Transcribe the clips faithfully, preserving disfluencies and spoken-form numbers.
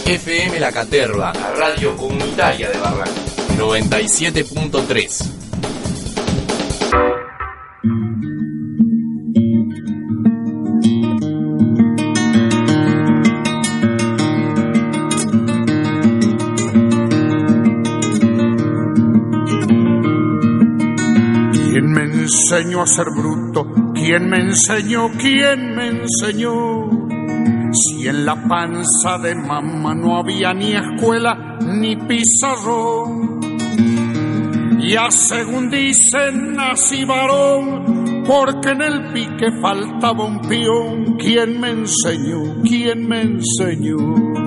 F M La Caterva, la radio comunitaria de Barranco, noventa y siete punto tres. ¿Quién me enseñó a ser bruto? ¿Quién me enseñó? ¿Quién me enseñó? Si en la panza de mamá no había ni escuela ni pizarrón. Ya según dicen nací varón, porque en el pique faltaba un peón. ¿Quién me enseñó? ¿Quién me enseñó?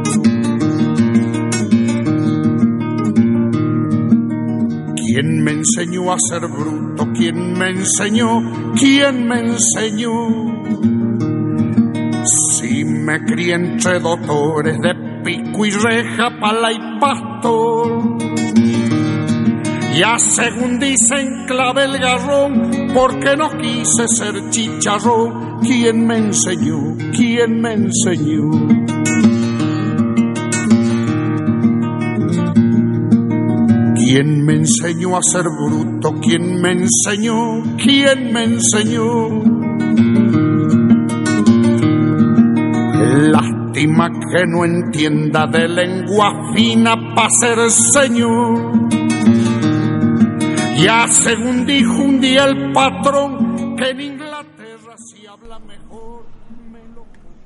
¿Quién me enseñó a ser bruto? ¿Quién me enseñó? ¿Quién me enseñó? Si me crié entre doctores de pico y reja, pala y pastor. Ya según dicen clavé el garrón, porque no quise ser chicharrón. ¿Quién me enseñó? ¿Quién me enseñó? ¿Quién me enseñó a ser bruto? ¿Quién me enseñó? ¿Quién me enseñó? Lástima que no entienda de lengua fina pa' ser señor. Ya según dijo un día el patrón, que en Inglaterra si habla mejor me lo...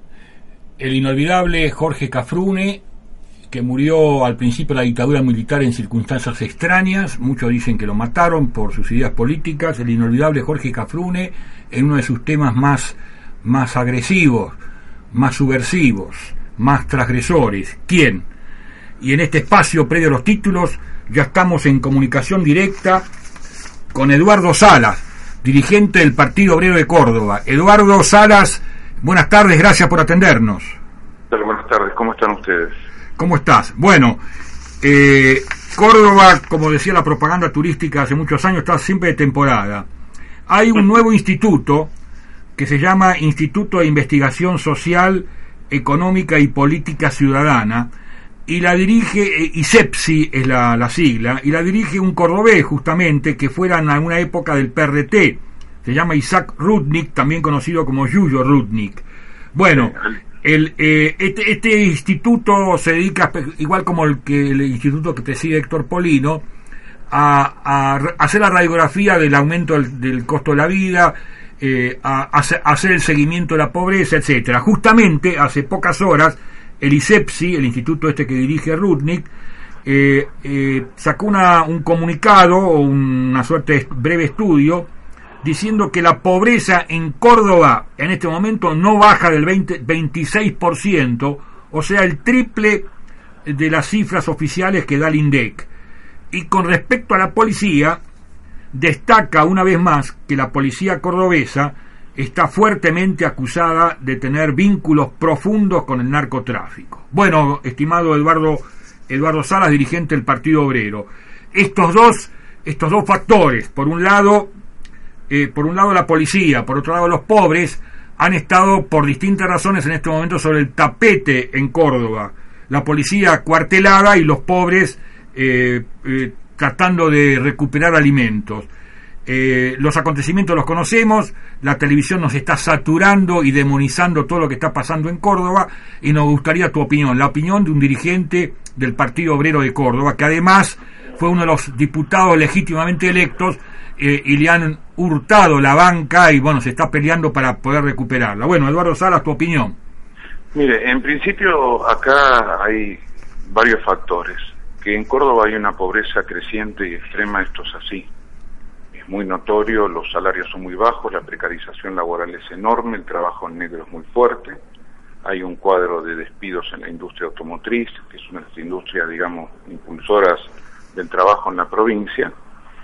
El inolvidable Jorge Cafrune, que murió al principio de la dictadura militar en circunstancias extrañas. Muchos dicen que lo mataron por sus ideas políticas. El inolvidable Jorge Cafrune, en uno de sus temas más, más agresivos, más subversivos, más transgresores. ¿Quién? Y en este espacio previo a los títulos ya estamos en comunicación directa con Eduardo Salas, dirigente del Partido Obrero de Córdoba. Eduardo Salas, buenas tardes, gracias por atendernos. Buenas tardes, ¿cómo están ustedes? ¿Cómo estás? Bueno, eh, Córdoba, como decía la propaganda turística hace muchos años, está siempre de temporada. Hay un nuevo instituto que se llama Instituto de Investigación Social, Económica y Política Ciudadana, y la dirige, eh, ISEPSI es la, la sigla, y la dirige un cordobés justamente que fuera en alguna época del P R T, se llama Isaac Rudnick, también conocido como Yuyo Rudnick. Bueno, el, eh, este, este instituto se dedica, igual como el que el instituto que preside Héctor Polino, a, a hacer la radiografía del aumento del, del costo de la vida, eh, a, a hacer el seguimiento de la pobreza, etcétera. Justamente hace pocas horas el ISEPSI, el instituto este que dirige Rudnick, eh, eh, sacó una, un comunicado o una suerte de breve estudio diciendo que la pobreza en Córdoba en este momento no baja del veinte, veintiséis por ciento, o sea, el triple de las cifras oficiales que da el INDEC. Y con respecto a la policía, destaca una vez más que la policía cordobesa está fuertemente acusada de tener vínculos profundos con el narcotráfico. Bueno, estimado Eduardo, Eduardo Salas, dirigente del Partido Obrero, estos dos, estos dos factores, por un lado, eh, por un lado la policía, por otro lado los pobres, han estado por distintas razones en este momento sobre el tapete en Córdoba. La policía cuartelada y los pobres eh, eh, tratando de recuperar alimentos. Eh, los acontecimientos los conocemos, la televisión nos está saturando y demonizando todo lo que está pasando en Córdoba, y nos gustaría tu opinión, la opinión de un dirigente del Partido Obrero de Córdoba, que además fue uno de los diputados legítimamente electos, eh, y le han hurtado la banca y bueno, se está peleando para poder recuperarla. Bueno, Eduardo Salas, tu opinión. Mire, en principio acá hay varios factores. Que en Córdoba hay una pobreza creciente y extrema, esto es así. Es muy notorio, los salarios son muy bajos, la precarización laboral es enorme, el trabajo en negro es muy fuerte, hay un cuadro de despidos en la industria automotriz, que es una de las industrias, digamos, impulsoras del trabajo en la provincia,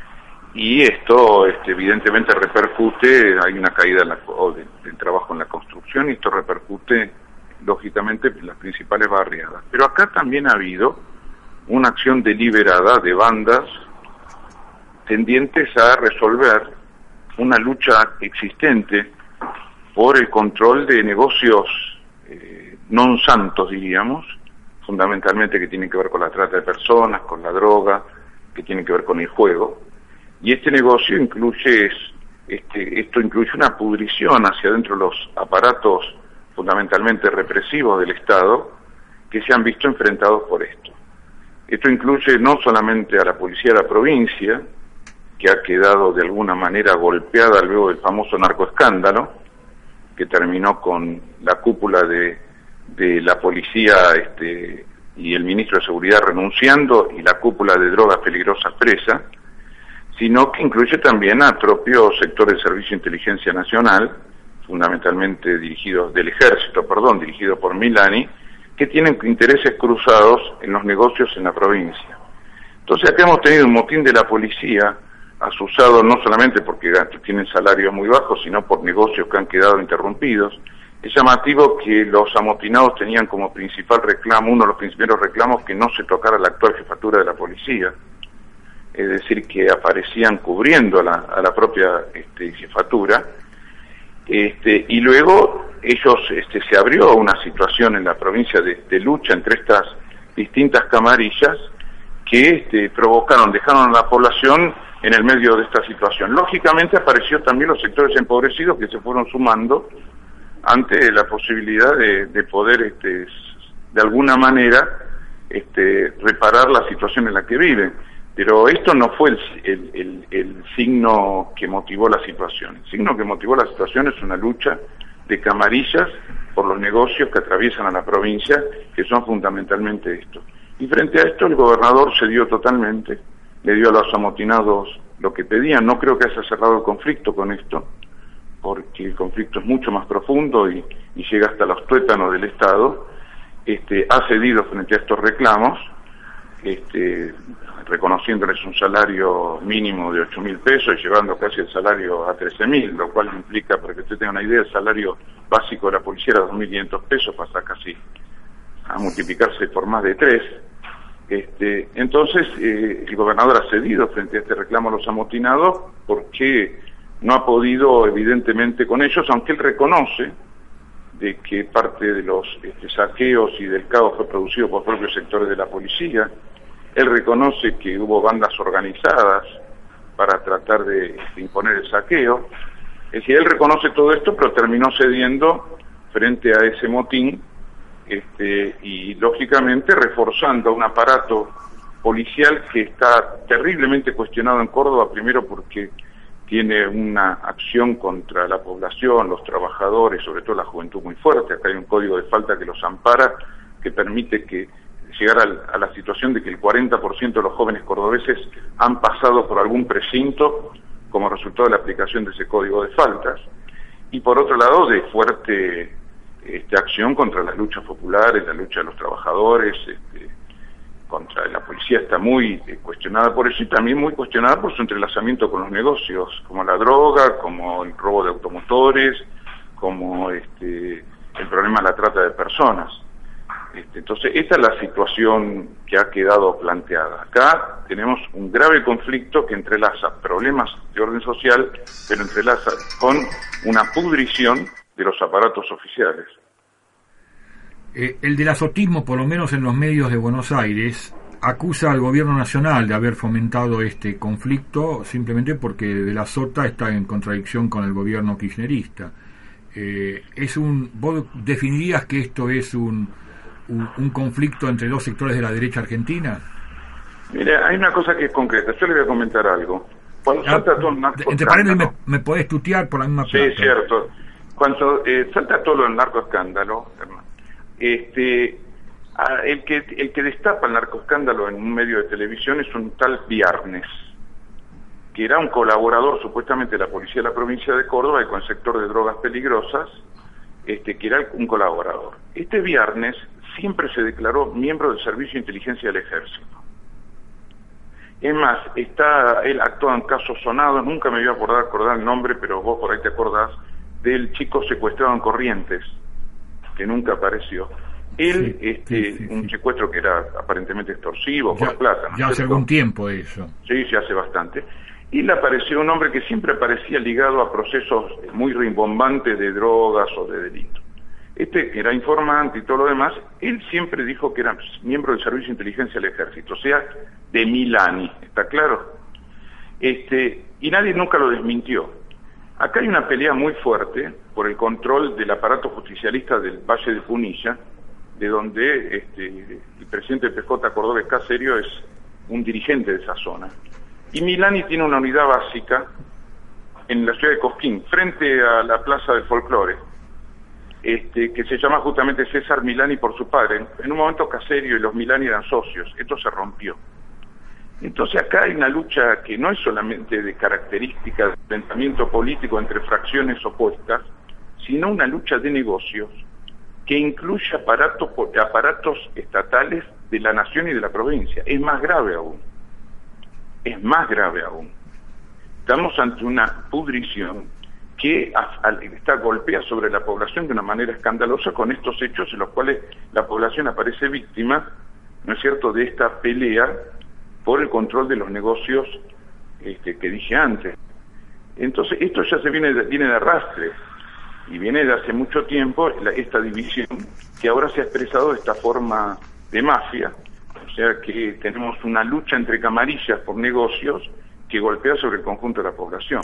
y esto este, evidentemente repercute, hay una caída en la, o de, del trabajo en la construcción, y esto repercute, lógicamente, en las principales barriadas. Pero acá también ha habido una acción deliberada de bandas tendientes a resolver una lucha existente por el control de negocios eh, non santos, diríamos, fundamentalmente que tienen que ver con la trata de personas, con la droga, que tienen que ver con el juego. Y este negocio incluye, este, esto incluye una pudrición hacia adentro de los aparatos fundamentalmente represivos del Estado, que se han visto enfrentados por esto. Esto incluye no solamente a la policía de la provincia, que ha quedado de alguna manera golpeada luego del famoso narcoescándalo, que terminó con la cúpula de, de la policía este, y el ministro de Seguridad renunciando y la cúpula de drogas peligrosas presa, sino que incluye también a propios sectores del Servicio de Inteligencia Nacional, fundamentalmente dirigidos del Ejército, perdón, dirigidos por Milani, que tienen intereses cruzados en los negocios en la provincia. Entonces acá hemos tenido un motín de la policía, asusado no solamente porque tienen salarios muy bajos, sino por negocios que han quedado interrumpidos. Es llamativo que los amotinados tenían como principal reclamo, uno de los primeros reclamos, que no se tocara la actual jefatura de la policía, es decir, que aparecían cubriendo la, a la propia este, jefatura. Este, y luego ellos este, se abrió una situación en la provincia de, de lucha entre estas distintas camarillas que este, provocaron, dejaron a la población en el medio de esta situación. Lógicamente apareció también los sectores empobrecidos que se fueron sumando ante la posibilidad de, de poder este, de alguna manera este, reparar la situación en la que viven. Pero esto no fue el, el, el, el signo que motivó la situación. El signo que motivó la situación es una lucha de camarillas por los negocios que atraviesan a la provincia, que son fundamentalmente estos. Y frente a esto el gobernador cedió totalmente, le dio a los amotinados lo que pedían. No creo que haya cerrado el conflicto con esto, porque el conflicto es mucho más profundo y, y llega hasta los tuétanos del Estado. Este, ha cedido frente a estos reclamos, este, reconociéndoles un salario mínimo de ocho mil pesos y llevando casi el salario a trece mil, lo cual implica, para que usted tenga una idea, el salario básico de la policía era dos mil quinientos pesos, pasa casi a multiplicarse por más de tres. Este, entonces, eh, el gobernador ha cedido frente a este reclamo a los amotinados porque no ha podido, evidentemente, con ellos, aunque él reconoce de que parte de los este, saqueos y del caos fue producido por propios sectores de la policía. Él reconoce que hubo bandas organizadas para tratar de, de imponer el saqueo. Es decir, él reconoce todo esto, pero terminó cediendo frente a ese motín, este, y lógicamente reforzando un aparato policial que está terriblemente cuestionado en Córdoba, primero porque tiene una acción contra la población, los trabajadores, sobre todo la juventud muy fuerte. Acá hay un código de falta que los ampara, que permite que llegar al, a la situación de que el cuarenta por ciento de los jóvenes cordobeses han pasado por algún precinto como resultado de la aplicación de ese código de faltas, y por otro lado de fuerte este, acción contra las luchas populares, la lucha de los trabajadores, este, contra la policía está muy eh, cuestionada por eso, y también muy cuestionada por su entrelazamiento con los negocios, como la droga, como el robo de automotores, como este, el problema de la trata de personas. Este, entonces, esta es la situación que ha quedado planteada. Acá tenemos un grave conflicto que entrelaza problemas de orden social, pero entrelaza con una pudrición de los aparatos oficiales. Eh, el del azotismo, por lo menos en los medios de Buenos Aires, acusa al gobierno nacional de haber fomentado este conflicto simplemente porque de la Sota está en contradicción con el gobierno kirchnerista. Eh, es un, ¿vos definirías que esto es un, un, un conflicto entre dos sectores de la derecha argentina? Mire, hay una cosa que es concreta. Yo le voy a comentar algo. Cuando ah, salta todo el narcoescándalo... Entre paréntesis, me, me podés tutear por la misma plata. Sí, cierto. Cuando eh, salta todo el narcoescándalo, hermano, Este, el que el que destapa el narcoescándalo en un medio de televisión es un tal Viernes, que era un colaborador supuestamente de la policía de la provincia de Córdoba y con el sector de drogas peligrosas, este, que era un colaborador. Este Viernes siempre se declaró miembro del Servicio de Inteligencia del Ejército. Es más, está, él actuó en casos sonados, nunca me voy a acordar, acordar el nombre, pero vos por ahí te acordás, del chico secuestrado en Corrientes, que nunca apareció. Él, sí, este, sí, sí, un sí. secuestro que era aparentemente extorsivo, ya, por plata. ¿no? Ya hace algún tiempo eso. Sí, sí, hace bastante. Y le apareció un hombre que siempre aparecía ligado a procesos muy rimbombantes de drogas o de delitos. Este que era informante y todo lo demás, él siempre dijo que era miembro del Servicio de Inteligencia del Ejército, o sea, de Milani, ¿está claro? Este, y nadie nunca lo desmintió. Acá hay una pelea muy fuerte por el control del aparato justicialista del Valle de Punilla, de donde este, el presidente P J Cordobés Caserio es un dirigente de esa zona. Y Milani tiene una unidad básica en la ciudad de Cosquín, frente a la Plaza del Folclore, este, que se llama justamente César Milani por su padre. En un momento Caserio y los Milani eran socios, esto se rompió. Entonces acá hay una lucha que no es solamente de características de enfrentamiento político entre fracciones opuestas, sino una lucha de negocios que incluye aparatos, aparatos estatales de la nación y de la provincia. Es más grave aún. Es más grave aún. Estamos ante una pudrición que a, a, está golpea sobre la población de una manera escandalosa con estos hechos en los cuales la población aparece víctima, ¿no es cierto?, de esta pelea por el control de los negocios este, que dije antes. Entonces, esto ya se viene de, viene de arrastre, y viene de hace mucho tiempo la, esta división, que ahora se ha expresado de esta forma de mafia, o sea que tenemos una lucha entre camarillas por negocios que golpea sobre el conjunto de la población.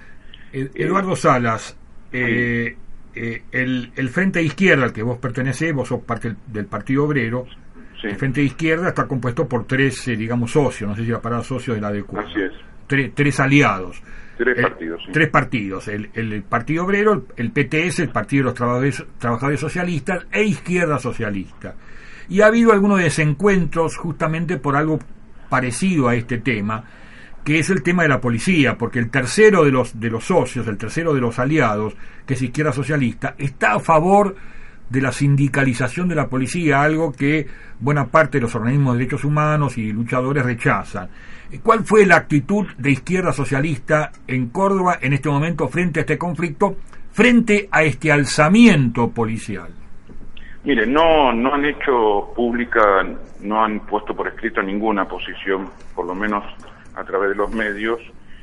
Eduardo Salas, eh, eh, el, el Frente de Izquierda al que vos pertenecés, vos sos parte del Partido Obrero. Sí. El Frente de Izquierda está compuesto por tres, eh, digamos, socios, no sé si la palabra socios de la de Cuba. Así es. Tres, tres aliados. Tres el, partidos, sí. Tres partidos. El, el, el Partido Obrero, el, el P T S, el Partido de los Trabajadores, Trabajadores Socialistas e Izquierda Socialista. Y ha habido algunos desencuentros justamente por algo parecido a este tema, que es el tema de la policía, porque el tercero de los, de los socios, el tercero de los aliados, que es Izquierda Socialista, está a favor de la sindicalización de la policía, algo que buena parte de los organismos de derechos humanos y luchadores rechazan. ¿Cuál fue la actitud de Izquierda Socialista en Córdoba en este momento frente a este conflicto, frente a este alzamiento policial? Mire, no, no han hecho pública, no han puesto por escrito ninguna posición, por lo menos a través de los medios,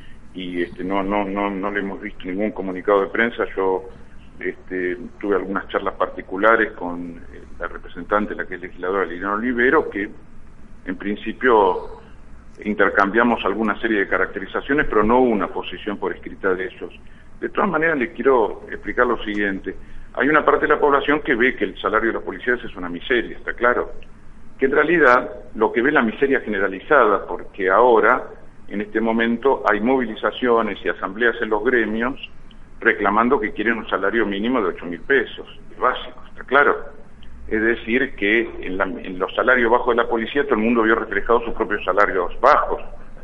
y este, no, no, no, no le hemos visto ningún comunicado de prensa. Yo Este, tuve algunas charlas particulares con eh, la representante, la que es legisladora Liliana Olivero, que en principio intercambiamos alguna serie de caracterizaciones, pero no hubo una posición por escrita de ellos. De todas maneras, le quiero explicar lo siguiente. Hay una parte de la población que ve que el salario de los policías es una miseria, está claro. Que en realidad lo que ve es la miseria generalizada, porque ahora, en este momento, hay movilizaciones y asambleas en los gremios reclamando que quieren un salario mínimo de ocho mil pesos, básico, está claro. Es decir, que en, la, en los salarios bajos de la policía todo el mundo vio reflejados sus propios salarios bajos.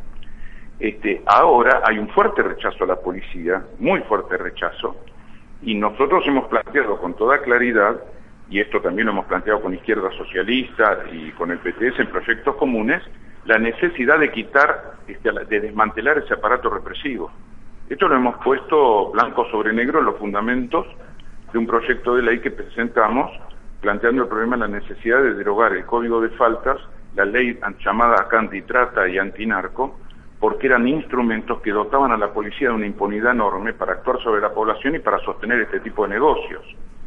Este, ahora hay un fuerte rechazo a la policía, muy fuerte rechazo, y nosotros hemos planteado con toda claridad, y esto también lo hemos planteado con Izquierda Socialista y con el P T S en proyectos comunes, la necesidad de quitar, este, de desmantelar ese aparato represivo. Esto lo hemos puesto blanco sobre negro en los fundamentos de un proyecto de ley que presentamos, planteando el problema de la necesidad de derogar el Código de Faltas, la ley llamada acá antitrata y antinarco, porque eran instrumentos que dotaban a la policía de una impunidad enorme para actuar sobre la población y para sostener este tipo de negocios.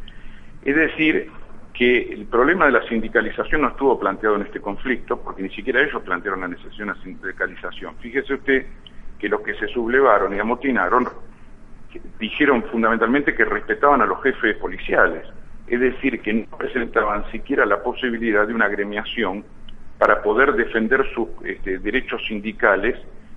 Es decir, que el problema de la sindicalización no estuvo planteado en este conflicto, porque ni siquiera ellos plantearon la necesidad de una sindicalización. Fíjese usted que los que se sublevaron y amotinaron dijeron fundamentalmente que respetaban a los jefes policiales, es decir, que no presentaban siquiera la posibilidad de una agremiación para poder defender sus este, derechos sindicales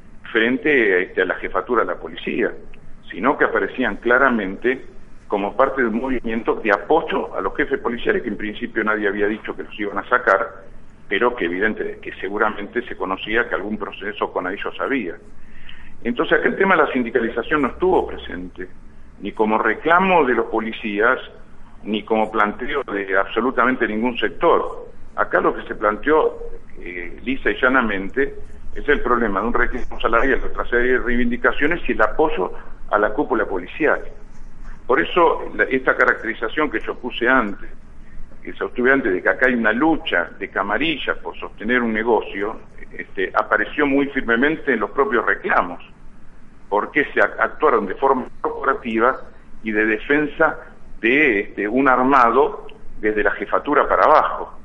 frente este, a la jefatura de la policía, sino que aparecían claramente como parte de un movimiento de apoyo a los jefes policiales, que en principio nadie había dicho que los iban a sacar, pero que evidente que seguramente se conocía que algún proceso con ellos había. Entonces acá el tema de la sindicalización no estuvo presente, ni como reclamo de los policías, ni como planteo de absolutamente ningún sector. Acá lo que se planteó eh, lisa y llanamente es el problema de un reclamo salarial, otra serie de reivindicaciones y el apoyo a la cúpula policial. Por eso la, esta caracterización que yo puse antes, que sostuve antes de que acá hay una lucha de camarillas por sostener un negocio, este, apareció muy firmemente en los propios reclamos, porque se actuaron de forma corporativa y de defensa de este, un armado desde la jefatura para abajo.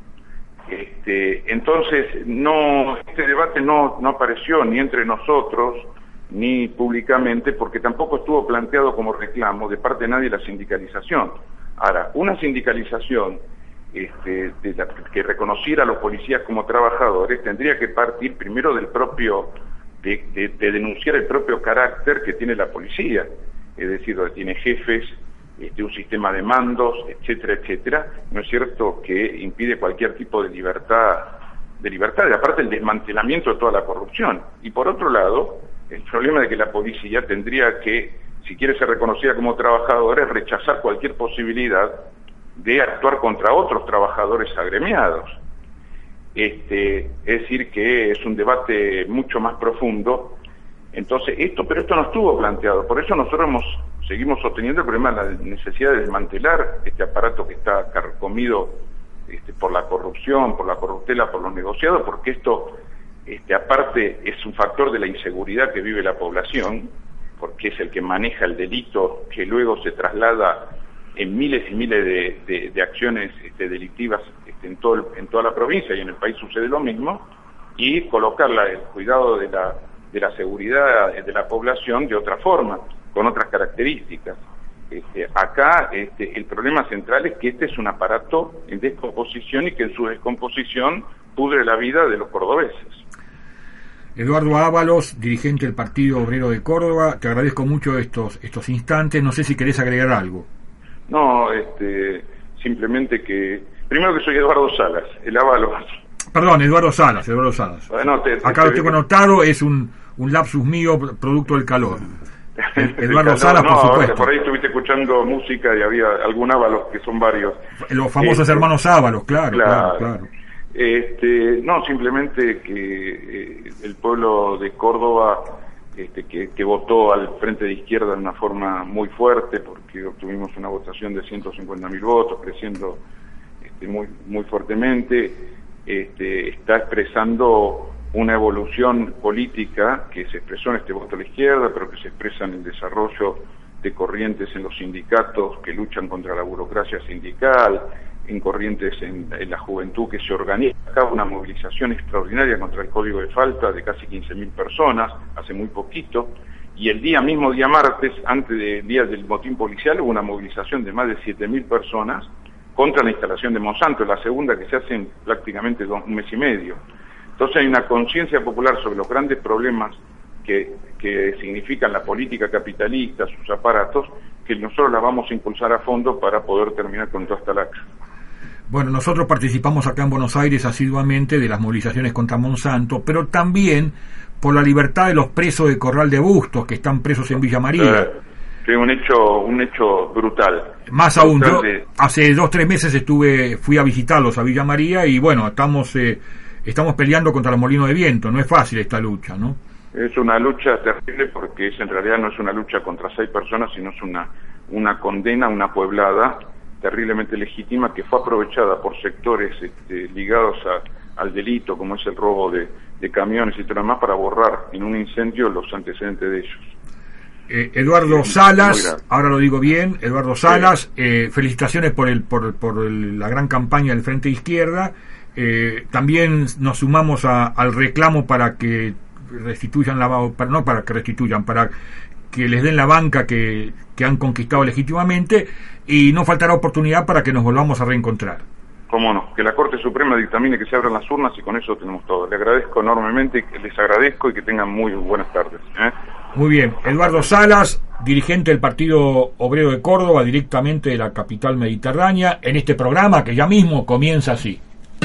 Este, entonces, no, este debate no, no apareció ni entre nosotros, ni públicamente, porque tampoco estuvo planteado como reclamo de parte de nadie la sindicalización. Ahora, una sindicalización este, de la, que reconociera a los policías como trabajadores tendría que partir primero del propio, de, de, de denunciar el propio carácter que tiene la policía, es decir, donde tiene jefes, este, un sistema de mandos, etcétera, etcétera, ¿no es cierto?, que impide cualquier tipo de libertad, de libertad, y aparte el desmantelamiento de toda la corrupción. Y por otro lado, el problema de que la policía tendría que, si quiere ser reconocida como trabajadora, es rechazar cualquier posibilidad de actuar contra otros trabajadores agremiados. Este, es decir, que es un debate mucho más profundo. Entonces, esto, pero esto no estuvo planteado, por eso nosotros hemos, seguimos sosteniendo el problema de la necesidad de desmantelar este aparato que está carcomido este, por la corrupción, por la corruptela, por los negociados, porque esto, este, aparte, es un factor de la inseguridad que vive la población, porque es el que maneja el delito que luego se traslada en miles y miles de, de, de acciones este, delictivas este, en, todo el, en toda la provincia, y en el país sucede lo mismo, y colocarla el cuidado de la de la seguridad de la población de otra forma, con otras características. Este, acá este, el problema central es que este es un aparato en descomposición y que en su descomposición pudre la vida de los cordobeses. Eduardo Ábalos, dirigente del Partido Obrero de Córdoba, te agradezco mucho estos estos instantes, no sé si querés agregar algo. No, este, simplemente que, primero que soy Eduardo Salas, el Ábalos. Perdón, Eduardo Salas, Eduardo Salas. Bueno, te, te, Acá lo tengo anotado, es un, un lapsus mío producto del calor. Eduardo Salas, no, por supuesto. Por ahí estuviste escuchando música y había algún Ábalos, que son varios. Los famosos este, hermanos Ábalos, claro, claro, claro. claro. Este, no, simplemente que eh, el pueblo de Córdoba, este, que, que votó al Frente de Izquierda de una forma muy fuerte, porque obtuvimos una votación de ciento cincuenta mil votos, creciendo este, muy, muy fuertemente. Este, está expresando una evolución política que se expresó en este voto a la izquierda, pero que se expresa en el desarrollo de corrientes en los sindicatos que luchan contra la burocracia sindical, en corrientes en, en la juventud que se organiza. Acá una movilización extraordinaria contra el código de falta de casi quince mil personas, hace muy poquito, y el día mismo, día martes, antes del día del motín policial, hubo una movilización de más de siete mil personas contra la instalación de Monsanto, la segunda que se hace en prácticamente dos, un mes y medio. Entonces hay una conciencia popular sobre los grandes problemas que, que significan la política capitalista, sus aparatos, que nosotros la vamos a impulsar a fondo para poder terminar con toda esta lacra. Bueno, nosotros participamos acá en Buenos Aires asiduamente de las movilizaciones contra Monsanto, pero también por la libertad de los presos de Corral de Bustos, que están presos en Villa María. Eh. Sí, un hecho, un hecho brutal. Más aún, yo hace dos, tres meses estuve, fui a visitarlos a Villa María y bueno, estamos eh, estamos peleando contra los molinos de viento, no es fácil esta lucha, ¿no? Es una lucha terrible porque es, en realidad no es una lucha contra seis personas, sino es una, una condena, una pueblada terriblemente legítima que fue aprovechada por sectores este, ligados a, al delito, como es el robo de, de camiones y todo lo demás, para borrar en un incendio los antecedentes de ellos. Eh, Eduardo Salas, ahora lo digo bien, Eduardo Salas, eh, felicitaciones por el por, por el, la gran campaña del Frente Izquierda. Eh, también nos sumamos a, al reclamo para que restituyan la para, no para que restituyan, para que les den la banca que, que han conquistado legítimamente, y no faltará oportunidad para que nos volvamos a reencontrar. Cómo no, que la Corte Suprema dictamine que se abran las urnas y con eso tenemos todo. Le agradezco enormemente, les agradezco y que tengan muy buenas tardes. ¿eh? Muy bien, Eduardo Salas, dirigente del Partido Obrero de Córdoba, directamente de la capital mediterránea, en este programa que ya mismo comienza así.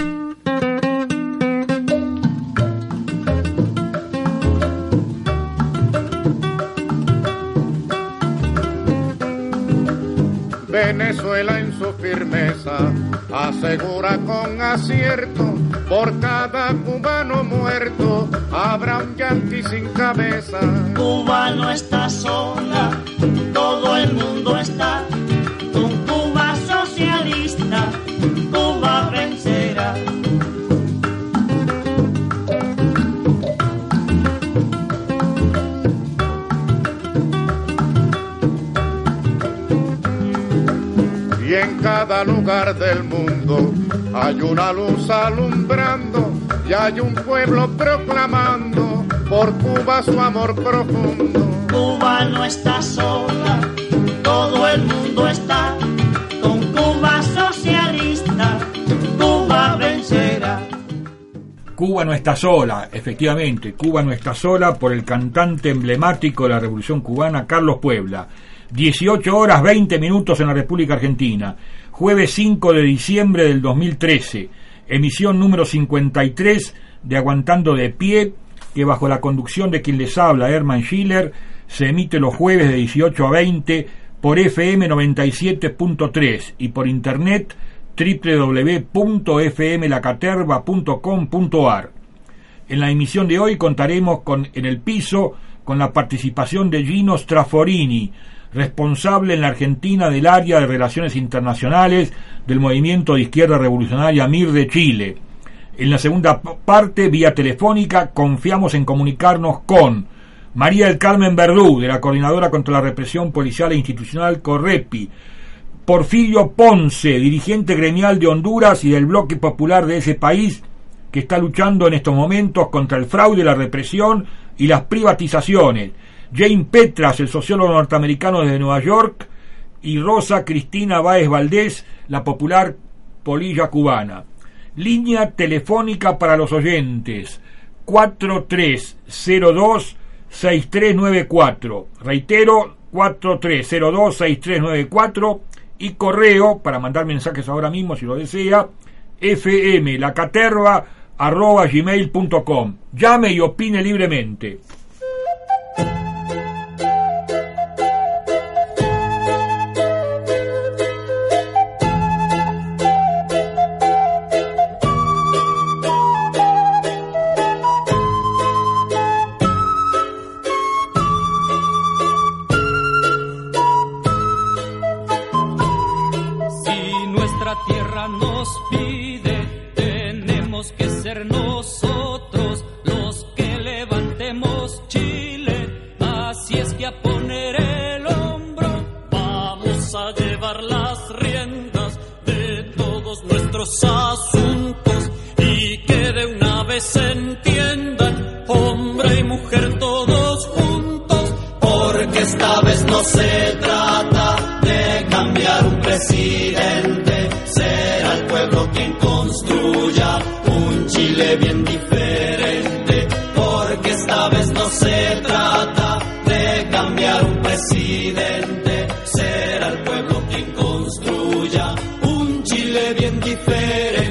Venezuela en su firmeza asegura con acierto, por cada cubano muerto habrá un yanqui sin cabeza. Cuba no está sola, todo el mundo está con Cuba socialista, Cuba vencerá. cada lugar del mundo hay una luz alumbrando y hay un pueblo proclamando por Cuba su amor profundo. Cuba no está sola, todo el mundo está con Cuba socialista, Cuba vencerá. Cuba no está sola, efectivamente, Cuba no está sola, por el cantante emblemático de la Revolución Cubana, Carlos Puebla. dieciocho horas veinte minutos en la República Argentina, jueves cinco de diciembre del dos mil trece, emisión número cincuenta y tres de Aguantando de Pie, que bajo la conducción de quien les habla, Herman Schiller, se emite los jueves de dieciocho a veinte por F M noventa y siete punto tres y por internet doble u doble u doble u punto f m la caterva punto com punto a r. En la emisión de hoy contaremos con En el Piso con la participación de Gino Straforini, responsable en la Argentina del área de Relaciones Internacionales del Movimiento de Izquierda Revolucionaria M I R de Chile. En la segunda parte, vía telefónica, confiamos en comunicarnos con María del Carmen Verdú, de la Coordinadora contra la Represión Policial e Institucional Correpi, Porfirio Ponce, dirigente gremial de Honduras y del Bloque Popular de ese país, que está luchando en estos momentos contra el fraude, la represión y las privatizaciones. Jane Petras, el sociólogo norteamericano desde Nueva York, y Rosa Cristina Báez Valdés, la popular polilla cubana. Línea telefónica para los oyentes, cuatro tres cero dos seis tres nueve cuatro. Reitero, cuatro tres cero dos seis tres nueve cuatro. Y correo, para mandar mensajes ahora mismo si lo desea, fmlacaterva arroba gmail punto com. Llame y opine libremente. Asuntos y que de una vez se entiendan hombre y mujer todos juntos, porque esta vez no se trata de cambiar un presidente, será el pueblo quien construya un Chile bien diferente, porque esta vez no se trata de cambiar un presidente, será el pueblo quien construya un Chile bien diferente.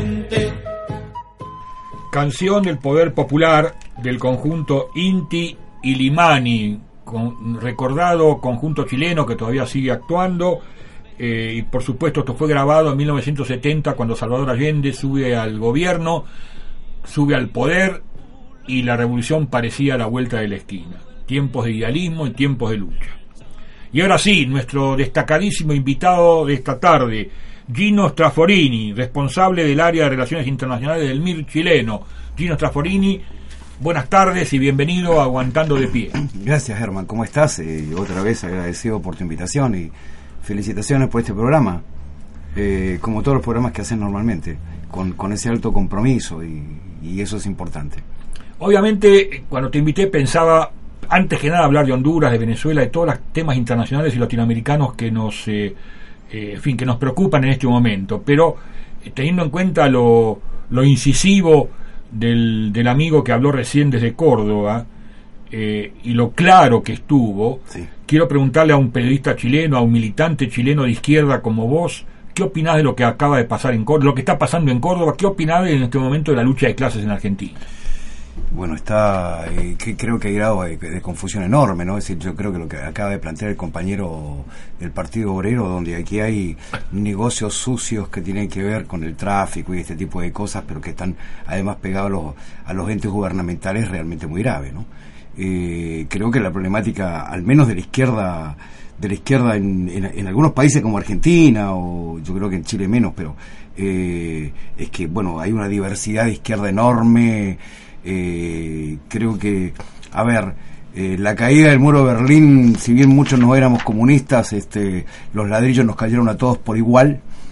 Canción del Poder Popular del conjunto Inti y Limani, con, recordado conjunto chileno que todavía sigue actuando, eh, y por supuesto esto fue grabado en mil novecientos setenta cuando Salvador Allende sube al gobierno, sube al poder y la revolución parecía a la vuelta de la esquina. Tiempos de idealismo y tiempos de lucha. Y ahora sí, nuestro destacadísimo invitado de esta tarde, Gino Straforini, responsable del área de Relaciones Internacionales del M I R chileno. Gino Straforini, buenas tardes y bienvenido a Aguantando de Pie. Gracias, Herman, ¿cómo estás? Eh, otra vez agradecido por tu invitación y felicitaciones por este programa, eh, como todos los programas que hacen normalmente, con, con ese alto compromiso y, y eso es importante. Obviamente, cuando te invité pensaba, antes que nada, hablar de Honduras, de Venezuela, de todos los temas internacionales y latinoamericanos que nos... Eh, Eh, en fin, que nos preocupan en este momento, pero eh, teniendo en cuenta lo, lo incisivo del, del amigo que habló recién desde Córdoba, eh, y lo claro que estuvo, sí. Quiero preguntarle a un periodista chileno, a un militante chileno de izquierda como vos, ¿qué opinás de lo que acaba de pasar en Córdoba, lo que está pasando en Córdoba? ¿Qué opinás en este momento de la lucha de clases en Argentina? Bueno, está, eh, que creo que hay grado de, de confusión enorme, ¿no? Es decir, yo creo que lo que acaba de plantear el compañero del Partido Obrero, donde aquí hay negocios sucios que tienen que ver con el tráfico y este tipo de cosas, pero que están además pegados a los, a los entes gubernamentales, realmente muy grave, ¿no? Eh, creo que la problemática, al menos de la izquierda, de la izquierda en, en, en algunos países como Argentina, o yo creo que en Chile menos, pero eh, es que, bueno, hay una diversidad de izquierda enorme. Eh, creo que, a ver, eh, la caída del muro de Berlín, si bien muchos no éramos comunistas, este, los ladrillos nos cayeron a todos por igual,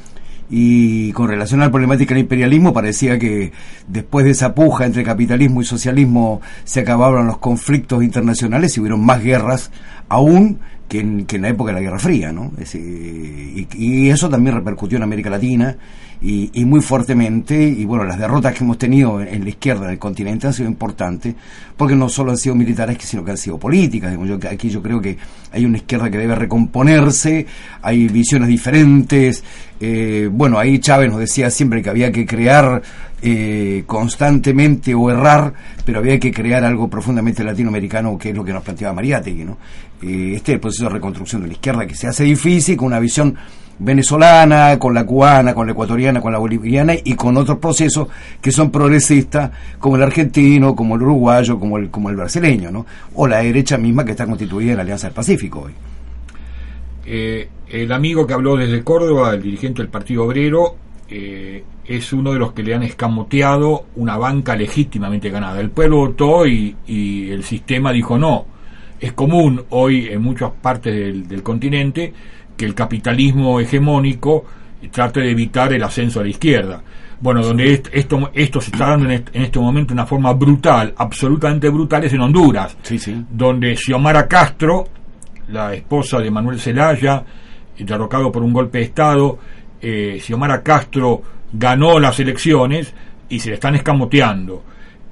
Y con relación a la problemática del imperialismo, parecía que después de esa puja entre capitalismo y socialismo se acabaron los conflictos internacionales y hubieron más guerras aún que en, que en la época de la Guerra Fría, ¿no? Es, y, y eso también repercutió en América Latina y, y muy fuertemente, y bueno, las derrotas que hemos tenido en, en la izquierda del continente han sido importantes, porque no solo han sido militares, sino que han sido políticas. Yo, aquí yo creo que hay una izquierda que debe recomponerse, hay visiones diferentes. Eh, bueno, ahí Chávez nos decía siempre que había que crear eh, constantemente o errar, pero había que crear algo profundamente latinoamericano, que es lo que nos planteaba Mariátegui, ¿no? Eh, este es el proceso de reconstrucción de la izquierda que se hace difícil con una visión venezolana, con la cubana, con la ecuatoriana, con la boliviana y con otros procesos que son progresistas, como el argentino, como el uruguayo, como el, como el brasileño, ¿no? O la derecha misma que está constituida en la Alianza del Pacífico hoy. Eh, el amigo que habló desde Córdoba, el dirigente del Partido Obrero, eh, es uno de los que le han escamoteado una banca legítimamente ganada. El pueblo votó y, y el sistema dijo no. Es común hoy en muchas partes del, del continente que el capitalismo hegemónico trate de evitar el ascenso a la izquierda. Bueno, donde est, esto esto se está dando en este, en este momento de una forma brutal, absolutamente brutal, es en Honduras, sí, sí. donde Xiomara Castro, la esposa de Manuel Zelaya, derrocado por un golpe de Estado, eh, Xiomara Castro ganó las elecciones y se le están escamoteando.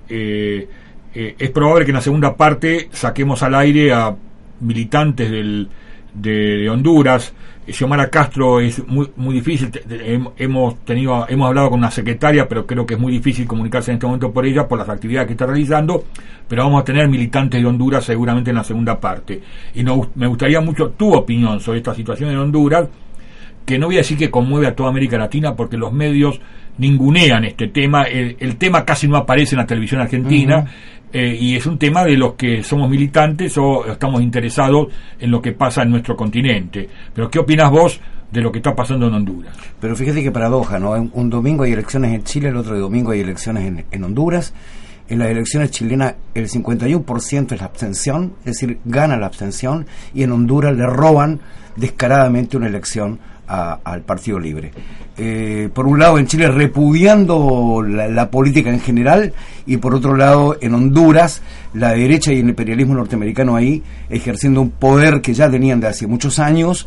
Eh, eh, es probable que en la segunda parte saquemos al aire a militantes del, de, de Honduras. Xiomara Castro es muy muy difícil, hemos tenido hemos hablado con una secretaria, pero creo que es muy difícil comunicarse en este momento por ella, por las actividades que está realizando, pero vamos a tener militantes de Honduras seguramente en la segunda parte. Y no, me gustaría mucho tu opinión sobre esta situación en Honduras, que no voy a decir que conmueve a toda América Latina, porque los medios ningunean este tema, el, el tema casi no aparece en la televisión argentina. Uh-huh. Eh, y es un tema de los que somos militantes o estamos interesados en lo que pasa en nuestro continente. Pero ¿qué opinas vos de lo que está pasando en Honduras? Pero fíjate qué paradoja, ¿no? Un domingo hay elecciones en Chile, el otro domingo hay elecciones en, en Honduras. En las elecciones chilenas el cincuenta y uno por ciento es la abstención, es decir, gana la abstención, y en Honduras le roban descaradamente una elección a, al Partido Libre. Eh, por un lado en Chile repudiando la, la política en general, y por otro lado en Honduras la derecha y el imperialismo norteamericano ahí ejerciendo un poder que ya tenían de hace muchos años,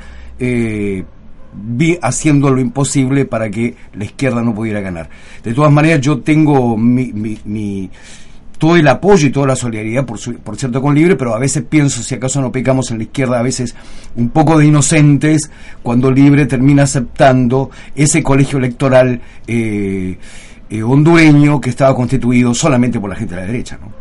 eh, vi haciendo lo imposible para que la izquierda no pudiera ganar. De todas maneras, yo tengo mi, mi, mi todo el apoyo y toda la solidaridad, por, su, por cierto, con Libre, pero a veces pienso, si acaso no pecamos en la izquierda, a veces un poco de inocentes, cuando Libre termina aceptando ese colegio electoral eh, eh, hondureño que estaba constituido solamente por la gente de la derecha, ¿no?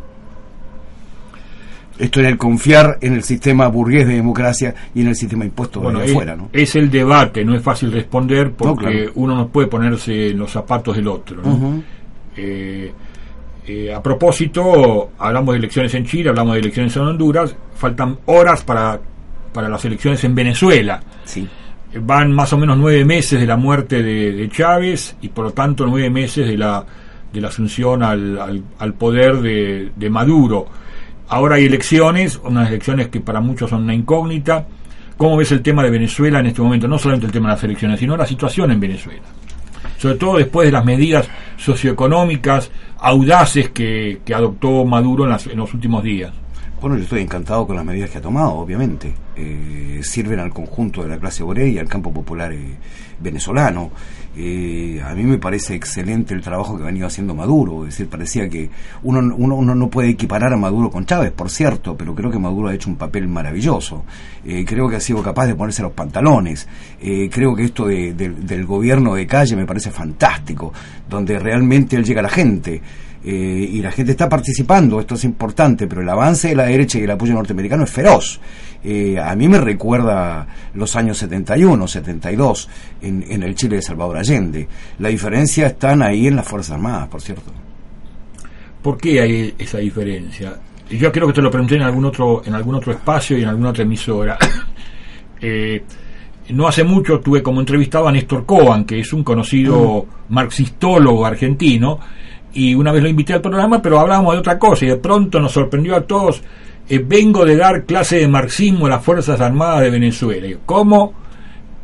Esto en el confiar en el sistema burgués de democracia y en el sistema impuesto bueno, de es, afuera, ¿no? Es el debate, no es fácil responder porque no, claro. uno no puede ponerse en los zapatos del otro, ¿no? Uh-huh. eh, eh, a propósito, hablamos de elecciones en Chile, hablamos de elecciones en Honduras, faltan horas para, para las elecciones en Venezuela. Sí. Van más o menos nueve meses de la muerte de, de Chávez y por lo tanto nueve meses de la, de la asunción al, al, al poder de, de Maduro. Ahora hay elecciones, unas elecciones que para muchos son una incógnita. ¿Cómo ves el tema de Venezuela en este momento? No solamente el tema de las elecciones, sino la situación en Venezuela. Sobre todo después de las medidas socioeconómicas audaces que, que adoptó Maduro en, las, en los últimos días. Bueno, yo estoy encantado con las medidas que ha tomado, obviamente. Eh, sirven al conjunto de la clase obrera y al campo popular eh, venezolano. Eh, a mí me parece excelente el trabajo que ha venido haciendo Maduro. Es decir, parecía que uno, uno, uno no puede equiparar a Maduro con Chávez, por cierto, pero creo que Maduro ha hecho un papel maravilloso. Eh, creo que ha sido capaz de ponerse los pantalones. Eh, creo que esto de, de, del gobierno de calle me parece fantástico, donde realmente él llega a la gente. Eh, y la gente está participando, esto es importante, pero el avance de la derecha y el apoyo norteamericano es feroz. Eh, a mí me recuerda los años setenta y uno, setenta y dos en, en el Chile de Salvador Allende. La diferencia están ahí en las Fuerzas Armadas, por cierto. ¿Por qué hay esa diferencia? Yo creo que te lo pregunté en algún otro en algún otro espacio y en alguna otra emisora. eh, no hace mucho tuve como entrevistado a Néstor Coban, que es un conocido mm. marxistólogo argentino, y una vez lo invité al programa, pero hablábamos de otra cosa y de pronto nos sorprendió a todos. Eh, vengo de dar clase de marxismo a las Fuerzas Armadas de Venezuela. ¿Cómo?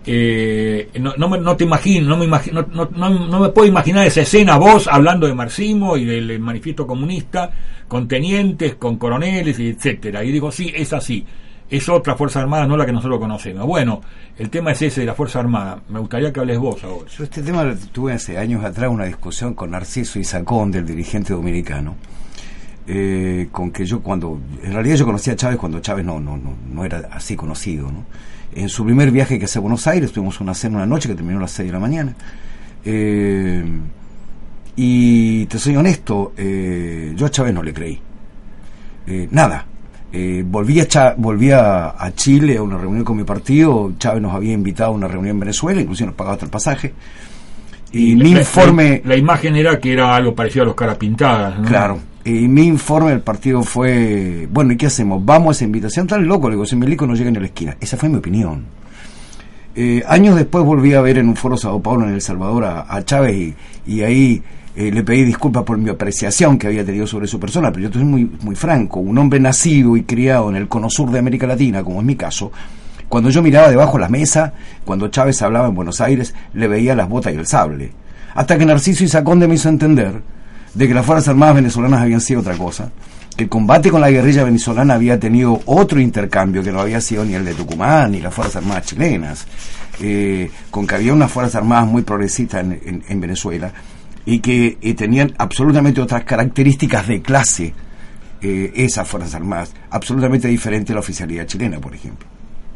Eh, no, no, me, no te imagino, no me imagino, no, no, no, no me puedo imaginar esa escena, vos hablando de marxismo y del manifiesto comunista, con tenientes, con coroneles, y etcétera. Y digo, sí, es así, es otra Fuerza Armada, no la que nosotros conocemos. Bueno, el tema es ese de la Fuerza Armada. Me gustaría que hables vos ahora. Yo este tema tuve hace años atrás una discusión con Narciso Isacón, del dirigente dominicano, eh, con que yo cuando, en realidad yo conocía a Chávez cuando Chávez no, no, no, no era así conocido, ¿no? En su primer viaje que hace a Buenos Aires tuvimos una cena una noche que terminó a las seis de la mañana. Eh, y te soy honesto, eh, yo a Chávez no le creí. Eh, nada. Eh, volví a, Cha- volví a, a Chile a una reunión con mi partido. Chávez nos había invitado a una reunión en Venezuela, inclusive nos pagaba hasta el pasaje. Y, y mi la, informe... La, la imagen era que era algo parecido a los caras pintadas, ¿no? Claro. Y mi informe del partido fue, bueno, ¿y qué hacemos? Vamos a esa invitación, tan loco, le digo, si Milico no llega ni a la esquina. Esa fue mi opinión. Eh, años después volví a ver en un foro Sao Paulo en El Salvador a, a Chávez y, y ahí eh, le pedí disculpas por mi apreciación que había tenido sobre su persona, pero yo estoy muy, muy franco, un hombre nacido y criado en el cono sur de América Latina, como es mi caso, cuando yo miraba debajo de la mesa, cuando Chávez hablaba en Buenos Aires, le veía las botas y el sable. Hasta que Narciso Isaconde me hizo entender de que las Fuerzas Armadas venezolanas habían sido otra cosa, que el combate con la guerrilla venezolana había tenido otro intercambio que no había sido ni el de Tucumán ni las Fuerzas Armadas chilenas, eh, con que había unas Fuerzas Armadas muy progresistas en, en, en Venezuela y que eh, tenían absolutamente otras características de clase, eh, esas Fuerzas Armadas, absolutamente diferente a la oficialidad chilena, por ejemplo.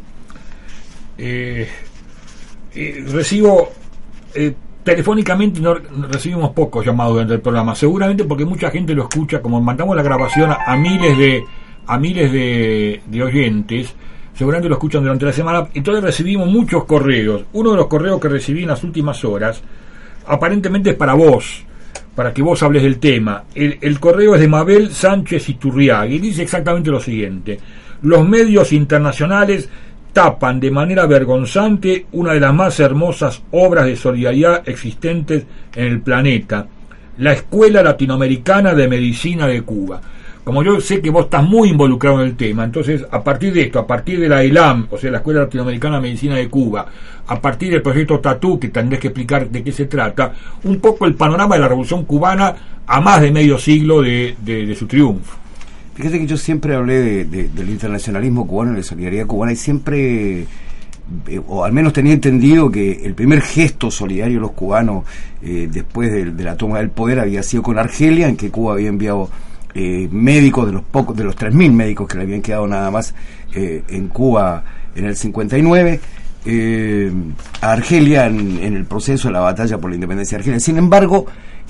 Eh, eh, recibo... Eh, telefónicamente no recibimos pocos llamados durante el programa, seguramente porque mucha gente lo escucha, como mandamos la grabación a, a miles de a miles de, de oyentes, seguramente lo escuchan durante la semana, entonces recibimos muchos correos. Uno de los correos que recibí en las últimas horas aparentemente es para vos, para que vos hables del tema. El, el correo es de Mabel Sánchez Iturriaga y dice exactamente lo siguiente: los medios internacionales tapan de manera vergonzante una de las más hermosas obras de solidaridad existentes en el planeta, la Escuela Latinoamericana de Medicina de Cuba. Como yo sé que vos estás muy involucrado en el tema, entonces a partir de esto, a partir de la ELAM, o sea, la Escuela Latinoamericana de Medicina de Cuba, a partir del proyecto Tatú, que tendrés que explicar de qué se trata, un poco el panorama de la Revolución Cubana a más de medio siglo de, de, de su triunfo. Fíjate que yo siempre hablé de, de, del internacionalismo cubano y de solidaridad cubana y siempre, eh, o al menos tenía entendido que el primer gesto solidario de los cubanos eh, después de, de la toma del poder había sido con Argelia, en que Cuba había enviado eh, médicos de los pocos, de los tres mil médicos que le habían quedado nada más eh, en Cuba en el cincuenta y nueve, eh, a Argelia en, en el proceso de la batalla por la independencia de Argelia. Sin embargo,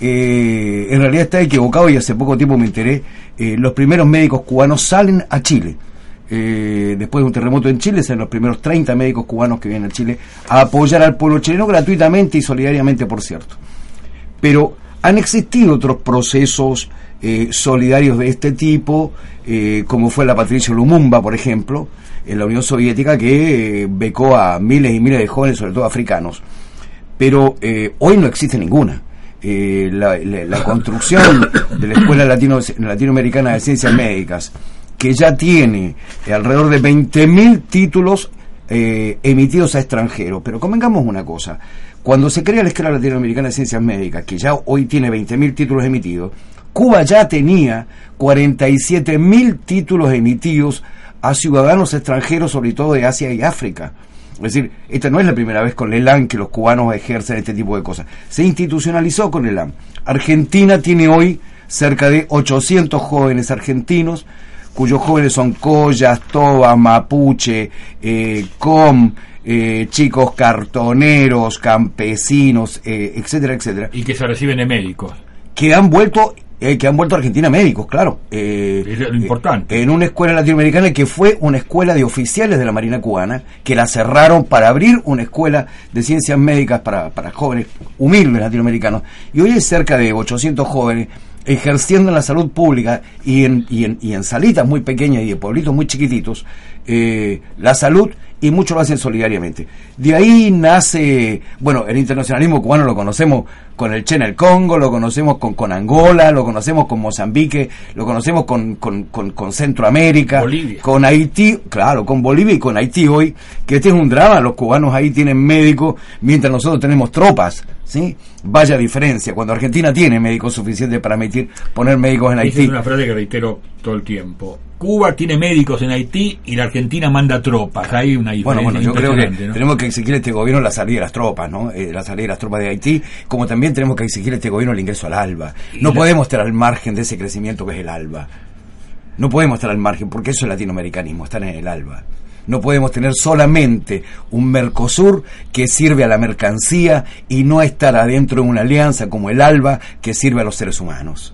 Eh, en realidad está equivocado y hace poco tiempo me enteré, eh, los primeros médicos cubanos salen a Chile. Eh, después de un terremoto en Chile, salen los primeros treinta médicos cubanos que vienen a Chile a apoyar al pueblo chileno gratuitamente y solidariamente, por cierto. Pero han existido otros procesos eh, solidarios de este tipo, eh, como fue la Patricio Lumumba, por ejemplo, en la Unión Soviética, que eh, becó a miles y miles de jóvenes, sobre todo africanos. Pero eh, hoy no existe ninguna. Eh, la, la, la construcción de la Escuela Latino, Latinoamericana de Ciencias Médicas, que ya tiene eh, alrededor de veinte mil títulos eh, emitidos a extranjeros. Pero convengamos una cosa: cuando se crea la Escuela Latinoamericana de Ciencias Médicas, que ya hoy tiene veinte mil títulos emitidos, Cuba ya tenía cuarenta y siete mil títulos emitidos a ciudadanos extranjeros, sobre todo de Asia y África. Es decir, esta no es la primera vez con la ELAM que los cubanos ejercen este tipo de cosas. Se institucionalizó con la ELAM. Argentina tiene hoy cerca de ochocientos jóvenes argentinos, cuyos jóvenes son collas, tobas, mapuche, eh, com, eh, chicos cartoneros, campesinos, eh, etcétera, etcétera. Y que se reciben de médicos. Que han vuelto... Eh, que han vuelto a Argentina médicos, claro. Eh, es lo importante. Eh, en una escuela latinoamericana que fue una escuela de oficiales de la Marina Cubana, que la cerraron para abrir una escuela de ciencias médicas para, para jóvenes humildes latinoamericanos. Y hoy hay cerca de ochocientos jóvenes ejerciendo en la salud pública y en, y en, y en salitas muy pequeñas y de pueblitos muy chiquititos, eh, la salud, y muchos lo hacen solidariamente. De ahí nace, bueno, el internacionalismo cubano lo conocemos con el Che en el Congo, lo conocemos con, con Angola, lo conocemos con Mozambique, lo conocemos con, con, con, con Centroamérica, Bolivia. Con Haití, claro, con Bolivia y con Haití hoy, que este es un drama, los cubanos ahí tienen médicos, mientras nosotros tenemos tropas, ¿sí? Vaya diferencia, cuando Argentina tiene médicos suficientes para emitir, poner médicos en Haití. Esa es una frase que reitero todo el tiempo. Cuba tiene médicos en Haití y la Argentina manda tropas. Hay una diferencia. Bueno, bueno, yo creo que ¿no? tenemos que exigir a este gobierno la salida de las tropas, ¿no? Eh, la salida de las tropas de Haití, como también tenemos que exigir a este gobierno el ingreso al ALBA. No la... podemos estar al margen de ese crecimiento que es el ALBA. No podemos estar al margen, porque eso es latinoamericanismo, estar en el ALBA. No podemos tener solamente un Mercosur que sirve a la mercancía y no estar adentro de una alianza como el ALBA que sirve a los seres humanos.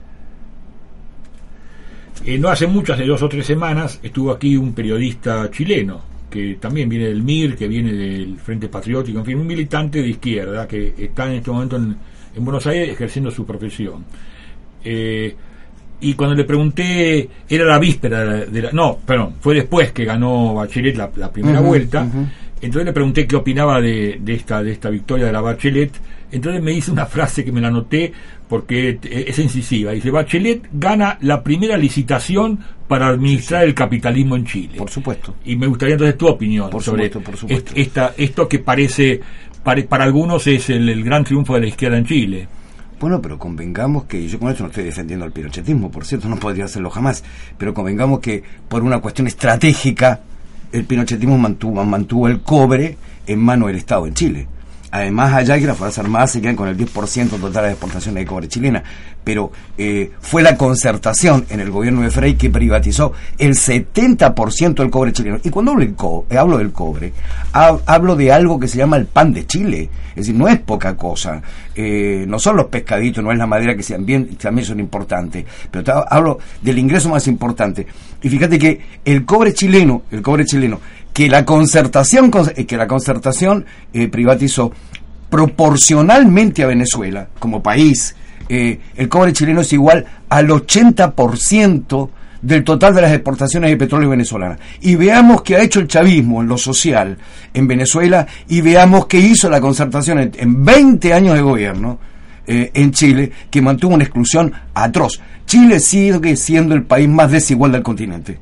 Eh, no hace mucho, hace dos o tres semanas, estuvo aquí un periodista chileno, que también viene del M I R, que viene del Frente Patriótico, en fin, un militante de izquierda que está en este momento en, en Buenos Aires ejerciendo su profesión. Eh, y cuando le pregunté, era la víspera de la, de la... No, perdón, fue después que ganó Bachelet la, la primera uh-huh, vuelta, uh-huh. Entonces le pregunté qué opinaba de, de, esta, de esta victoria de la Bachelet. Entonces me hizo una frase que me la anoté porque es incisiva. Dice: Bachelet gana la primera licitación para administrar sí, sí. el capitalismo en Chile. Por supuesto. Y me gustaría entonces tu opinión por sobre supuesto, por supuesto. Esta, esto que parece, pare, para algunos es el, el gran triunfo de la izquierda en Chile. Bueno, pero convengamos que, yo con esto no estoy defendiendo al pinochetismo, por cierto, no podría hacerlo jamás, pero convengamos que por una cuestión estratégica el pinochetismo mantuvo, mantuvo el cobre en manos del Estado en Chile. Además, allá que las Fuerzas Armadas se quedan con el diez por ciento total de exportaciones de cobre chilena, pero eh, fue la Concertación en el gobierno de Frei que privatizó el setenta por ciento del cobre chileno. Y cuando hablo del, co- hablo del cobre, ha- hablo de algo que se llama el pan de Chile, es decir, no es poca cosa, eh, no son los pescaditos, no es la madera, que sean bien, también son importantes, pero te hablo del ingreso más importante. Y fíjate que el cobre chileno, el cobre chileno, que la Concertación, que la Concertación eh, privatizó proporcionalmente a Venezuela como país, eh, el cobre chileno es igual al ochenta por ciento del total de las exportaciones de petróleo venezolanas. Y veamos qué ha hecho el chavismo en lo social en Venezuela, y veamos qué hizo la Concertación en, en veinte años de gobierno eh, en Chile, que mantuvo una exclusión atroz. Chile sigue siendo el país más desigual del continente.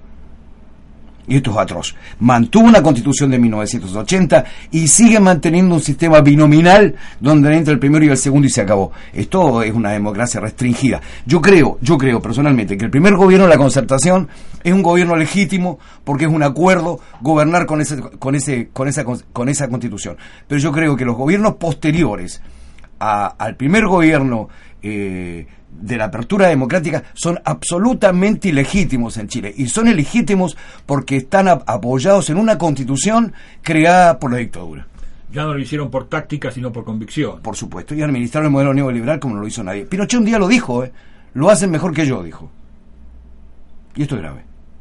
Y esto es atroz. Mantuvo una constitución de mil novecientos ochenta y sigue manteniendo un sistema binominal donde entra el primero y el segundo y se acabó. Esto es una democracia restringida. Yo creo, yo creo personalmente que el primer gobierno de la Concertación es un gobierno legítimo porque es un acuerdo gobernar con ese, con ese, con esa, con esa constitución. Pero yo creo que los gobiernos posteriores a, al primer gobierno eh, de la apertura democrática son absolutamente ilegítimos en Chile, y son ilegítimos porque están ap- apoyados en una constitución creada por la dictadura. Ya no lo hicieron por táctica, sino por convicción. Por supuesto, y administraron el modelo neoliberal como no lo hizo nadie. Pinochet un día lo dijo, ¿eh? Lo hacen mejor que yo, dijo. Y esto es grave.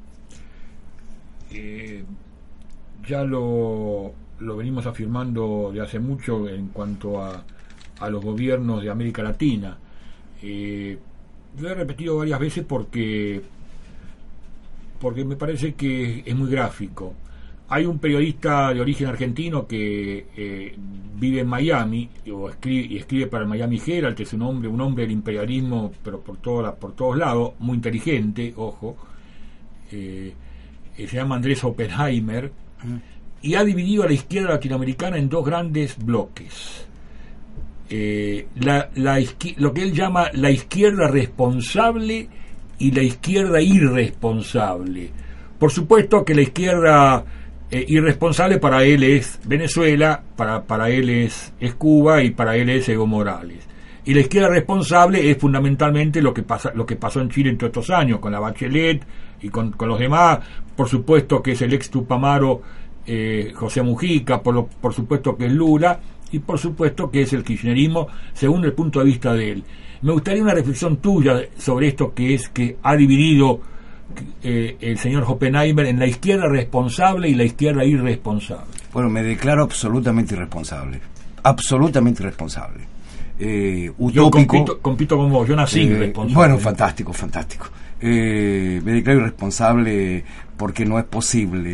Eh, ya lo, lo venimos afirmando de hace mucho en cuanto a, a los gobiernos de América Latina. Eh, lo he repetido varias veces porque porque me parece que es muy gráfico. Hay un periodista de origen argentino que eh, vive en Miami o escribe, y escribe para el Miami Herald, que es un hombre, un hombre del imperialismo, pero por toda, por todos lados, muy inteligente, ojo, eh, eh, se llama Andrés Oppenheimer, mm. y ha dividido a la izquierda latinoamericana en dos grandes bloques. Eh, la, la izquier- lo que él llama la izquierda responsable y la izquierda irresponsable. Por supuesto que la izquierda eh, irresponsable para él es Venezuela, para, para él es, es Cuba y para él es Evo Morales. Y la izquierda responsable es fundamentalmente lo que pasa, lo que pasó en Chile en todos estos años, con la Bachelet y con, con los demás. Por supuesto que es el ex Tupamaro eh, José Mujica, por, lo, por supuesto que es Lula, y por supuesto que es el kirchnerismo según el punto de vista de él. Me gustaría una reflexión tuya sobre esto que es que ha dividido eh, el señor Oppenheimer en la izquierda responsable y la izquierda irresponsable. Bueno, me declaro absolutamente irresponsable, absolutamente irresponsable. Eh, utópico. Yo compito, compito con vos, yo nací eh, irresponsable. Bueno, fantástico, fantástico. Eh, me declaro irresponsable porque no es posible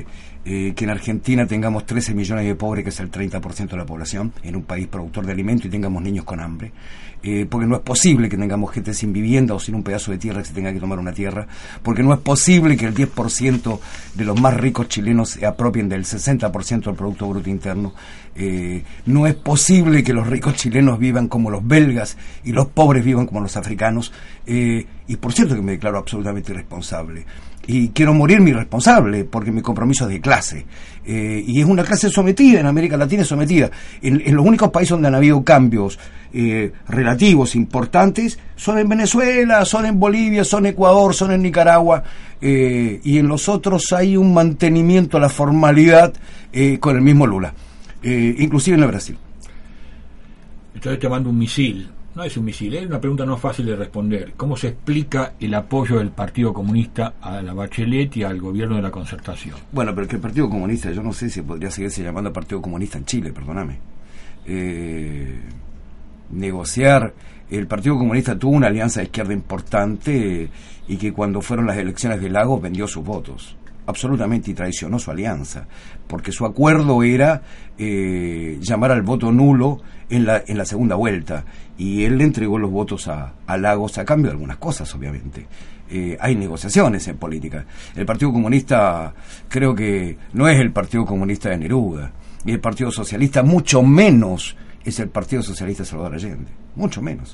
eh, que en Argentina tengamos trece millones de pobres, que es el treinta por ciento de la población, en un país productor de alimentos, y tengamos niños con hambre. Eh, porque no es posible que tengamos gente sin vivienda o sin un pedazo de tierra que se tenga que tomar una tierra, porque no es posible que el diez por ciento de los más ricos chilenos se apropien del sesenta por ciento del Producto Bruto Interno. Eh, no es posible que los ricos chilenos vivan como los belgas y los pobres vivan como los africanos. Eh, y por cierto que me declaro absolutamente irresponsable. Y quiero morirme irresponsable, porque mi compromiso es de clase. Eh, y es una clase sometida, en América Latina es sometida. En, en los únicos países donde han habido cambios eh, relativos, importantes, son en Venezuela, son en Bolivia, son en Ecuador, son en Nicaragua. Eh, y en los otros hay un mantenimiento a la formalidad eh, con el mismo Lula. Eh, inclusive en el Brasil. Entonces te mando un misil. No es un misil, es una pregunta no fácil de responder. ¿Cómo se explica el apoyo del Partido Comunista a la Bachelet y al gobierno de la Concertación? Bueno, pero que el Partido Comunista, yo no sé si podría seguirse llamando Partido Comunista en Chile, perdóname. Eh, negociar, el Partido Comunista tuvo una alianza de izquierda importante y que cuando fueron las elecciones de Lagos vendió sus votos, absolutamente, y traicionó su alianza, porque su acuerdo era eh, llamar al voto nulo en la en la segunda vuelta, y él le entregó los votos a, a Lagos a cambio de algunas cosas, obviamente. Eh, hay negociaciones en política. El Partido Comunista creo que no es el Partido Comunista de Neruda, y el Partido Socialista mucho menos es el Partido Socialista de Salvador Allende, mucho menos.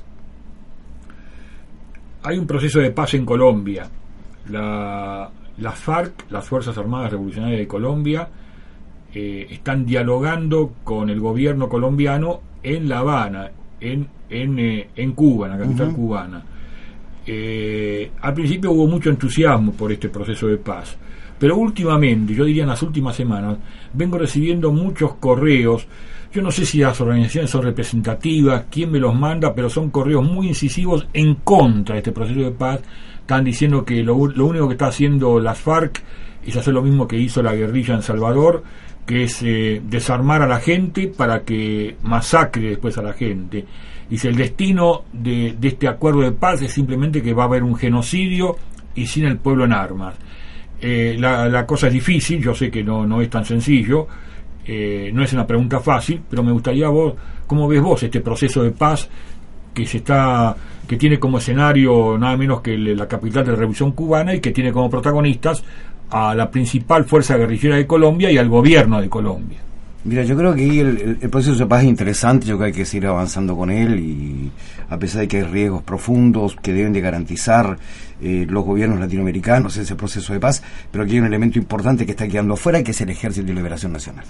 Hay un proceso de paz en Colombia. La Las FARC, las Fuerzas Armadas Revolucionarias de Colombia, eh, están dialogando con el gobierno colombiano en La Habana, en en, eh, en Cuba, en la capital uh-huh. cubana. Eh, al principio hubo mucho entusiasmo por este proceso de paz, pero últimamente, yo diría en las últimas semanas, vengo recibiendo muchos correos. Yo no sé si las organizaciones son representativas, quién me los manda, pero son correos muy incisivos en contra de este proceso de paz. Están diciendo que lo, lo único que está haciendo las FARC es hacer lo mismo que hizo la guerrilla en Salvador, que es eh, desarmar a la gente para que masacre después a la gente. Dice, el destino de, de este acuerdo de paz es simplemente que va a haber un genocidio y sin el pueblo en armas. Eh, la, la cosa es difícil, yo sé que no, no es tan sencillo, eh, no es una pregunta fácil, pero me gustaría vos, ¿cómo ves vos este proceso de paz que se está que tiene como escenario nada menos que la capital de la Revolución Cubana y que tiene como protagonistas a la principal fuerza guerrillera de Colombia y al gobierno de Colombia? Mira, yo creo que ahí el, el, el proceso de paz es interesante, yo creo que hay que seguir avanzando con él, y a pesar de que hay riesgos profundos que deben de garantizar eh, los gobiernos latinoamericanos ese proceso de paz, pero aquí hay un elemento importante que está quedando afuera, que es el Ejército de Liberación Nacional.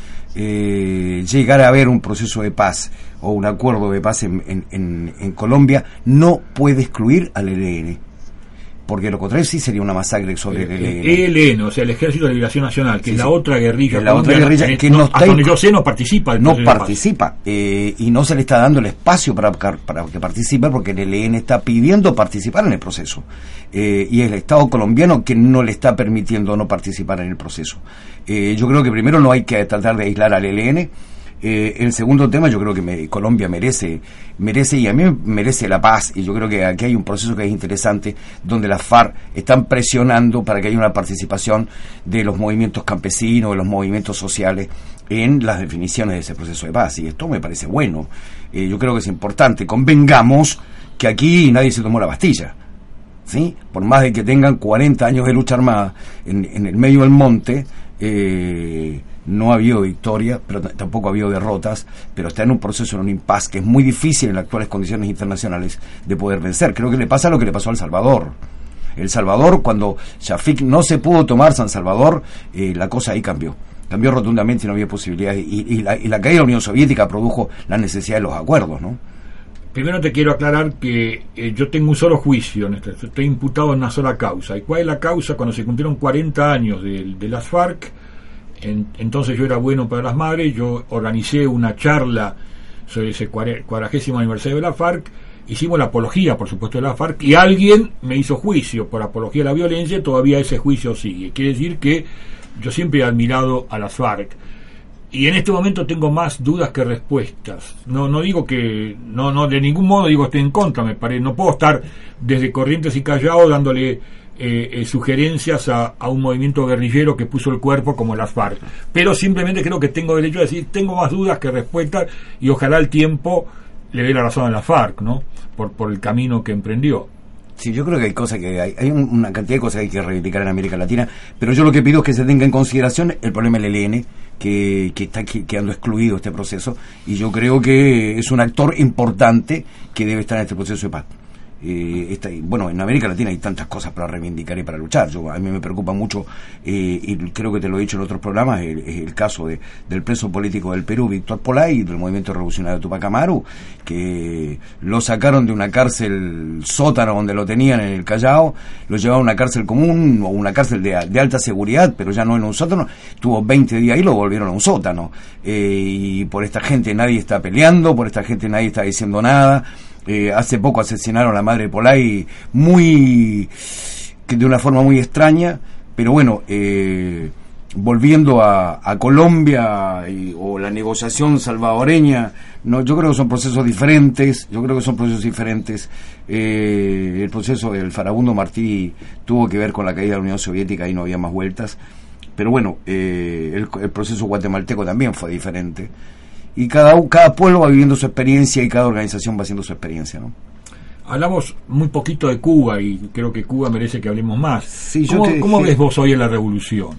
Eh, llegar a haber un proceso de paz o un acuerdo de paz en, en, en, en Colombia no puede excluir al E L N, porque lo contrario sí sería una masacre sobre el, el E L N. E L N, o sea, el Ejército de Liberación Nacional, que sí, es sí. la otra guerrilla, la otra guerrilla que no, no está hasta donde yo sé no participa. No participa, eh, y no se le está dando el espacio para, para que participe, porque el E L N está pidiendo participar en el proceso, eh, y es el Estado colombiano que no le está permitiendo no participar en el proceso. Eh, yo creo que primero no hay que tratar de aislar al E L N. Eh, el segundo tema, yo creo que me, Colombia merece merece y a mí merece la paz, y yo creo que aquí hay un proceso que es interesante, donde las FARC están presionando para que haya una participación de los movimientos campesinos, de los movimientos sociales en las definiciones de ese proceso de paz, y esto me parece bueno. Eh, yo creo que es importante. Convengamos que aquí nadie se tomó la Bastilla, ¿sí? Por más de que tengan cuarenta años de lucha armada en, en el medio del monte, eh, no ha habido victoria, pero t- tampoco ha habido derrotas, pero está en un proceso, en un impasse que es muy difícil en las actuales condiciones internacionales de poder vencer. Creo que le pasa lo que le pasó a El Salvador. El Salvador, cuando Shafiq no se pudo tomar San Salvador, eh, la cosa ahí cambió. Cambió rotundamente y no había posibilidades. Y, y, la, y la caída de la Unión Soviética produjo la necesidad de los acuerdos, ¿no? Primero te quiero aclarar que eh, yo tengo un solo juicio, estoy imputado en una sola causa. ¿Y cuál es la causa? Cuando se cumplieron cuarenta años de, de las FARC, en, entonces yo era bueno para las madres, yo organicé una charla sobre ese cuadragésimo aniversario de la FARC, hicimos la apología, por supuesto, de la FARC, y alguien me hizo juicio por apología de la violencia, todavía ese juicio sigue. Quiere decir que yo siempre he admirado a las FARC. Y en este momento tengo más dudas que respuestas. No no digo que, no no de ningún modo digo estoy en contra, me parece, no puedo estar desde Corrientes y Callao dándole eh, eh, sugerencias a, a un movimiento guerrillero que puso el cuerpo como las FARC, pero simplemente creo que tengo derecho a decir, tengo más dudas que respuestas, y ojalá el tiempo le dé la razón a la FARC, ¿no? Por, por el camino que emprendió. Sí, yo creo que hay cosas que hay, hay una cantidad de cosas que hay que reivindicar en América Latina, pero yo lo que pido es que se tenga en consideración el problema del E L N, que, que está quedando excluido este proceso, y yo creo que es un actor importante que debe estar en este proceso de paz. Eh, esta, bueno, en América Latina hay tantas cosas para reivindicar y para luchar. Yo, a mí me preocupa mucho, eh, y creo que te lo he dicho en otros programas, el, el caso de, del preso político del Perú, Víctor Polay, del movimiento revolucionario Tupac Amaru, que lo sacaron de una cárcel sótano donde lo tenían en el Callao, lo llevaron a una cárcel común o una cárcel de, de alta seguridad, pero ya no en un sótano. Tuvo veinte días ahí y lo volvieron a un sótano, eh, y por esta gente nadie está peleando, por esta gente nadie está diciendo nada. Eh, hace poco asesinaron a la madre de Polay muy que de una forma muy extraña, pero bueno, eh, volviendo a, a Colombia y, o la negociación salvadoreña, no, yo creo que son procesos diferentes, yo creo que son procesos diferentes. Eh, el proceso del Farabundo Martí tuvo que ver con la caída de la Unión Soviética y no había más vueltas, pero bueno, eh, el, el proceso guatemalteco también fue diferente. Y cada, cada pueblo va viviendo su experiencia y cada organización va haciendo su experiencia, ¿no? Hablamos muy poquito de Cuba y creo que Cuba merece que hablemos más. Sí, ¿Cómo, te, ¿cómo sí. ves vos hoy en la revolución?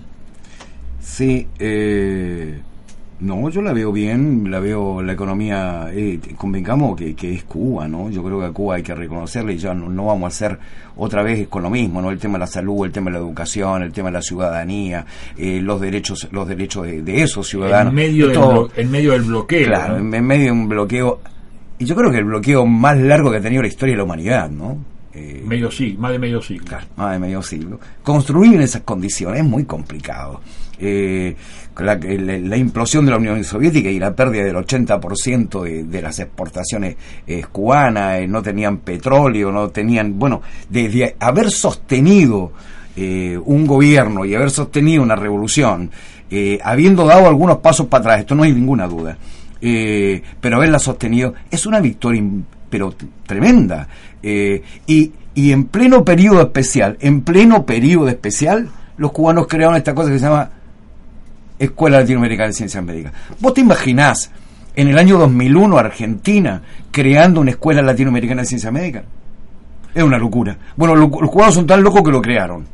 Sí, eh, no, yo la veo bien, la veo la economía, eh, convengamos que, que es Cuba, ¿no? Yo creo que a Cuba hay que reconocerle y ya no, no vamos a hacer otra vez con lo mismo, ¿no? El tema de la salud, el tema de la educación, el tema de la ciudadanía, eh, los derechos los derechos de, de esos ciudadanos. En medio, del, blo- en medio del bloqueo. Claro, ¿no? en, en medio de un bloqueo, y yo creo que el bloqueo más largo que ha tenido la historia de la humanidad, ¿no? Eh, medio siglo, más de medio siglo. Claro, más de medio siglo. Construir en esas condiciones es muy complicado. Eh, la, la, la implosión de la Unión Soviética y la pérdida del ochenta por ciento de, de las exportaciones eh, cubanas, eh, no tenían petróleo, no tenían, bueno, desde haber sostenido eh, un gobierno y haber sostenido una revolución, eh, habiendo dado algunos pasos para atrás, esto no hay ninguna duda, eh, pero haberla sostenido es una victoria pero t- tremenda, eh, y, y en pleno periodo especial, en pleno periodo especial, los cubanos crearon esta cosa que se llama Escuela Latinoamericana de Ciencias Médicas. ¿Vos te imaginás en el año dos mil uno Argentina creando una Escuela Latinoamericana de Ciencias Médicas? Es una locura. Bueno, lo, los cubanos son tan locos que lo crearon.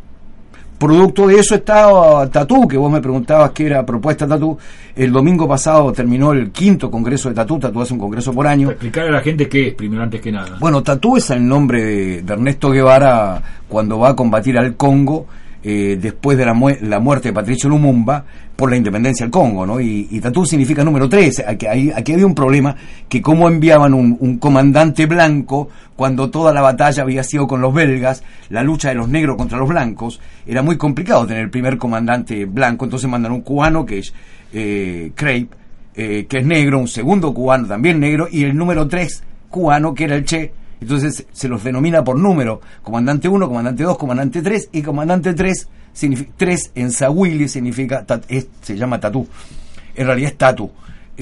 Producto de eso está Tatú, que vos me preguntabas qué era propuesta Tatú. El domingo pasado terminó el quinto congreso de Tatú. Tatú hace un congreso por año. Para explicarle a la gente qué es, primero, antes que nada. Bueno, Tatú es el nombre de, de Ernesto Guevara cuando va a combatir al Congo, eh, después de la, mu- la muerte de Patricio Lumumba, por la independencia del Congo, ¿no? Y, y Tatú significa número tres. Aquí, ahí, aquí había un problema, que cómo enviaban un, un comandante blanco cuando toda la batalla había sido con los belgas, la lucha de los negros contra los blancos, era muy complicado tener el primer comandante blanco, entonces mandan un cubano que es eh, Crepe, eh, que es negro, un segundo cubano también negro, y el número tres cubano, que era el Che. Entonces se los denomina por número, comandante uno, comandante dos, comandante tres, y comandante tres, tres en Sawili significa, tat, es, se llama Tatú, en realidad es Tatu,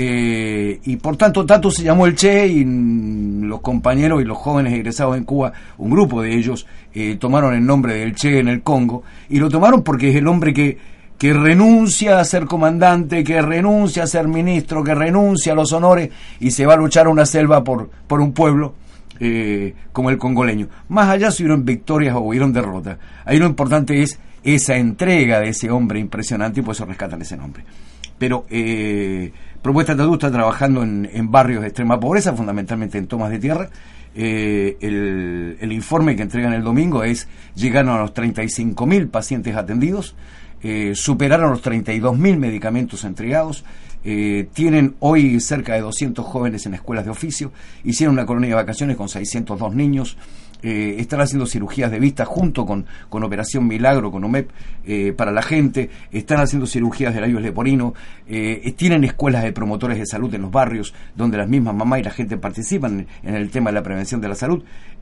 eh, y por tanto Tatu se llamó el Che, y mm, los compañeros y los jóvenes egresados en Cuba, un grupo de ellos, eh, tomaron el nombre del Che en el Congo, y lo tomaron porque es el hombre que que renuncia a ser comandante, que renuncia a ser ministro, que renuncia a los honores, y se va a luchar a una selva por, por un pueblo, Eh, como el congoleño. Más allá si hubieron victorias o hubieron derrotas, ahí lo importante es esa entrega de ese hombre impresionante, y por eso rescatan ese nombre. Pero eh, Propuesta Tatú está trabajando en, en barrios de extrema pobreza, fundamentalmente en tomas de tierra. Eh, el, el informe que entregan el domingo es: llegaron a los treinta y cinco mil pacientes atendidos, eh, superaron los treinta y dos mil medicamentos entregados. Eh, tienen hoy cerca de doscientos jóvenes en escuelas de oficio, hicieron una colonia de vacaciones con seiscientos dos niños, eh, están haciendo cirugías de vista junto con, con Operación Milagro, con O M E P, eh, para la gente, están haciendo cirugías de labios leporino, eh, tienen escuelas de promotores de salud en los barrios, donde las mismas mamás y la gente participan en, en el tema de la prevención de la salud,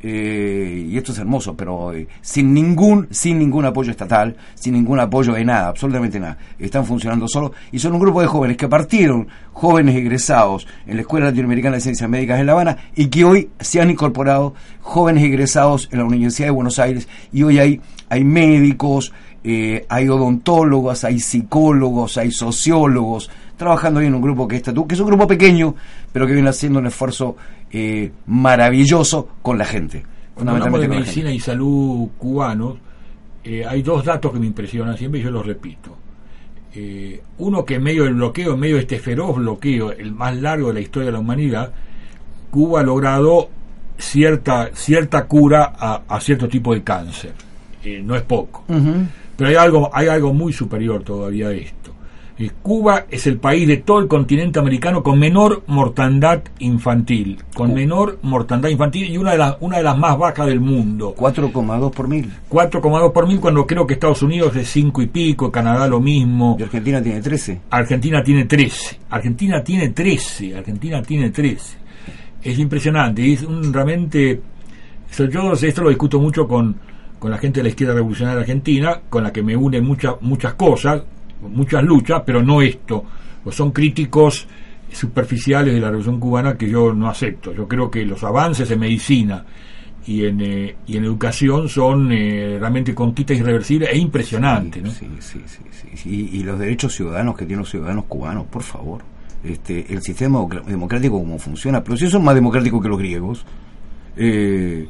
eh, y esto es hermoso, pero eh, sin ningún, sin ningún apoyo estatal, sin ningún apoyo de nada, absolutamente nada, están funcionando solos, y son un grupo de jóvenes que partieron, jóvenes egresados en la Escuela Latinoamericana de Ciencias Médicas en La Habana, y que hoy se han incorporado jóvenes egresados egresados en la Universidad de Buenos Aires, y hoy hay, hay médicos, eh, hay odontólogos, hay psicólogos, hay sociólogos, trabajando hoy en un grupo que, está, que es un grupo pequeño, pero que viene haciendo un esfuerzo eh, maravilloso con la gente. Cuando hablamos de medicina y salud cubanos, eh, hay dos datos que me impresionan siempre y yo los repito. Eh, uno, que en medio del bloqueo, en medio de este feroz bloqueo, el más largo de la historia de la humanidad, Cuba ha logrado cierta cierta cura a, a cierto tipo de cáncer. Eh, no es poco. Uh-huh. Pero hay algo, hay algo muy superior todavía a esto. Eh, Cuba es el país de todo el continente americano con menor mortandad infantil, con uh. menor mortandad infantil y una de las una de las más bajas del mundo. cuatro coma dos por mil. cuatro coma dos por mil, cuando creo que Estados Unidos es cinco y pico, Canadá lo mismo. Y Argentina tiene trece. Argentina tiene trece. Argentina tiene trece. Argentina tiene trece. Es impresionante. Es un, realmente. Yo esto lo discuto mucho con, con la gente de la izquierda revolucionaria argentina, con la que me unen muchas muchas cosas, muchas luchas, pero no esto. Pues son críticos superficiales de la revolución cubana que yo no acepto. Yo creo que los avances en medicina y en eh, y en educación son eh, realmente conquistas irreversibles e impresionantes, ¿no? Sí, sí, sí, sí, sí. Y, y los derechos ciudadanos que tienen los ciudadanos cubanos, por favor. Este, el sistema democrático como funciona, pero si eso es más democrático que los griegos. Eh,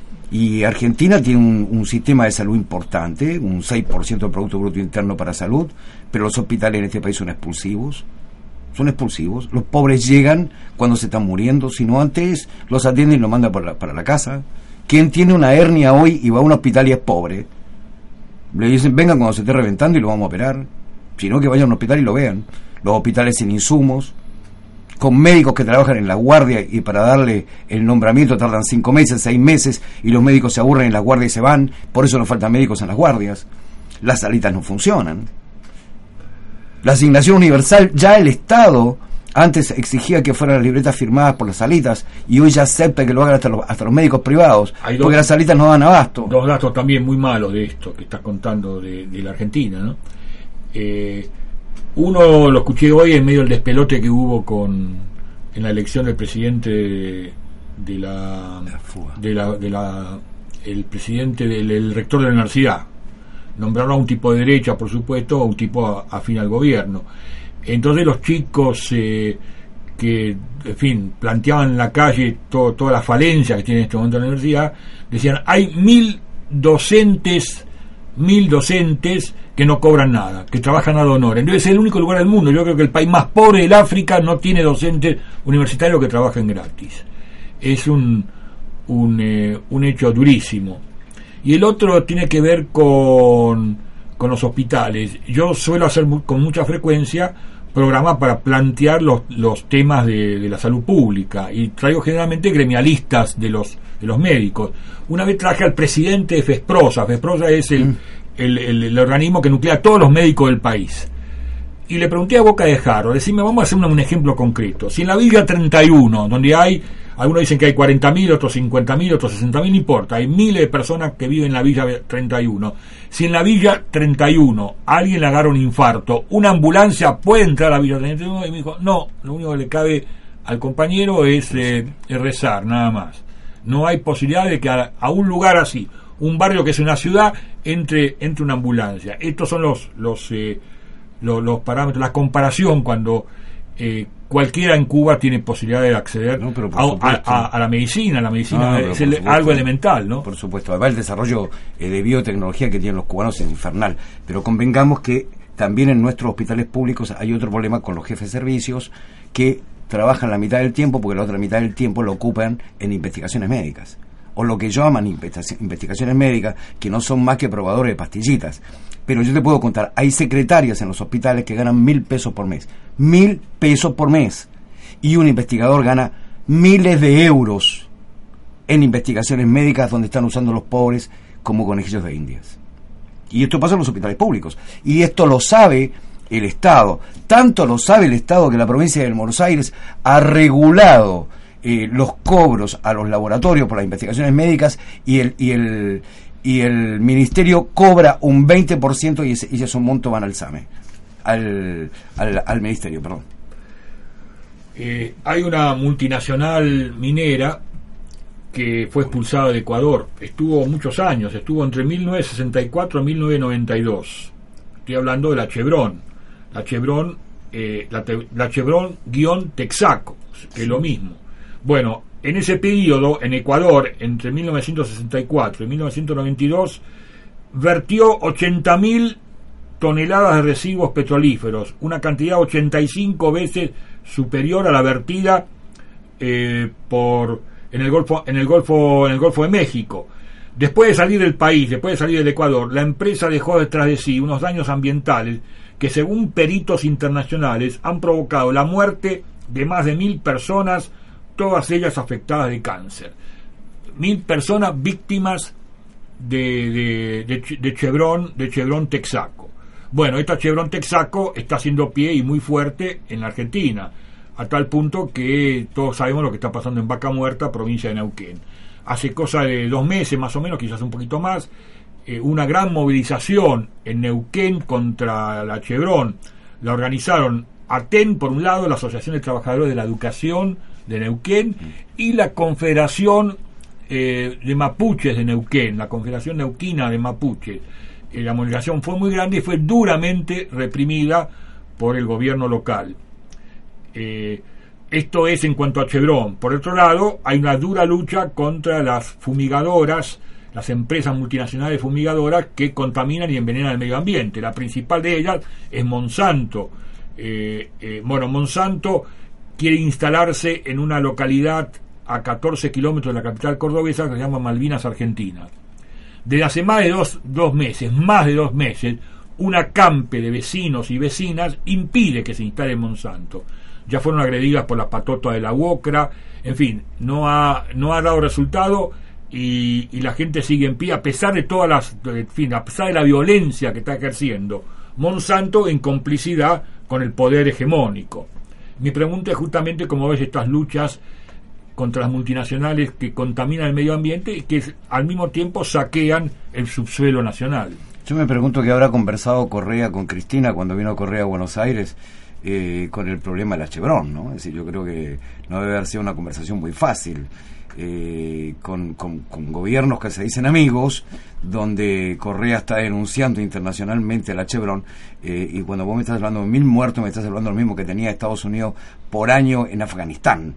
y Argentina tiene un, un sistema de salud importante, un seis por ciento del Producto Bruto Interno para salud, pero los hospitales en este país son expulsivos. Son expulsivos. Los pobres llegan cuando se están muriendo, sino antes los atienden y los mandan para la, para la casa. ¿Quién tiene una hernia hoy y va a un hospital y es pobre? Le dicen, vengan cuando se esté reventando y lo vamos a operar. Sino que vayan a un hospital y lo vean. Los hospitales sin insumos, con médicos que trabajan en la guardia y para darle el nombramiento tardan cinco meses, seis meses, y los médicos se aburren en la guardia y se van. Por eso nos faltan médicos en las guardias. Las salitas no funcionan. La asignación universal, ya el Estado antes exigía que fueran las libretas firmadas por las salitas, y hoy ya acepta que lo hagan hasta los, hasta los médicos privados, dos, porque las salitas no dan abasto. Dos datos también muy malos de esto que estás contando de, de la Argentina, ¿no? Eh, uno lo escuché hoy en medio del despelote que hubo con en la elección del presidente de, de la de la de la el presidente del el rector de la universidad. Nombraron a un tipo de derecha, por supuesto, a un tipo afín al gobierno. Entonces los chicos eh, que, en fin, planteaban en la calle todo, toda la falencia que tiene en este momento la universidad, decían, hay mil docentes, mil docentes que no cobran nada, que trabajan ad honor. Entonces es el único lugar del mundo. Yo creo que el país más pobre del África no tiene docentes universitarios que trabajen gratis. Es un, un, eh, un hecho durísimo. Y el otro tiene que ver con, con los hospitales. Yo suelo hacer mu- con mucha frecuencia programas para plantear los, los temas de, de la salud pública, y traigo generalmente gremialistas de los de los médicos. Una vez traje al presidente de FESPROSA. FESPROSA es el, mm. el, el, el organismo que nuclea a todos los médicos del país. Y le pregunté a boca de jarro, decime, vamos a hacer un, un ejemplo concreto. Si en la Villa treinta y uno, donde hay, algunos dicen que hay cuarenta mil, otros cincuenta mil, otros sesenta mil, no importa, hay miles de personas que viven en la Villa treinta y uno. Si en la Villa treinta y uno alguien le agarra un infarto, ¿una ambulancia puede entrar a la Villa treinta y uno? Y me dijo, no, lo único que le cabe al compañero es, eh, es rezar, nada más. No hay posibilidad de que a, a un lugar así, un barrio que es una ciudad, entre, entre una ambulancia. Estos son los... los eh, Los, los parámetros, la comparación cuando eh, cualquiera en Cuba tiene posibilidad de acceder no, a, a, a la medicina. La medicina no, es el, algo elemental, ¿no? Por supuesto, además el desarrollo eh, de biotecnología que tienen los cubanos es infernal, pero convengamos que también en nuestros hospitales públicos hay otro problema con los jefes de servicios que trabajan la mitad del tiempo porque la otra mitad del tiempo lo ocupan en investigaciones médicas, o lo que llaman investigaciones médicas, que no son más que probadores de pastillitas. Pero yo te puedo contar, hay secretarias en los hospitales que ganan mil pesos por mes. Mil pesos por mes. Y un investigador gana miles de euros en investigaciones médicas donde están usando a los pobres como conejillos de indias. Y esto pasa en los hospitales públicos. Y esto lo sabe el Estado. Tanto lo sabe el Estado que la provincia de Buenos Aires ha regulado eh, los cobros a los laboratorios por las investigaciones médicas, y el... Y el y el ministerio cobra un veinte por ciento y ese, y ese monto van al SAME, al, al, al ministerio, perdón. Eh, hay una multinacional minera que fue expulsado de Ecuador. Estuvo muchos años, estuvo entre mil novecientos sesenta y cuatro y mil novecientos noventa y dos. Estoy hablando de la Chevron. La Chevron, eh, la, te, la Chevron guión Texaco, que es lo mismo. Bueno, en ese periodo, en Ecuador, entre mil novecientos sesenta y cuatro y mil novecientos noventa y dos, vertió ochenta mil toneladas de residuos petrolíferos, una cantidad ochenta y cinco veces superior a la vertida eh, por en el Golfo, en el Golfo, en el Golfo de México. Después de salir del país, después de salir del Ecuador, la empresa dejó detrás de sí unos daños ambientales que, según peritos internacionales, han provocado la muerte de más de mil personas, todas ellas afectadas de cáncer. Mil personas víctimas de, de, de, de Chevron, de Chevron Texaco. Bueno, esta Chevron Texaco está haciendo pie y muy fuerte en la Argentina, a tal punto que todos sabemos lo que está pasando en Vaca Muerta, provincia de Neuquén. Hace cosa de dos meses más o menos, quizás un poquito más, eh, una gran movilización en Neuquén contra la Chevron. La organizaron ATEN, por un lado, la Asociación de Trabajadores de la Educación de Neuquén, y la Confederación eh, de Mapuches de Neuquén, la Confederación Neuquina de Mapuches. Eh, la movilización fue muy grande y fue duramente reprimida por el gobierno local. Eh, esto es en cuanto a Chevron. Por otro lado, hay una dura lucha contra las fumigadoras, las empresas multinacionales fumigadoras que contaminan y envenenan el medio ambiente. La principal de ellas es Monsanto. Eh, eh, bueno, Monsanto quiere instalarse en una localidad a catorce kilómetros de la capital cordobesa que se llama Malvinas, Argentina. Desde hace más de dos, dos meses, más de dos meses, un acampe de vecinos y vecinas impide que se instale Monsanto. Ya fueron agredidas por la patota de la UOCRA, en fin, no ha, no ha dado resultado y, y la gente sigue en pie a pesar de todas las, en fin, a pesar de la violencia que está ejerciendo Monsanto en complicidad con el poder hegemónico. Mi pregunta es justamente cómo ves estas luchas contra las multinacionales que contaminan el medio ambiente y que al mismo tiempo saquean el subsuelo nacional. Yo me pregunto qué habrá conversado Correa con Cristina cuando vino Correa a Buenos Aires eh, con el problema de la Chevron, ¿no? Es decir, yo creo que no debe haber sido una conversación muy fácil eh, con, con, con gobiernos que se dicen amigos, donde Correa está denunciando internacionalmente a la Chevron eh, y cuando vos me estás hablando de mil muertos, me estás hablando de lo mismo que tenía Estados Unidos por año en Afganistán.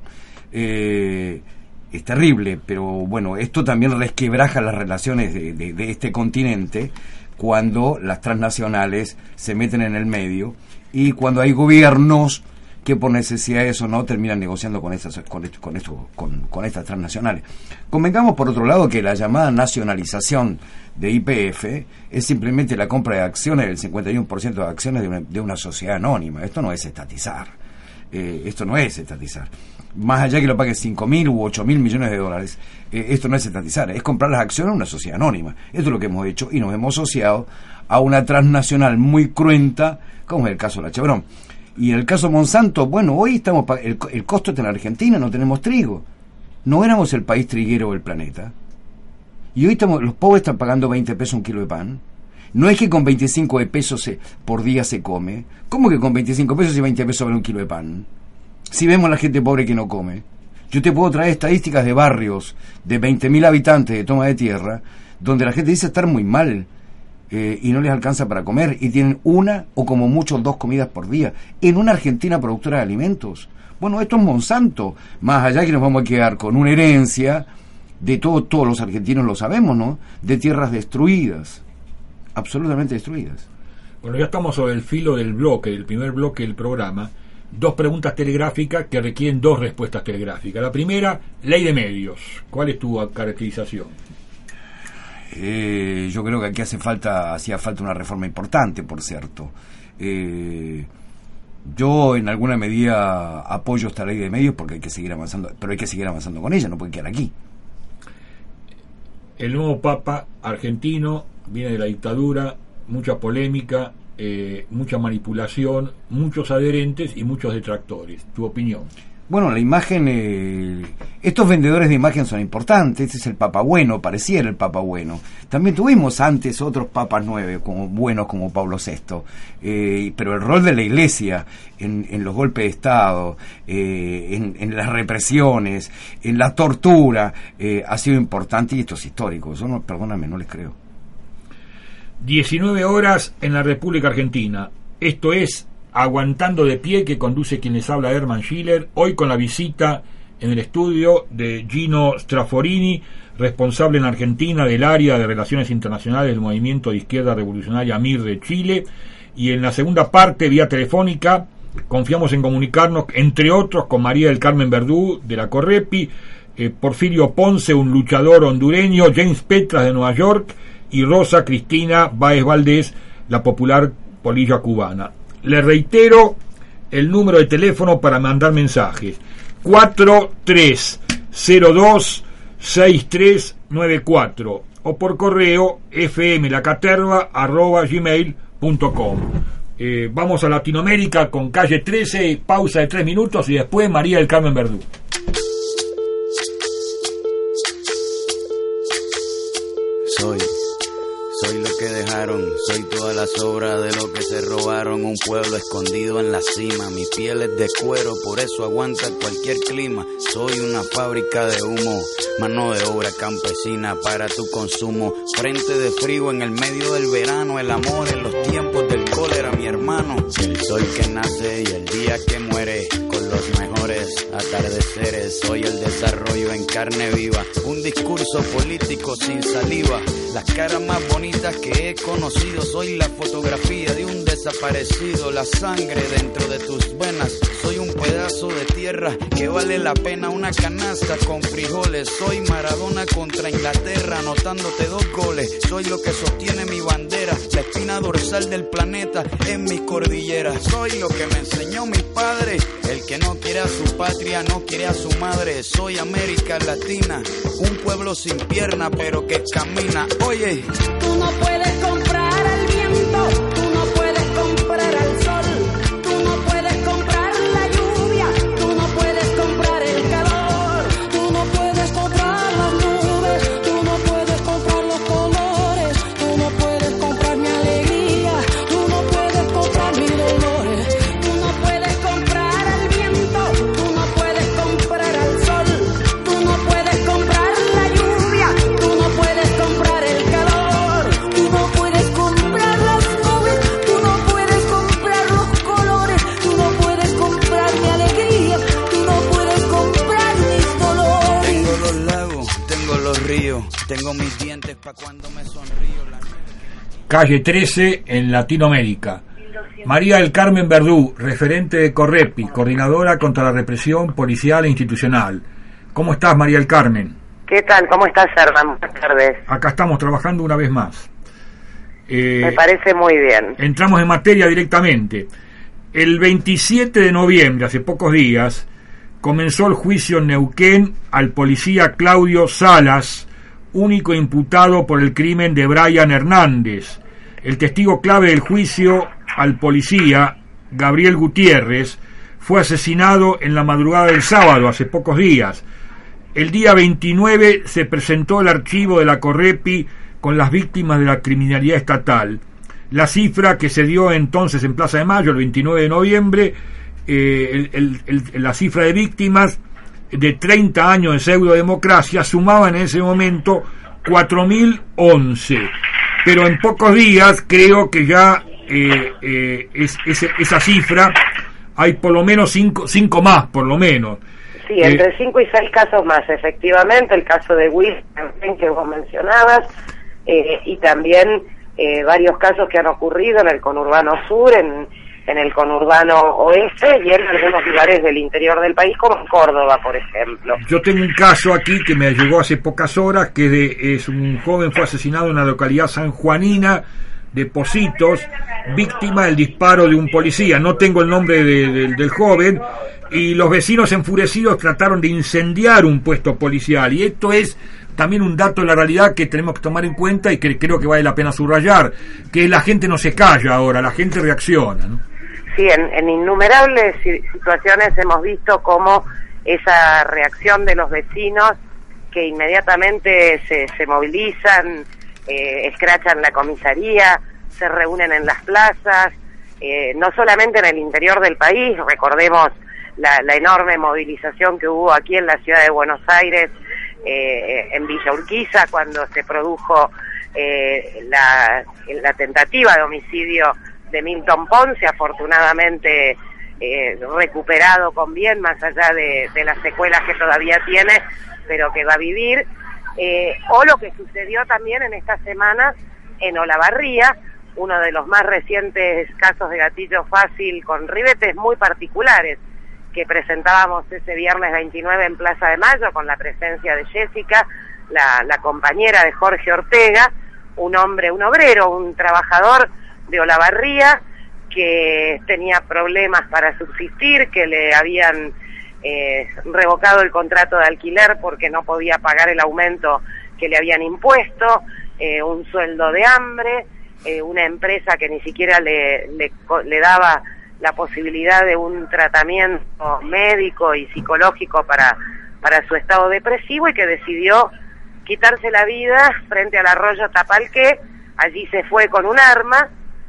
Eh, es terrible, pero bueno, esto también resquebraja las relaciones de, de, de este continente cuando las transnacionales se meten en el medio y cuando hay gobiernos que por necesidades o no terminan negociando con estas con esto, con, esto, con, con estas transnacionales. Convengamos por otro lado que la llamada nacionalización de Y P F es simplemente la compra de acciones del cincuenta y uno por ciento de acciones de una, de una sociedad anónima. Esto no es estatizar. Eh, esto no es estatizar. Más allá que lo pague cinco mil u ocho mil millones de dólares, eh, esto no es estatizar, es comprar las acciones de una sociedad anónima. Esto es lo que hemos hecho y nos hemos asociado a una transnacional muy cruenta, como es el caso de la Chevron. Y en el caso Monsanto, bueno, hoy estamos el, el costo está en Argentina, no tenemos trigo. No éramos el país triguero del planeta. Y hoy estamos, los pobres están pagando veinte pesos un kilo de pan. No es que con veinticinco de pesos se, por día se come. ¿Cómo que con veinticinco pesos y veinte pesos vale un kilo de pan? Si vemos a la gente pobre que no come. Yo te puedo traer estadísticas de barrios de veinte mil habitantes de toma de tierra, donde la gente dice estar muy mal eh, y no les alcanza para comer, y tienen una o como mucho dos comidas por día, en una Argentina productora de alimentos. Bueno, esto es Monsanto, más allá que nos vamos a quedar con una herencia de todo, todos los argentinos lo sabemos, ¿no? De tierras destruidas, absolutamente destruidas. Bueno, ya estamos sobre el filo del bloque, del primer bloque del programa. Dos preguntas telegráficas que requieren dos respuestas telegráficas. La primera, ley de medios. ¿Cuál es tu caracterización? Eh, yo creo que aquí hace falta, hacía falta una reforma importante, por cierto. Eh, yo en alguna medida apoyo esta ley de medios porque hay que seguir avanzando, pero hay que seguir avanzando con ella, no puede quedar aquí. El nuevo Papa argentino viene de la dictadura, mucha polémica, eh, mucha manipulación, muchos adherentes y muchos detractores. ¿Tu opinión? Bueno, la imagen, eh, estos vendedores de imagen son importantes. Este es el Papa Bueno, pareciera el Papa Bueno. También tuvimos antes otros papas nueve, como buenos como Pablo sexto. Eh, pero el rol de la Iglesia en, en los golpes de Estado, eh, en, en las represiones, en la tortura, eh, ha sido importante, y esto es histórico. Eso no, perdóname, no les creo. diecinueve horas en la República Argentina. Esto es Aguantando de Pie, que conduce quien les habla, Herman Schiller, hoy con la visita en el estudio de Gino Straforini, responsable en Argentina del área de Relaciones Internacionales del Movimiento de Izquierda Revolucionaria M I R de Chile, y en la segunda parte, vía telefónica, confiamos en comunicarnos, entre otros, con María del Carmen Verdú, de la Correpi, eh, Porfirio Ponce, un luchador hondureño, James Petras, de Nueva York, y Rosa Cristina Báez Valdés, la popular polilla cubana. Le reitero el número de teléfono para mandar mensajes: cuatro tres cero dos seis tres nueve cuatro, o por correo fmlacaterva arroba gmail punto com. Eh, vamos a Latinoamérica con Calle trece, pausa de tres minutos y después María del Carmen Verdú. Soy Soy lo que dejaron, soy toda la sobra de lo que se robaron. Un pueblo escondido en la cima, mi piel es de cuero, por eso aguanta cualquier clima. Soy una fábrica de humo, mano de obra campesina para tu consumo. Frente de frío en el medio del verano, el amor en los tiempos del cólera, mi hermano. El sol que nace y el día que muere, con los mejores atardeceres. Soy el desarrollo en carne viva, un discurso político sin saliva. Las caras más bonitas que he conocido, soy la fotografía de un desaparecido. La sangre dentro de tus venas, soy un pedazo de tierra que vale la pena una canasta con frijoles. Soy Maradona contra Inglaterra, anotándote dos goles. Soy lo que sostiene mi bandera, la espina dorsal del planeta en mis cordilleras. Soy lo que me enseñó mi padre, el que no quiere a su patria, no quiere a su madre. Soy América Latina, un pueblo sin pierna pero que camina. Oye, tú no puedes comprar al viento, tú no puedes comprar al sol, tú no puedes comprar la lluvia, tú no puedes comprar el calor, tú no puedes comprar las nubes, tú no puedes comprar los colores, tú no puedes comprar mi alegría, tú no puedes comprar mis dolores, tú no puedes comprar al viento, tú no puedes comprar al sol, tú no puedes comprar la lluvia, tú no puedes comprar el calor, tú no puedes comprar las nubes, tú no puedes comprar los colores, tú no puedes comprar mi alegría, tú no puedes comprar mis dolores. tengo los lagos, tengo los ríos, tengo mis dientes pa' cuando me sonrío. La... Calle trece en Latinoamérica. María del Carmen Verdú, referente de Correpi, coordinadora contra la represión policial e institucional. ¿Cómo estás, María del Carmen? ¿Qué tal? ¿Cómo estás, Hernán? Buenas tardes. Acá estamos trabajando una vez más. Eh, Me parece muy bien. Entramos en materia directamente. El veintisiete de noviembre, hace pocos días, comenzó el juicio en Neuquén al policía Claudio Salas, único imputado por el crimen de Brian Hernández. El testigo clave del juicio al policía, Gabriel Gutiérrez, fue asesinado en la madrugada del sábado, hace pocos días. El día veintinueve se presentó el archivo de la Correpi con las víctimas de la criminalidad estatal. La cifra que se dio entonces en Plaza de Mayo, el veintinueve de noviembre, eh, el, el, el, la cifra de víctimas de treinta años de pseudodemocracia sumaba en ese momento cuatro mil once. Pero en pocos días creo que ya eh, eh, es, es, esa cifra hay por lo menos cinco, cinco más, por lo menos. Sí, entre cinco y seis casos más, efectivamente, el caso de Wilson que vos mencionabas, eh, y también eh, varios casos que han ocurrido en el conurbano sur, en, en el conurbano oeste y en algunos lugares del interior del país, como en Córdoba, por ejemplo. Yo tengo un caso aquí que me llegó hace pocas horas, que de, es un joven fue asesinado en la localidad sanjuanina de Pocitos, víctima del disparo de un policía. No tengo el nombre de, de, del joven, y los vecinos enfurecidos trataron de incendiar un puesto policial, y esto es también un dato de la realidad que tenemos que tomar en cuenta y que creo que vale la pena subrayar, que la gente no se calla ahora, la gente reacciona, ¿no? sí, en, en innumerables situaciones hemos visto cómo esa reacción de los vecinos que inmediatamente se, se movilizan, eh, escrachan la comisaría, se reúnen en las plazas, eh, no solamente en el interior del país, recordemos la, la enorme movilización que hubo aquí en la ciudad de Buenos Aires, eh, en Villa Urquiza, cuando se produjo eh, la, la tentativa de homicidio de Milton Ponce, afortunadamente eh, recuperado con bien, más allá de, de las secuelas que todavía tiene, pero que va a vivir, eh, o lo que sucedió también en esta semana en Olavarría, uno de los más recientes casos de gatillo fácil con ribetes muy particulares que presentábamos ese viernes veintinueve en Plaza de Mayo con la presencia de Jessica, la, la compañera de Jorge Ortega, un hombre, un obrero, un trabajador de Olavarría que tenía problemas para subsistir, que le habían eh, revocado el contrato de alquiler porque no podía pagar el aumento que le habían impuesto, eh, un sueldo de hambre, eh, una empresa que ni siquiera le, le, le daba la posibilidad de un tratamiento médico y psicológico para, para su estado depresivo, y que decidió quitarse la vida frente al arroyo Tapalqué. Allí se fue con un arma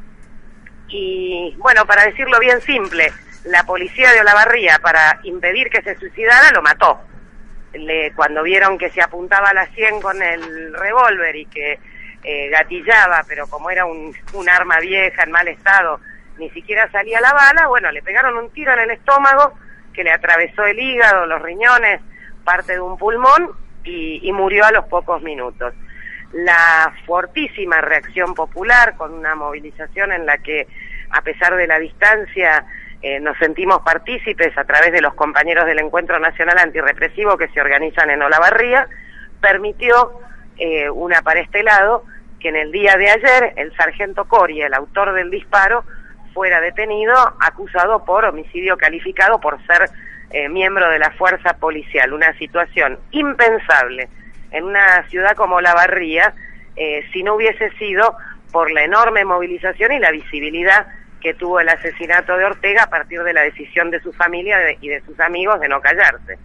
y, bueno, para decirlo bien simple, la policía de Olavarría, para impedir que se suicidara, lo mató. Le, cuando vieron que se apuntaba a la sien con el revólver y que eh, gatillaba, pero como era un, un arma vieja, en mal estado, ni siquiera salía la bala, bueno, le pegaron un tiro en el estómago que le atravesó el hígado, los riñones, parte de un pulmón, y, y murió a los pocos minutos. La fortísima reacción popular, con una movilización en la que, a pesar de la distancia, eh, nos sentimos partícipes a través de los compañeros del Encuentro Nacional Antirrepresivo que se organizan en Olavarría, permitió eh, una para este lado que en el día de ayer el sargento Cori, el autor del disparo, fuera detenido, acusado por homicidio calificado por ser eh, miembro de la fuerza policial. Una situación impensable en una ciudad como Olavarría, eh, si no hubiese sido por la enorme movilización y la visibilidad que tuvo el asesinato de Ortega a partir de la decisión de su familia de, y de sus amigos de no callarse.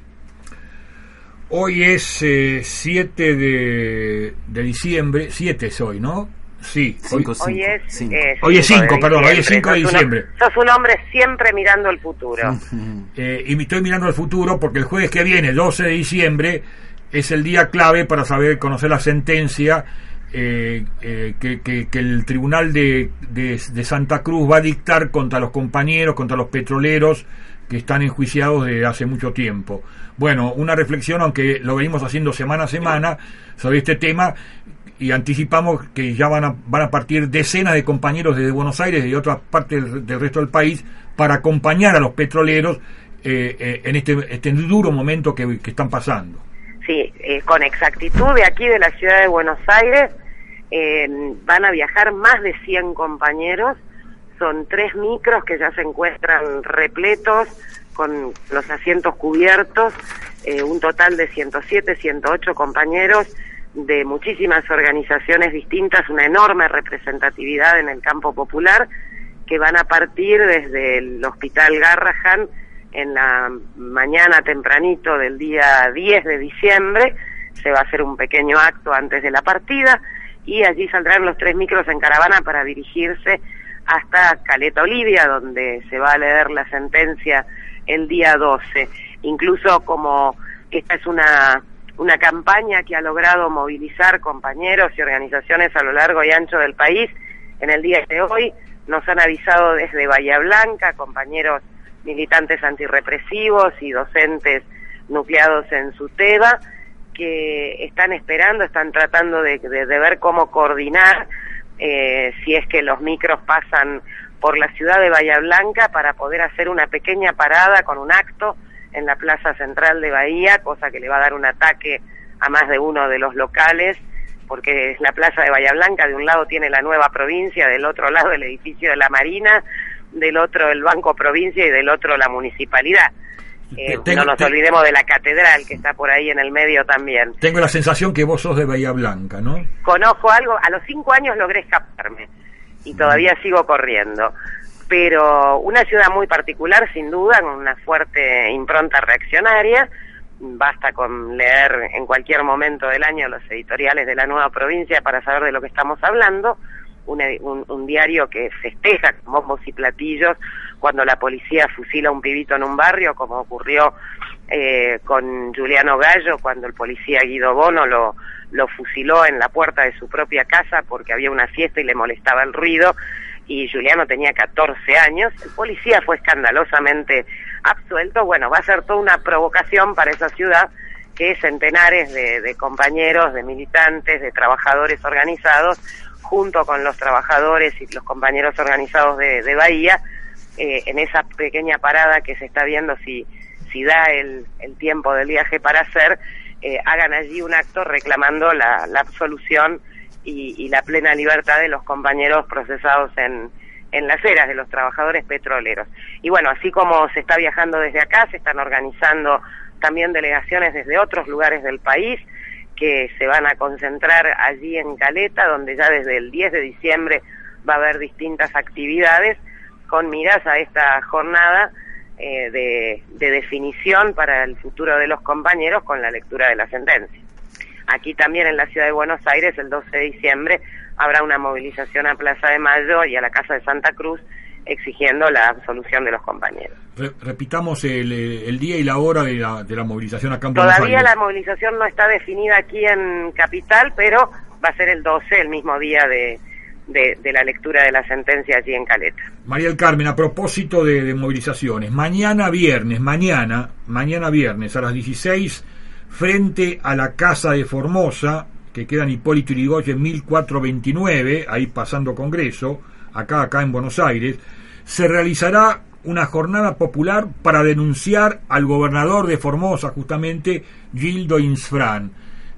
Hoy es eh, siete de, de diciembre, siete es hoy, ¿no? Sí, cinco, hoy, hoy es cinco. Eh, hoy es cinco, perdón, hoy es cinco de diciembre. Sos un hombre siempre mirando el futuro. Eh, y me estoy mirando el futuro porque el jueves que viene, doce de diciembre, es el día clave para saber, conocer la sentencia eh, eh, que, que, que el Tribunal de, de, de Santa Cruz va a dictar contra los compañeros, contra los petroleros que están enjuiciados desde hace mucho tiempo. Bueno, una reflexión, aunque lo venimos haciendo semana a semana, sobre este tema, y anticipamos que ya van a, van a partir decenas de compañeros desde Buenos Aires y de otras partes del, del resto del país para acompañar a los petroleros eh, eh, en este, este duro momento que, que están pasando. Sí, eh, con exactitud, de aquí de la ciudad de Buenos Aires eh, van a viajar más de cien compañeros. Son tres micros que ya se encuentran repletos, con los asientos cubiertos, eh, un total de ciento siete, ciento ocho compañeros de muchísimas organizaciones distintas, una enorme representatividad en el campo popular, que van a partir desde el Hospital Garrahan en la mañana tempranito del día diez de diciembre. Se va a hacer un pequeño acto antes de la partida y allí saldrán los tres micros en caravana para dirigirse hasta Caleta Olivia, donde se va a leer la sentencia el día doce. Incluso, como esta es una una campaña que ha logrado movilizar compañeros y organizaciones a lo largo y ancho del país, en el día de hoy nos han avisado desde Bahía Blanca compañeros militantes antirrepresivos y docentes nucleados en SUTEBA, que están esperando, están tratando de, de, de ver cómo coordinar eh, si es que los micros pasan por la ciudad de Bahía Blanca para poder hacer una pequeña parada con un acto en la plaza central de Bahía, cosa que le va a dar un ataque a más de uno de los locales, porque es la plaza de Bahía Blanca, de un lado tiene la Nueva Provincia, del otro lado el edificio de la Marina, del otro el Banco Provincia y del otro la Municipalidad. Eh, tengo, no nos te... olvidemos de la catedral que está por ahí en el medio también. Tengo la sensación que vos sos de Bahía Blanca, ¿no? Conozco algo, a los cinco años logré escaparme y todavía sigo corriendo. pero una ciudad muy particular, sin duda, con una fuerte impronta reaccionaria. Basta con leer en cualquier momento del año los editoriales de La Nueva Provincia para saber de lo que estamos hablando. Un, un, un diario que festeja con bombos y platillos cuando la policía fusila a un pibito en un barrio, como ocurrió eh, con Juliano Gallo, cuando el policía Guido Bono lo, lo fusiló en la puerta de su propia casa porque había una fiesta y le molestaba el ruido, y Juliano tenía catorce años. El policía fue escandalosamente absuelto. Bueno, va a ser toda una provocación para esa ciudad, que centenares de, de compañeros, de militantes, de trabajadores organizados, junto con los trabajadores y los compañeros organizados de, de Bahía, eh, en esa pequeña parada que se está viendo si, si da el, el tiempo del viaje para hacer, eh, hagan allí un acto reclamando la, la absolución y, y la plena libertad de los compañeros procesados en, en las eras, de los trabajadores petroleros. Y bueno, así como se está viajando desde acá, se están organizando también delegaciones desde otros lugares del país, que se van a concentrar allí en Caleta, donde ya desde el diez de diciembre va a haber distintas actividades con miras a esta jornada eh, de, de definición para el futuro de los compañeros con la lectura de la sentencia. Aquí también en la ciudad de Buenos Aires, el doce de diciembre, habrá una movilización a Plaza de Mayo y a la Casa de Santa Cruz, exigiendo la absolución de los compañeros. Re- repitamos el, el día y la hora de la, de la movilización acá en Buenos Aires. Todavía la movilización no está definida aquí en Capital, pero va a ser el doce, el mismo día de, de, de la lectura de la sentencia allí en Caleta. María del Carmen, a propósito de, de movilizaciones, mañana viernes, mañana, mañana viernes a las dieciséis, frente a la Casa de Formosa, que queda en Hipólito Yrigoyen mil cuatrocientos veintinueve, ahí pasando Congreso, acá, acá en Buenos Aires, se realizará una jornada popular para denunciar al gobernador de Formosa, justamente, Gildo Insfrán.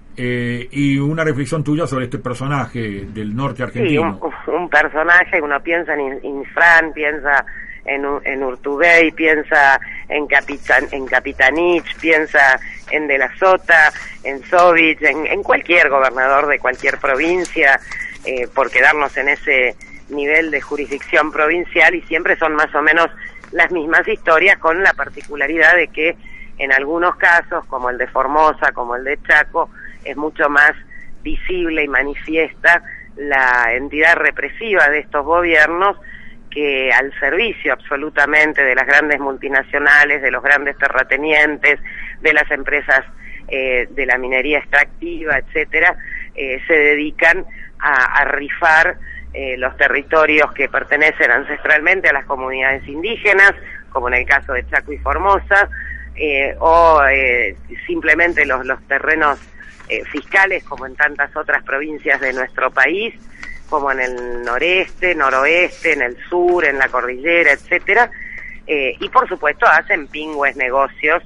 Eh, y una reflexión tuya sobre este personaje del norte argentino. Sí, un, un personaje, uno piensa en Insfrán, piensa en, en Urtubey, piensa en, Capitan, en Capitanich, piensa en De la Sota, en Sovich, en, en cualquier gobernador de cualquier provincia, eh, por quedarnos en ese nivel de jurisdicción provincial, y siempre son más o menos las mismas historias, con la particularidad de que en algunos casos, como el de Formosa, como el de Chaco, es mucho más visible y manifiesta la entidad represiva de estos gobiernos, que al servicio absolutamente de las grandes multinacionales, de los grandes terratenientes, de las empresas eh, de la minería extractiva, etcétera, eh, se dedican a, a rifar eh, los territorios que pertenecen ancestralmente a las comunidades indígenas, como en el caso de Chaco y Formosa, eh, o eh, simplemente los, los terrenos eh, fiscales, como en tantas otras provincias de nuestro país, como en el noreste, noroeste, en el sur, en la cordillera, etcétera, eh, y por supuesto hacen pingües negocios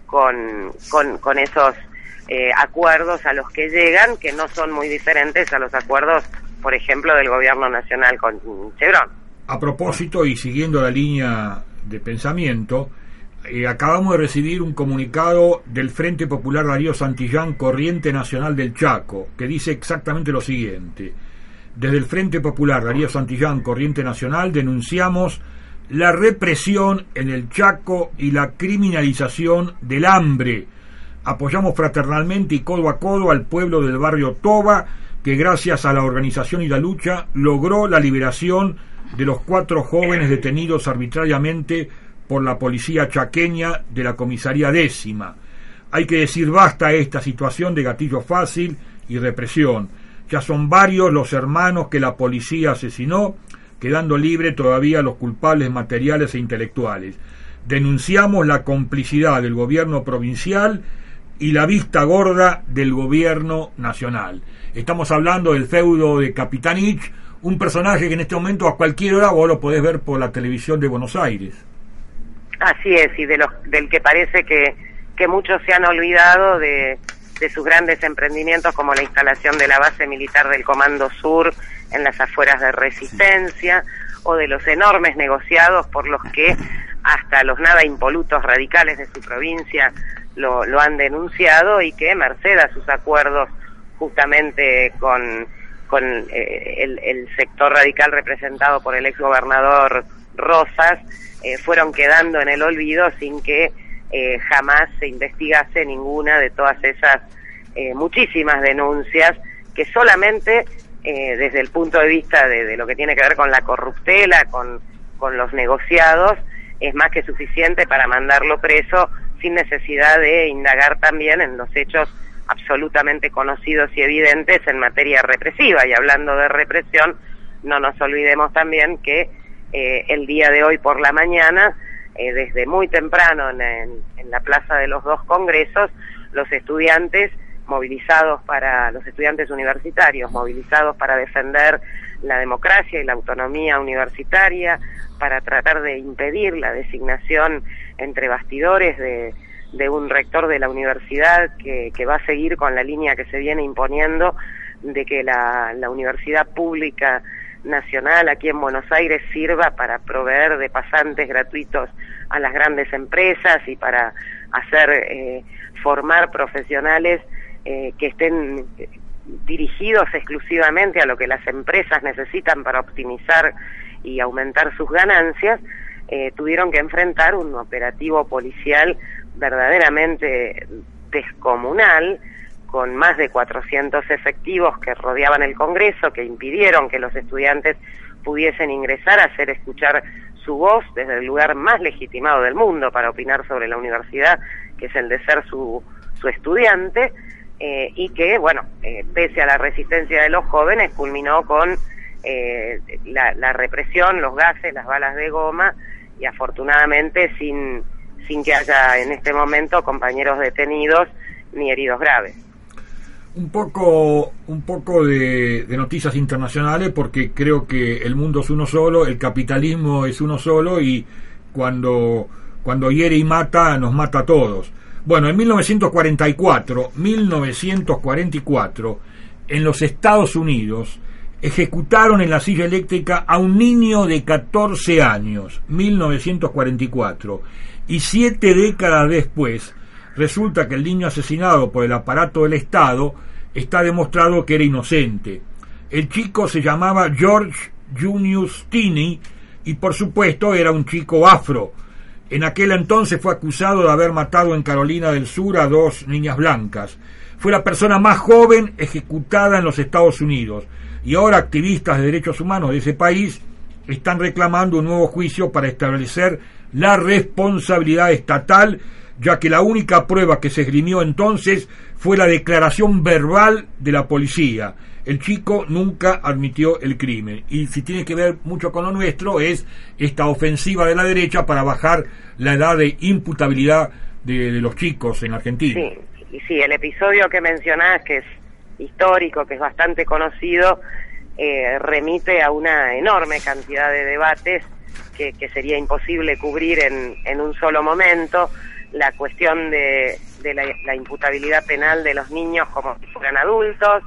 con, con, con esos eh, acuerdos a los que llegan, que no son muy diferentes a los acuerdos, por ejemplo, del gobierno nacional con Chevron. A propósito, y siguiendo la línea de pensamiento, eh, acabamos de recibir un comunicado del Frente Popular Darío Santillán, Corriente Nacional del Chaco, que dice exactamente lo siguiente: desde el Frente Popular Darío Santillán, Corriente Nacional, denunciamos la represión en el Chaco y la criminalización del hambre. Apoyamos fraternalmente y codo a codo al pueblo del barrio Toba, que gracias a la organización y la lucha logró la liberación de los cuatro jóvenes detenidos arbitrariamente por la policía chaqueña de la comisaría décima. Hay que decir basta a esta situación de gatillo fácil y represión. Ya son varios los hermanos que la policía asesinó, quedando libre todavía los culpables materiales e intelectuales. Denunciamos la complicidad del gobierno provincial y la vista gorda del gobierno nacional. Estamos hablando del feudo de Capitanich, un personaje que en este momento a cualquier hora vos lo podés ver por la televisión de Buenos Aires. Así es, y de los, del que parece que, que muchos se han olvidado de, de sus grandes emprendimientos, como la instalación de la base militar del Comando Sur en las afueras de Resistencia, o de los enormes negociados por los que hasta los nada impolutos radicales de su provincia lo, lo han denunciado, y que merced a sus acuerdos justamente con, con eh, el, el sector radical representado por el exgobernador Rosas, eh, fueron quedando en el olvido sin que eh, jamás se investigase ninguna de todas esas eh, muchísimas denuncias que solamente eh, desde el punto de vista de, de lo que tiene que ver con la corruptela, con, con los negociados, es más que suficiente para mandarlo preso sin necesidad de indagar también en los hechos absolutamente conocidos y evidentes en materia represiva. Y hablando de represión, no nos olvidemos también que eh, el día de hoy por la mañana, eh, desde muy temprano en, en, en la Plaza de los Dos Congresos, los estudiantes movilizados para, los estudiantes universitarios movilizados para defender la democracia y la autonomía universitaria, para tratar de impedir la designación entre bastidores de, de un rector de la universidad que, que va a seguir con la línea que se viene imponiendo de que la, la universidad pública nacional aquí en Buenos Aires sirva para proveer de pasantes gratuitos a las grandes empresas y para hacer eh, formar profesionales eh, que estén dirigidos exclusivamente a lo que las empresas necesitan para optimizar y aumentar sus ganancias. Eh, tuvieron que enfrentar un operativo policial verdaderamente descomunal, con más de cuatrocientos efectivos que rodeaban el Congreso, que impidieron que los estudiantes pudiesen ingresar a hacer escuchar su voz desde el lugar más legitimado del mundo para opinar sobre la universidad, que es el de ser su, su estudiante, eh, y que, bueno, eh, pese a la resistencia de los jóvenes, culminó con eh, la, la represión, los gases, las balas de goma, y afortunadamente sin, sin que haya en este momento compañeros detenidos ni heridos graves. Un poco, un poco de, de noticias internacionales, porque creo que el mundo es uno solo, el capitalismo es uno solo, y cuando, cuando hiere y mata, nos mata a todos. Bueno, en mil novecientos cuarenta y cuatro, mil novecientos cuarenta y cuatro, en los Estados Unidos, ejecutaron en la silla eléctrica a un niño de catorce años, mil novecientos cuarenta y cuatro, y siete décadas después, resulta que el niño asesinado por el aparato del Estado está demostrado que era inocente. El chico se llamaba George Junius Tinney y por supuesto era un chico afro. En aquel entonces fue acusado de haber matado en Carolina del Sur a dos niñas blancas. Fue la persona más joven ejecutada en los Estados Unidos y ahora activistas de derechos humanos de ese país están reclamando un nuevo juicio para establecer la responsabilidad estatal, ya que la única prueba que se esgrimió entonces fue la declaración verbal de la policía. El chico nunca admitió el crimen. Y si tiene que ver mucho con lo nuestro, es esta ofensiva de la derecha para bajar la edad de imputabilidad de, de los chicos en Argentina. Sí, y sí, el episodio que mencionás, que es histórico, que es bastante conocido, eh, remite a una enorme cantidad de debates que, que sería imposible cubrir en, en un solo momento. La cuestión de, de la, la imputabilidad penal de los niños como si fueran adultos,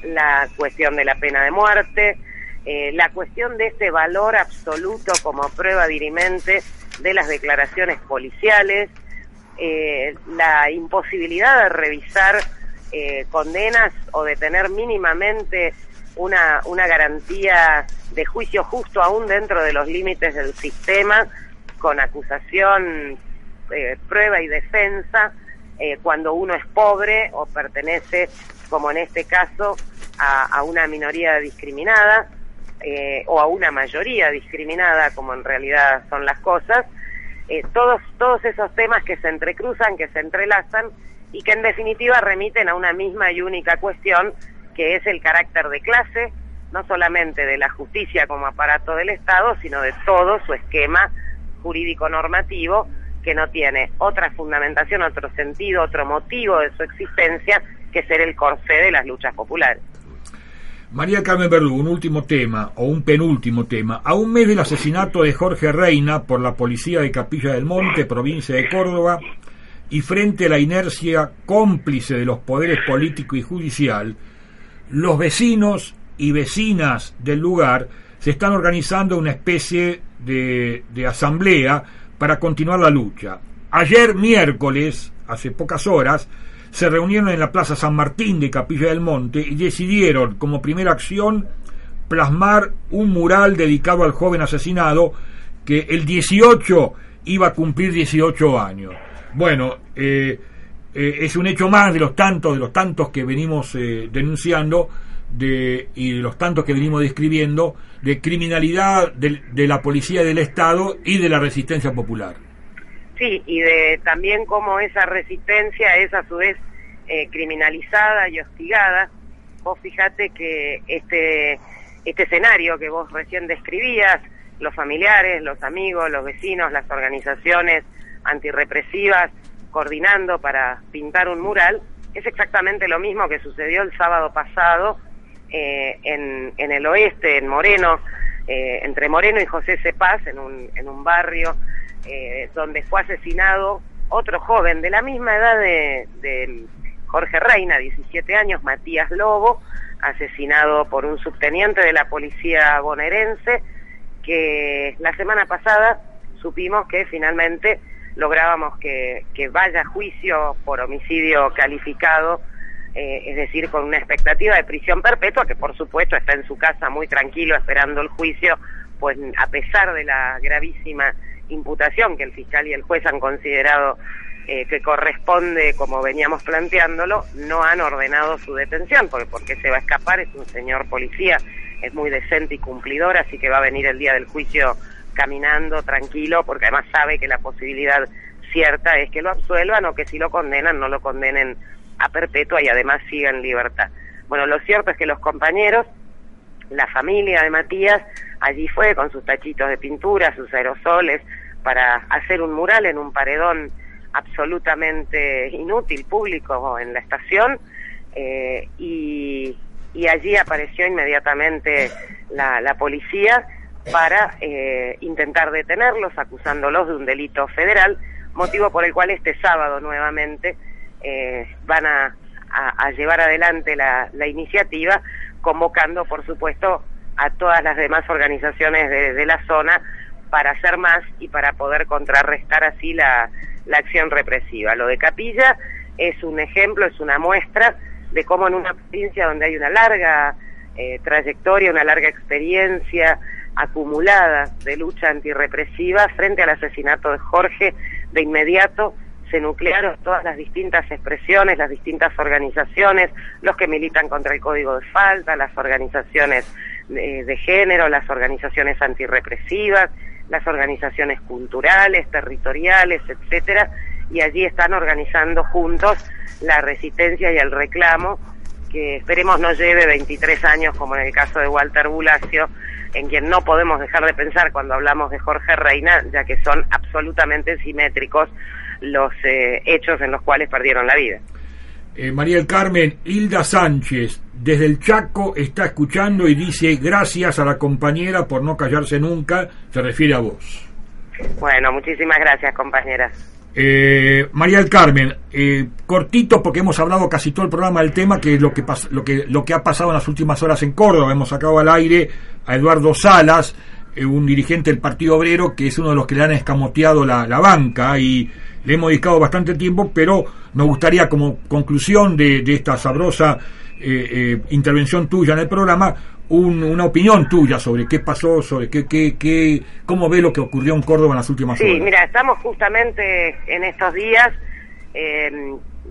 la cuestión de la pena de muerte, eh, la cuestión de este valor absoluto como prueba dirimente de las declaraciones policiales, eh, la imposibilidad de revisar eh, condenas o de tener mínimamente una, una garantía de juicio justo aún dentro de los límites del sistema, con acusación, Eh, prueba y defensa, eh, cuando uno es pobre o pertenece, como en este caso, a, a una minoría discriminada eh, o a una mayoría discriminada, como en realidad son las cosas. Eh, todos, todos esos temas que se entrecruzan, que se entrelazan y que en definitiva remiten a una misma y única cuestión, que es el carácter de clase, no solamente de la justicia como aparato del Estado, sino de todo su esquema jurídico-normativo, que no tiene otra fundamentación, otro sentido, otro motivo de su existencia que ser el corsé de las luchas populares. María Carmen Verdú, un último tema, o un penúltimo tema. A un mes del asesinato de Jorge Reina por la policía de Capilla del Monte, provincia de Córdoba, y frente a la inercia cómplice de los poderes político y judicial, los vecinos y vecinas del lugar se están organizando una especie de, de asamblea para continuar la lucha. Ayer miércoles, hace pocas horas, se reunieron en la Plaza San Martín de Capilla del Monte y decidieron, como primera acción, plasmar un mural dedicado al joven asesinado que el dieciocho iba a cumplir dieciocho años. Bueno, eh, eh, es un hecho más de los tantos, de los tantos que venimos eh, denunciando de, y de los tantos que venimos describiendo de criminalidad de, de la policía del Estado y de la resistencia popular. Sí, y de también cómo esa resistencia es a su vez eh, criminalizada y hostigada. Vos fijate que este este escenario que vos recién describías, los familiares, los amigos, los vecinos, las organizaciones antirrepresivas coordinando para pintar un mural, es exactamente lo mismo que sucedió el sábado pasado eh, en, en el oeste, en Moreno, eh, entre Moreno y José Cepaz, en un, en un barrio eh, donde fue asesinado otro joven de la misma edad de, de Jorge Reina, diecisiete años, Matías Lobo, asesinado por un subteniente de la policía bonaerense, que la semana pasada supimos que finalmente lográbamos que, que vaya a juicio por homicidio calificado, eh, es decir, con una expectativa de prisión perpetua, que por supuesto está en su casa muy tranquilo esperando el juicio, pues a pesar de la gravísima imputación que el fiscal y el juez han considerado Eh, que corresponde, como veníamos planteándolo, no han ordenado su detención, porque porque se va a escapar, es un señor policía, es muy decente y cumplidor, así que va a venir el día del juicio caminando, tranquilo, porque además sabe que la posibilidad cierta es que lo absuelvan o que si lo condenan, no lo condenen a perpetua y además siga en libertad. Bueno, lo cierto es que los compañeros, la familia de Matías, allí fue con sus tachitos de pintura, sus aerosoles, para hacer un mural en un paredón absolutamente inútil, público, en la estación, eh, y, y allí apareció inmediatamente la, la policía para eh, intentar detenerlos, acusándolos de un delito federal, motivo por el cual este sábado nuevamente eh, van a, a, a llevar adelante la, la iniciativa, convocando, por supuesto, a todas las demás organizaciones de, de la zona para hacer más y para poder contrarrestar así la la acción represiva. Lo de Capilla es un ejemplo, es una muestra de cómo en una provincia donde hay una larga eh, trayectoria, una larga experiencia acumulada de lucha antirrepresiva, frente al asesinato de Jorge, de inmediato se nuclearon todas las distintas expresiones, las distintas organizaciones, los que militan contra el Código de Falta, las organizaciones de, de género, las organizaciones antirrepresivas, las organizaciones culturales, territoriales, etcétera, y allí están organizando juntos la resistencia y el reclamo, que esperemos no lleve veintitrés años, como en el caso de Walter Bulacio, en quien no podemos dejar de pensar cuando hablamos de Jorge Reina, ya que son absolutamente simétricos los eh, hechos en los cuales perdieron la vida. Eh, María del Carmen, Hilda Sánchez, desde el Chaco, está escuchando y dice gracias a la compañera por no callarse nunca, se refiere a vos. Bueno, muchísimas gracias, compañera. Eh, María del Carmen, eh, cortito porque hemos hablado casi todo el programa del tema, que es lo que, pas- lo que, lo que ha pasado en las últimas horas en Córdoba. Hemos sacado al aire a Eduardo Salas, eh, un dirigente del Partido Obrero, que es uno de los que le han escamoteado la, la banca, y le hemos dedicado bastante tiempo, pero nos gustaría, como conclusión de, de esta sabrosa eh, eh, intervención tuya en el programa, un, una opinión tuya sobre qué pasó, sobre qué, qué, qué, cómo ve lo que ocurrió en Córdoba en las últimas sí, horas. Sí, mira, estamos justamente en estos días eh,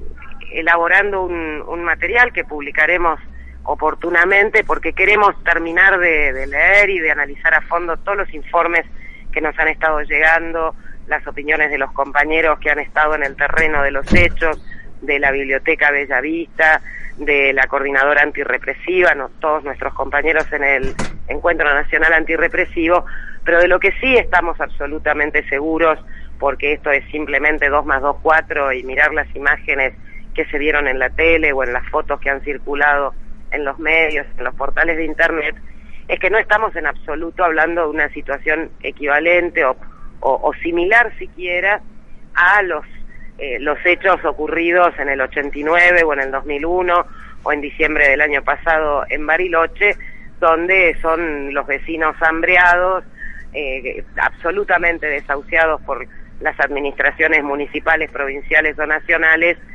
elaborando un, un material que publicaremos oportunamente, porque queremos terminar de, de leer y de analizar a fondo todos los informes que nos han estado llegando, las opiniones de los compañeros que han estado en el terreno de los hechos, de la Biblioteca Bellavista, de la Coordinadora Antirrepresiva, no, todos nuestros compañeros en el Encuentro Nacional Antirrepresivo, pero de lo que sí estamos absolutamente seguros, porque esto es simplemente dos más dos, cuatro, y mirar las imágenes que se vieron en la tele o en las fotos que han circulado en los medios, en los portales de internet, es que no estamos en absoluto hablando de una situación equivalente o O, o similar siquiera a los eh, los hechos ocurridos en el ochenta y nueve o en el dos mil uno o en diciembre del año pasado en Bariloche, donde son los vecinos hambreados, eh, absolutamente desahuciados por las administraciones municipales, provinciales o nacionales,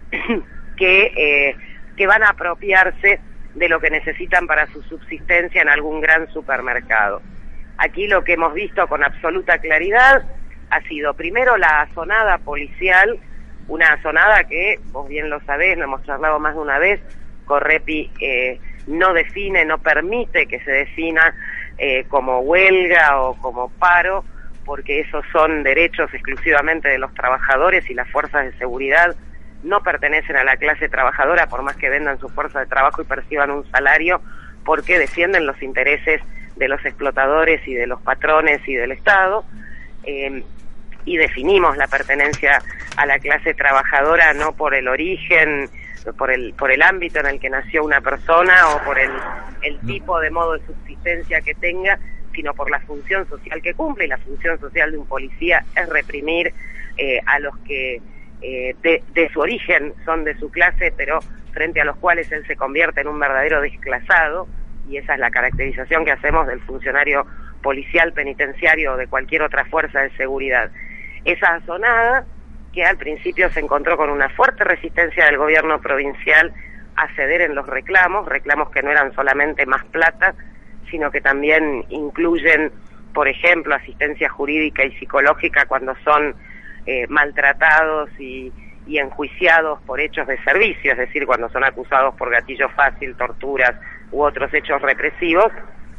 que, eh, que van a apropiarse de lo que necesitan para su subsistencia en algún gran supermercado. Aquí lo que hemos visto con absoluta claridad ha sido primero la azonada policial, una azonada que, vos bien lo sabés, lo hemos charlado más de una vez, Correpi eh, no define, no permite que se defina eh, como huelga o como paro, porque esos son derechos exclusivamente de los trabajadores y las fuerzas de seguridad no pertenecen a la clase trabajadora, por más que vendan su fuerza de trabajo y perciban un salario, porque defienden los intereses de los explotadores y de los patrones y del Estado, eh, y definimos la pertenencia a la clase trabajadora no por el origen, por el por el ámbito en el que nació una persona o por el, el tipo de modo de subsistencia que tenga, sino por la función social que cumple, y la función social de un policía es reprimir eh, a los que eh, de, de su origen son de su clase, pero frente a los cuales él se convierte en un verdadero desclasado, y esa es la caracterización que hacemos del funcionario policial, penitenciario o de cualquier otra fuerza de seguridad. Esa azonada, que al principio se encontró con una fuerte resistencia del gobierno provincial a ceder en los reclamos, reclamos que no eran solamente más plata, sino que también incluyen, por ejemplo, asistencia jurídica y psicológica cuando son eh, maltratados y, y enjuiciados por hechos de servicio, es decir, cuando son acusados por gatillo fácil, torturas u otros hechos represivos.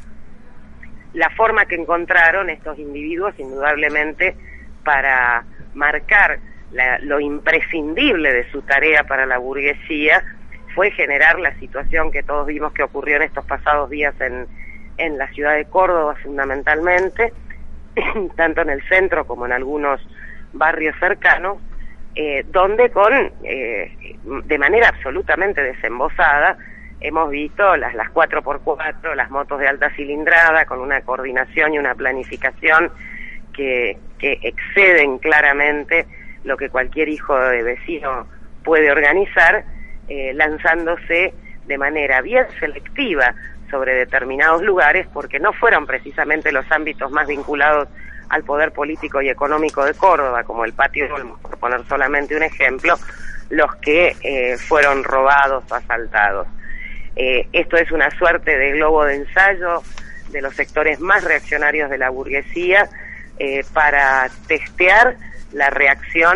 La forma que encontraron estos individuos, indudablemente, para marcar la, lo imprescindible de su tarea para la burguesía, fue generar la situación que todos vimos que ocurrió en estos pasados días en, en la ciudad de Córdoba, fundamentalmente, tanto en el centro como en algunos barrios cercanos, eh, donde con eh, de manera absolutamente desembosada hemos visto las, las cuatro por cuatro, las motos de alta cilindrada, con una coordinación y una planificación que, que exceden claramente lo que cualquier hijo de vecino puede organizar, eh, lanzándose de manera bien selectiva sobre determinados lugares, porque no fueron precisamente los ámbitos más vinculados al poder político y económico de Córdoba, como el Patio Olmos, por poner solamente un ejemplo, los que eh, fueron robados o asaltados. Eh, esto es una suerte de globo de ensayo de los sectores más reaccionarios de la burguesía eh, para testear la reacción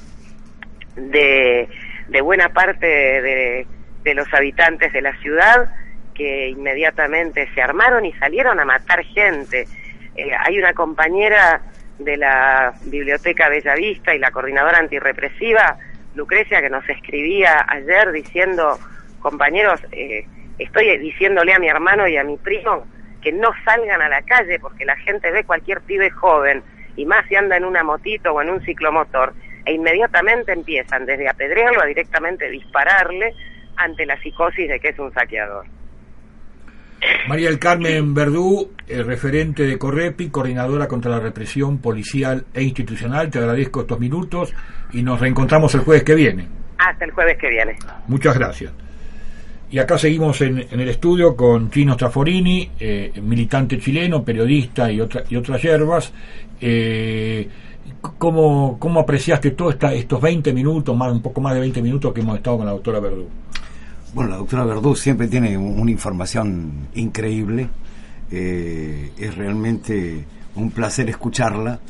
de, de buena parte de, de los habitantes de la ciudad, que inmediatamente se armaron y salieron a matar gente. Eh, hay una compañera de la Biblioteca Bellavista y la coordinadora antirrepresiva, Lucrecia, que nos escribía ayer diciendo: compañeros, eh, estoy diciéndole a mi hermano y a mi primo que no salgan a la calle porque la gente ve cualquier pibe joven, y más si anda en una motito o en un ciclomotor, e inmediatamente empiezan desde apedrearlo a directamente dispararle ante la psicosis de que es un saqueador. María del Carmen Verdú, eh, referente de Correpi, coordinadora contra la represión policial e institucional, te agradezco estos minutos y nos reencontramos el jueves que viene. Hasta el jueves que viene. Muchas gracias. Y acá seguimos en, en el estudio con Chino Straforini, eh, militante chileno, periodista y, otra, y otras hierbas. Eh, ¿cómo, ¿Cómo apreciaste todos estos veinte minutos, más un poco más de veinte minutos que hemos estado con la doctora Verdú? Bueno, la doctora Verdú siempre tiene una información increíble. Eh, es realmente un placer escucharla,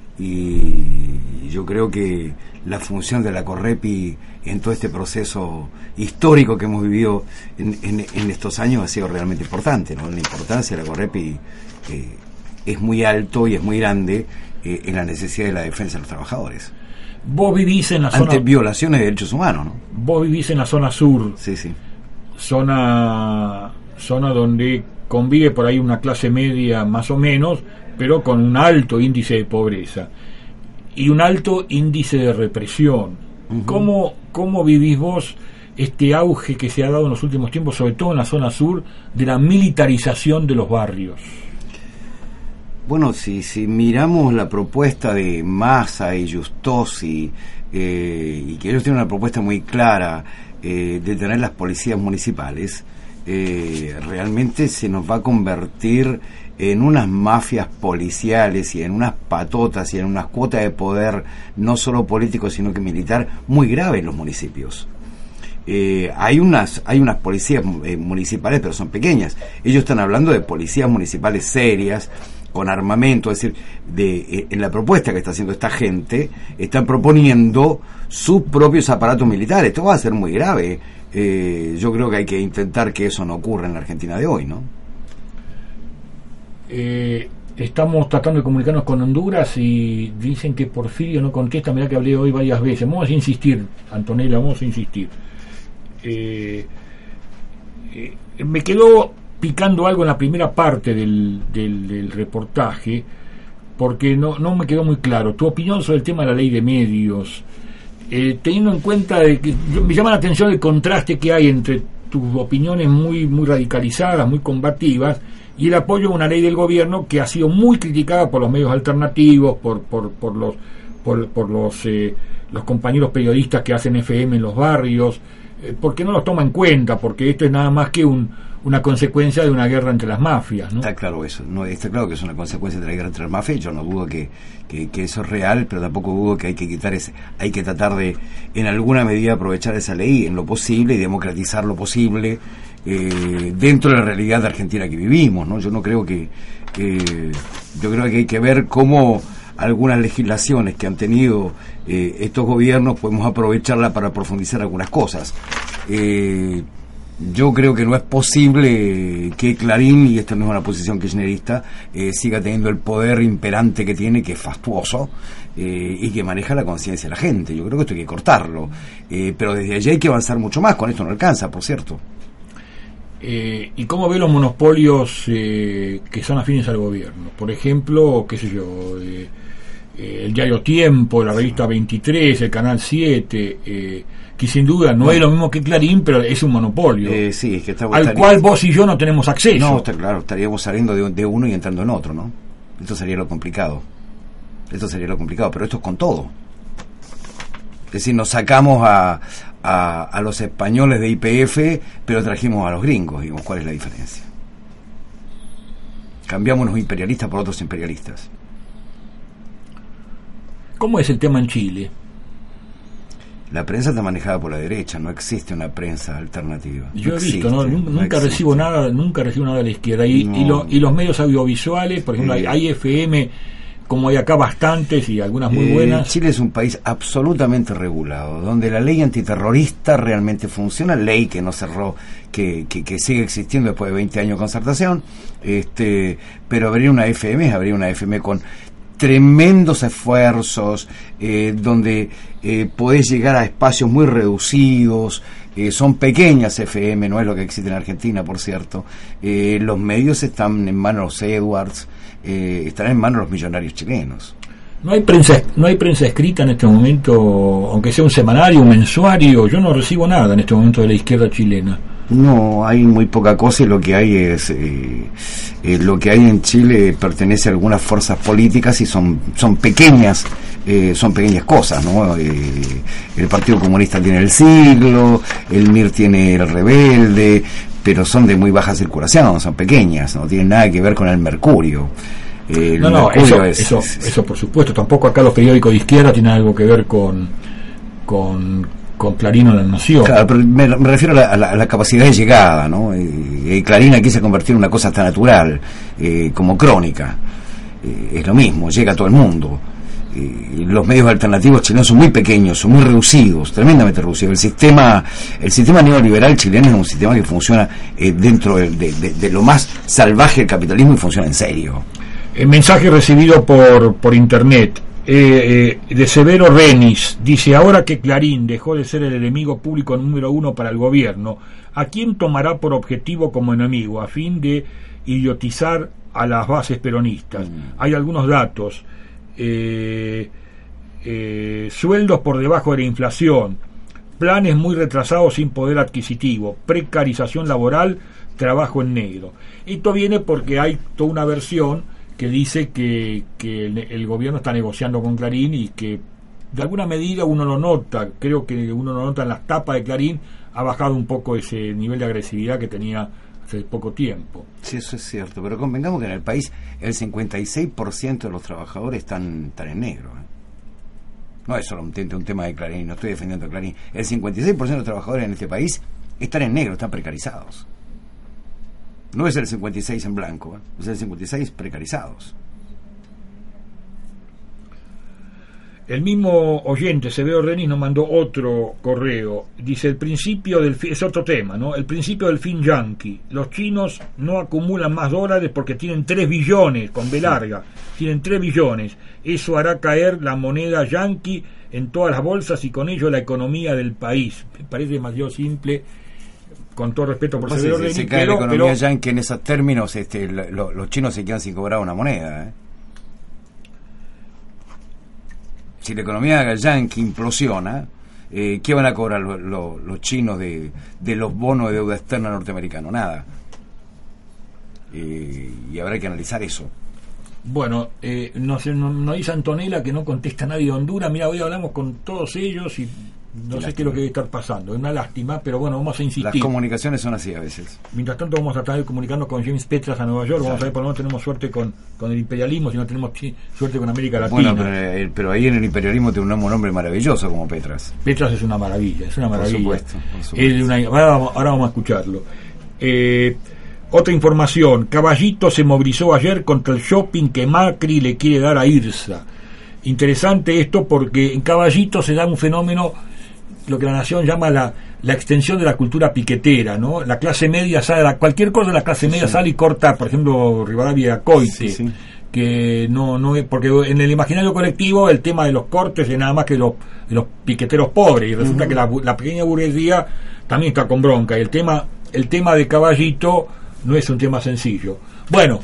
y yo creo que la función de la Correpi en todo este proceso histórico que hemos vivido en, en, en estos años ha sido realmente importante, ¿no? La importancia de la Correpi eh, es muy alto y es muy grande eh, en la necesidad de la defensa de los trabajadores. Vos vivís en la ante zona... violaciones de derechos humanos, ¿no? Vos vivís en la zona sur. Sí, sí. Zona, zona donde convive por ahí una clase media más o menos, pero con un alto índice de pobreza y un alto índice de represión. Uh-huh. ¿Cómo, ¿Cómo vivís vos este auge que se ha dado en los últimos tiempos, sobre todo en la zona sur, de la militarización de los barrios? Bueno, si, si miramos la propuesta de Massa y Justosi, eh, y que ellos tienen una propuesta muy clara eh, de tener las policías municipales, eh, realmente se nos va a convertir en unas mafias policiales y en unas patotas y en unas cuotas de poder, no solo político sino que militar, muy grave en los municipios. Eh, hay unas hay unas policías eh, municipales, pero son pequeñas. Ellos están hablando de policías municipales serias, con armamento, es decir, de, eh, en la propuesta que está haciendo esta gente, están proponiendo sus propios aparatos militares. Esto va a ser muy grave. Eh, yo creo que hay que intentar que eso no ocurra en la Argentina de hoy, ¿no? Eh, estamos tratando de comunicarnos con Honduras y dicen que Porfirio no contesta. Mirá que hablé hoy varias veces. Vamos a insistir, Antonella, vamos a insistir. Eh, eh, me quedó picando algo en la primera parte del, del, del reportaje, porque no, no me quedó muy claro tu opinión sobre el tema de la ley de medios, eh, teniendo en cuenta de que yo, me llama la atención el contraste que hay entre tus opiniones muy, muy radicalizadas, muy combativas, y el apoyo a una ley del gobierno que ha sido muy criticada por los medios alternativos, por, por, por los por, por los, eh, los compañeros periodistas que hacen F M en los barrios, eh, porque no los toma en cuenta, porque esto es nada más que un una consecuencia de una guerra entre las mafias, ¿no? Está claro eso, no, está claro que es una consecuencia de la guerra entre las mafias. Yo no dudo que, que, que eso es real, pero tampoco dudo que hay que quitar ese, hay que tratar de, en alguna medida, aprovechar esa ley en lo posible y democratizar lo posible eh, dentro de la realidad de Argentina que vivimos, ¿no? Yo no creo que, que yo creo que hay que ver cómo algunas legislaciones que han tenido eh, estos gobiernos podemos aprovecharla para profundizar algunas cosas. Eh, Yo creo que no es posible que Clarín, y esta no es una posición kirchnerista, eh, siga teniendo el poder imperante que tiene, que es fastuoso, eh, y que maneja la conciencia de la gente. Yo creo que esto hay que cortarlo. Eh, pero desde allí hay que avanzar mucho más. Con esto no alcanza, por cierto. Eh, ¿Y cómo ve los monopolios eh, que son afines al gobierno? Por ejemplo, qué sé yo, eh, eh, el diario Tiempo, la revista veintitrés, el Canal siete... Eh, que sin duda no bueno, es lo mismo que Clarín, pero es un monopolio eh, sí, es que está, al estaría, cual vos y yo no tenemos acceso. No, está claro, estaríamos saliendo de, de uno y entrando en otro, ¿no? Esto sería lo complicado. Esto sería lo complicado, pero esto es con todo. Es decir, nos sacamos a, a, a los españoles de Y P F, pero trajimos a los gringos, digamos, ¿cuál es la diferencia? Cambiamos los imperialistas por otros imperialistas. ¿Cómo es el tema en Chile? La prensa está manejada por la derecha, no existe una prensa alternativa. Yo no he visto, existe, ¿no? no nunca existe. recibo nada, nunca recibo nada de la izquierda. Y, No. y, lo, y los medios audiovisuales, por ejemplo, Eh. hay, hay F M, como hay acá bastantes y algunas muy Eh, buenas. Chile es un país absolutamente regulado, donde la ley antiterrorista realmente funciona, ley que no cerró, que, que, que sigue existiendo después de veinte años de concertación, este, pero abrir una F M es abrir una F M con tremendos esfuerzos, eh, donde eh, podés llegar a espacios muy reducidos, eh, son pequeñas F M, no es lo que existe en Argentina, por cierto. Eh, los medios están en manos de los Edwards, eh, están en manos de los millonarios chilenos. No hay prensa, no hay prensa escrita en este momento, aunque sea un semanario, un mensuario. Yo no recibo nada en este momento de la izquierda chilena. No, hay muy poca cosa, y lo que hay es eh, eh, lo que hay en Chile pertenece a algunas fuerzas políticas y son son pequeñas eh, son pequeñas cosas, ¿no? Eh, el Partido Comunista tiene el Siglo, el M I R tiene el Rebelde, pero son de muy baja circulación, son pequeñas, no tienen nada que ver con el Mercurio. Eh, el no, no, Mercurio eso, es, eso, es, eso por supuesto. Tampoco acá los periódicos de izquierda tienen algo que ver con con con Clarín o La Nación. Claro, pero me, me refiero a la, a, la, a la capacidad de llegada, ¿no? Eh, Clarín aquí se convirtió en una cosa hasta natural, eh, como crónica. Eh, es lo mismo, llega a todo el mundo. Eh, los medios alternativos chilenos son muy pequeños, son muy reducidos, tremendamente reducidos. El sistema el sistema neoliberal chileno es un sistema que funciona eh, dentro de, de, de, de lo más salvaje del capitalismo, y funciona en serio. El mensaje recibido por, por internet eh, eh, de Severo Renis dice: ahora que Clarín dejó de ser el enemigo público número uno para el gobierno, ¿a quién tomará por objetivo como enemigo a fin de idiotizar a las bases peronistas? Mm. Hay algunos datos: eh, eh, sueldos por debajo de la inflación, planes muy retrasados sin poder adquisitivo, precarización laboral, trabajo en negro. Esto viene porque hay toda una versión que dice que, que el, el gobierno está negociando con Clarín, y que de alguna medida uno lo nota, creo que uno lo nota en las tapas de Clarín, ha bajado un poco ese nivel de agresividad que tenía hace poco tiempo. Sí, eso es cierto, pero convengamos que en el país el cincuenta y seis por ciento de los trabajadores están, están en negro, ¿eh? No es solamente un tema de Clarín, no estoy defendiendo a Clarín. El cincuenta y seis por ciento de los trabajadores en este país están en negro, están precarizados. No es el cincuenta y seis en blanco, ¿eh? Es el cincuenta y seis precarizados. El mismo oyente, Severo Renis, nos mandó otro correo. Dice, el principio del fin, es otro tema, ¿no? El principio del fin yanqui. Los chinos no acumulan más dólares porque tienen tres billones, con B larga, tienen tres billones. Eso hará caer la moneda yanqui en todas las bolsas y con ello la economía del país. Me parece demasiado simple, con todo respeto por pues Severo si, Renis. Si cae pero, la economía pero, yanqui en esos términos, este, lo, lo, los chinos se quedan sin cobrar una moneda, ¿eh? Si la economía yanqui implosiona, eh, ¿qué van a cobrar lo, lo, los chinos de, de los bonos de deuda externa norteamericanos? Nada. Eh, y habrá que analizar eso. Bueno, eh, nos, nos, nos dice Antonella que no contesta nadie de Honduras. Mira, hoy hablamos con todos ellos y no sé qué es lo que debe estar pasando. Es una lástima, pero bueno, vamos a insistir. Las comunicaciones son así a veces. Mientras tanto vamos a estar comunicando con James Petras a Nueva York. Vamos claro. a ver por lo menos tenemos suerte con, con el imperialismo, si no tenemos suerte con América Latina. Bueno, pero, pero ahí en el imperialismo tenemos un hombre maravilloso como Petras. Petras es una maravilla, es una maravilla. Por supuesto, por supuesto. Es una, ahora, vamos, ahora vamos a escucharlo. Eh, otra información, Caballito se movilizó ayer contra el shopping que Macri le quiere dar a Irsa. Interesante esto porque en Caballito se da un fenómeno, lo que la Nación llama la, la extensión de la cultura piquetera, ¿no? La clase media sale, la, cualquier cosa de la clase media sí. sale y corta, por ejemplo, Rivadavia Coite, sí, sí. que no, no es, porque en el imaginario colectivo el tema de los cortes es nada más que los, de los piqueteros pobres, y resulta uh-huh. que la, la pequeña burguesía también está con bronca, y el tema, el tema de Caballito no es un tema sencillo. Bueno,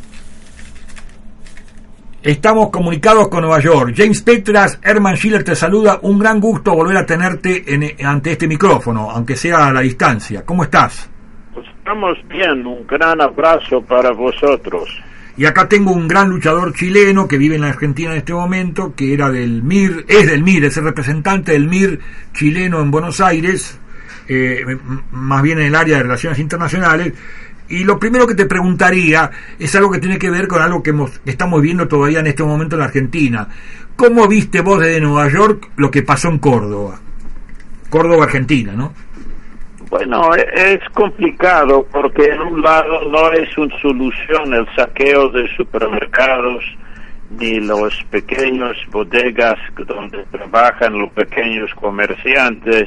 estamos comunicados con Nueva York. James Petras, Herman Schiller te saluda. Un gran gusto volver a tenerte en, ante este micrófono, aunque sea a la distancia. ¿Cómo estás? Pues estamos bien. Un gran abrazo para vosotros. Y acá tengo un gran luchador chileno que vive en la Argentina en este momento, que era del M I R, es del M I R, es el representante del M I R chileno en Buenos Aires, eh, más bien en el área de Relaciones Internacionales. Y lo primero que te preguntaría es algo que tiene que ver con algo que, hemos, que estamos viendo todavía en este momento en la Argentina. ¿Cómo viste vos desde Nueva York lo que pasó en Córdoba? Córdoba, Argentina, ¿no? Bueno, es complicado porque en un lado no es una solución el saqueo de supermercados ni los pequeños bodegas donde trabajan los pequeños comerciantes,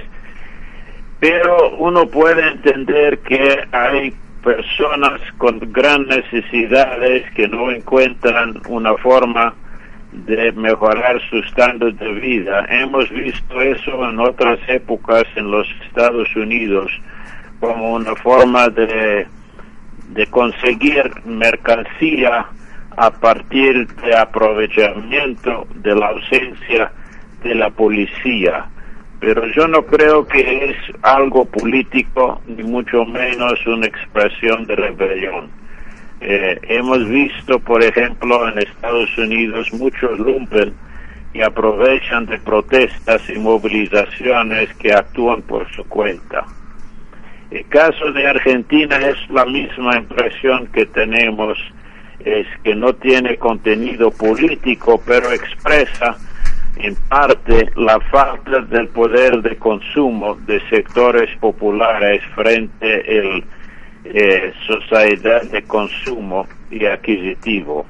pero uno puede entender que hay personas con gran necesidades que no encuentran una forma de mejorar su estándar de vida. Hemos visto eso en otras épocas en los Estados Unidos como una forma de, de conseguir mercancía a partir de aprovechamiento de la ausencia de la policía. Pero yo no creo que es algo político, ni mucho menos una expresión de rebelión. Eh, hemos visto, por ejemplo, en Estados Unidos muchos lumpen y aprovechan de protestas y movilizaciones que actúan por su cuenta. El caso de Argentina es la misma impresión que tenemos, es que no tiene contenido político, pero expresa en parte la falta del poder de consumo de sectores populares frente a la eh, sociedad de consumo y adquisitivo.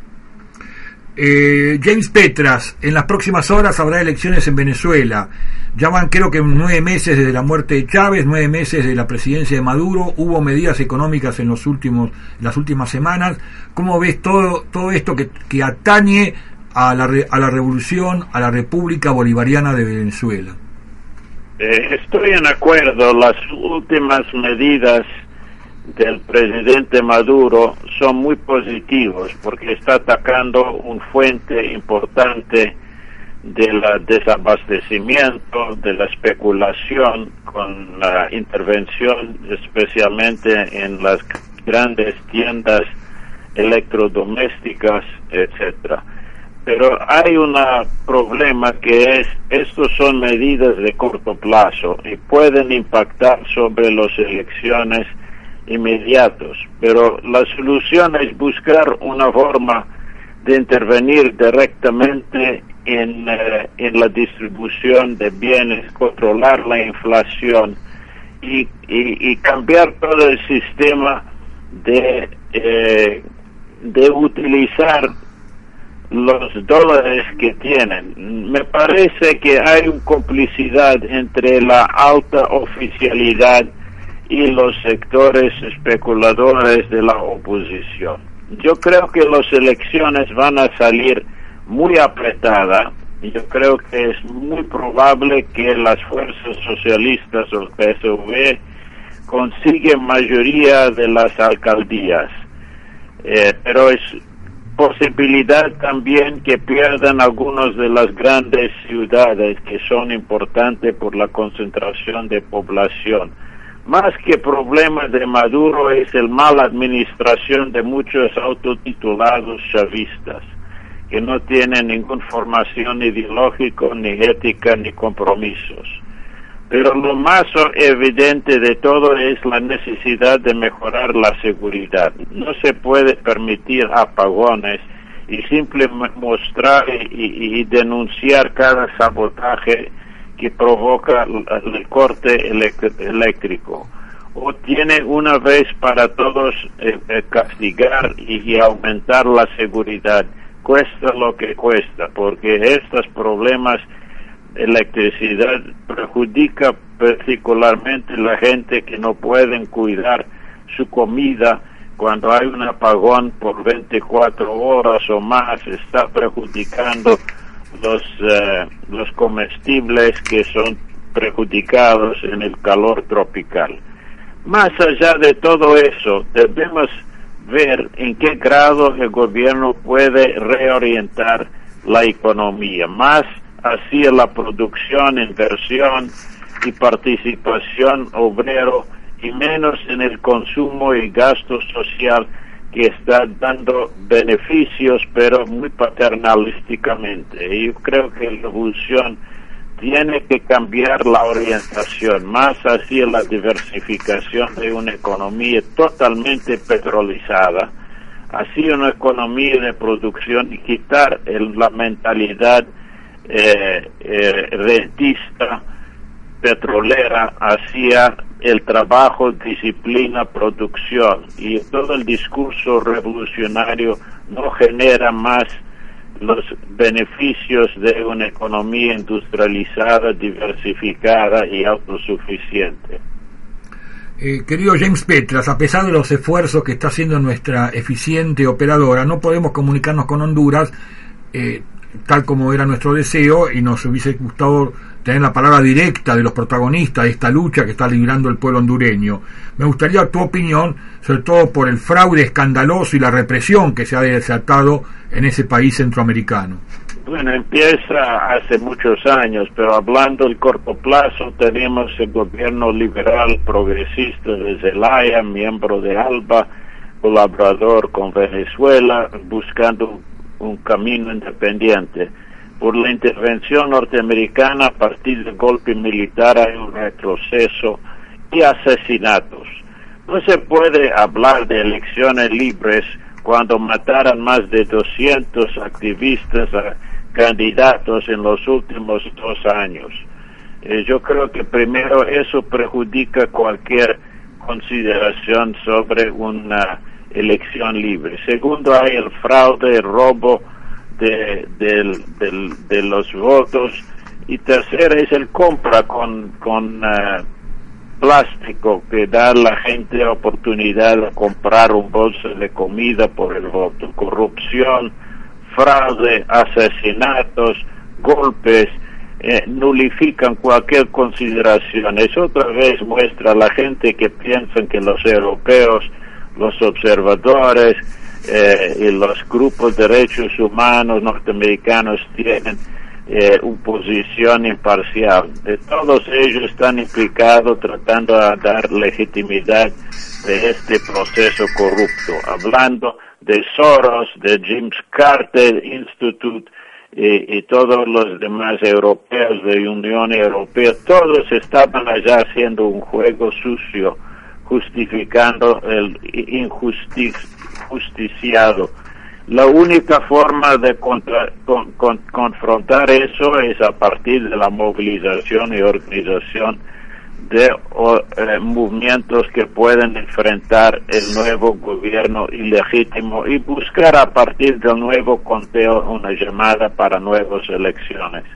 Eh, James Petras, en las próximas horas habrá elecciones en Venezuela. Ya van creo que nueve meses desde la muerte de Chávez, nueve meses de la presidencia de Maduro. Hubo medidas económicas en los últimos, las últimas semanas. ¿Cómo ves todo, todo esto que, que atañe a la, a la revolución, a la República Bolivariana de Venezuela? Eh, estoy en acuerdo. Las últimas medidas del presidente Maduro son muy positivos porque está atacando un fuente importante del desabastecimiento, de la especulación con la intervención especialmente en las grandes tiendas electrodomésticas, etcétera. pero hay un problema que es, estos son medidas de corto plazo y pueden impactar sobre las elecciones inmediatas, pero la solución es buscar una forma de intervenir directamente en, eh, en la distribución de bienes, controlar la inflación y, y, y cambiar todo el sistema de, eh, de utilizar los dólares que tienen. Me parece que hay una complicidad entre la alta oficialidad y los sectores especuladores de la oposición. Yo creo que las elecciones van a salir muy apretadas. Yo creo que es muy probable que las fuerzas socialistas o el P S V consiguen mayoría de las alcaldías, eh, pero es posibilidad también que pierdan algunas de las grandes ciudades que son importantes por la concentración de población. Más que problemas de Maduro es el mala administración de muchos autotitulados chavistas que no tienen ninguna formación ideológica, ni ética, ni compromisos. Pero lo más evidente de todo es la necesidad de mejorar la seguridad. No se puede permitir apagones y simplemente mostrar y, y denunciar cada sabotaje que provoca el corte eléctrico. O tiene una vez para todos eh, eh, castigar y, y aumentar la seguridad, cuesta lo que cuesta, porque estos problemas electricidad perjudica particularmente a la gente que no pueden cuidar su comida. Cuando hay un apagón por veinticuatro horas o más, está perjudicando los eh, los comestibles que son perjudicados en el calor tropical. Más allá de todo eso, debemos ver en qué grado el gobierno puede reorientar la economía, más hacia la producción, inversión y participación obrero y menos en el consumo y gasto social que está dando beneficios pero muy paternalísticamente. Y yo creo que la evolución tiene que cambiar la orientación más hacia la diversificación de una economía totalmente petrolizada, hacia una economía de producción y quitar el, la mentalidad Eh, eh, rentista petrolera hacia el trabajo, disciplina, producción, y todo el discurso revolucionario no genera más los beneficios de una economía industrializada, diversificada y autosuficiente. Eh, querido James Petras, a pesar de los esfuerzos que está haciendo nuestra eficiente operadora, no podemos comunicarnos con Honduras eh, tal como era nuestro deseo, y nos hubiese gustado tener la palabra directa de los protagonistas de esta lucha que está librando el pueblo hondureño. Me gustaría tu opinión, sobre todo por el fraude escandaloso y la represión que se ha desatado en ese país centroamericano. Bueno, empieza hace muchos años, pero hablando del corto plazo, tenemos el gobierno liberal progresista de Zelaya, miembro de ALBA, colaborador con Venezuela, buscando un camino independiente. Por la intervención norteamericana, a partir del golpe militar hay un retroceso y asesinatos. No se puede hablar de elecciones libres cuando mataron más de doscientos activistas, a candidatos en los últimos dos años. Eh, yo creo que primero eso perjudica cualquier consideración sobre una elección libre. Segundo, hay el fraude, el robo de, de, de, de los votos. Y tercero es el compra con, con uh, plástico que da a la gente oportunidad de comprar un bolso de comida por el voto. Corrupción, fraude, asesinatos, golpes, eh, nulifican cualquier consideración. Eso otra vez muestra a la gente que piensan que los europeos, los observadores eh, y los grupos de derechos humanos norteamericanos tienen eh, una posición imparcial. Eh, todos ellos están implicados tratando de dar legitimidad de este proceso corrupto, hablando de Soros, de James Carter Institute y, y todos los demás europeos de Unión Europea, todos estaban allá haciendo un juego sucio, justificando el injusticiado. La única forma de contra, con, con, confrontar eso es a partir de la movilización y organización de o, eh, movimientos que pueden enfrentar el nuevo gobierno ilegítimo y buscar a partir del nuevo conteo una llamada para nuevas elecciones.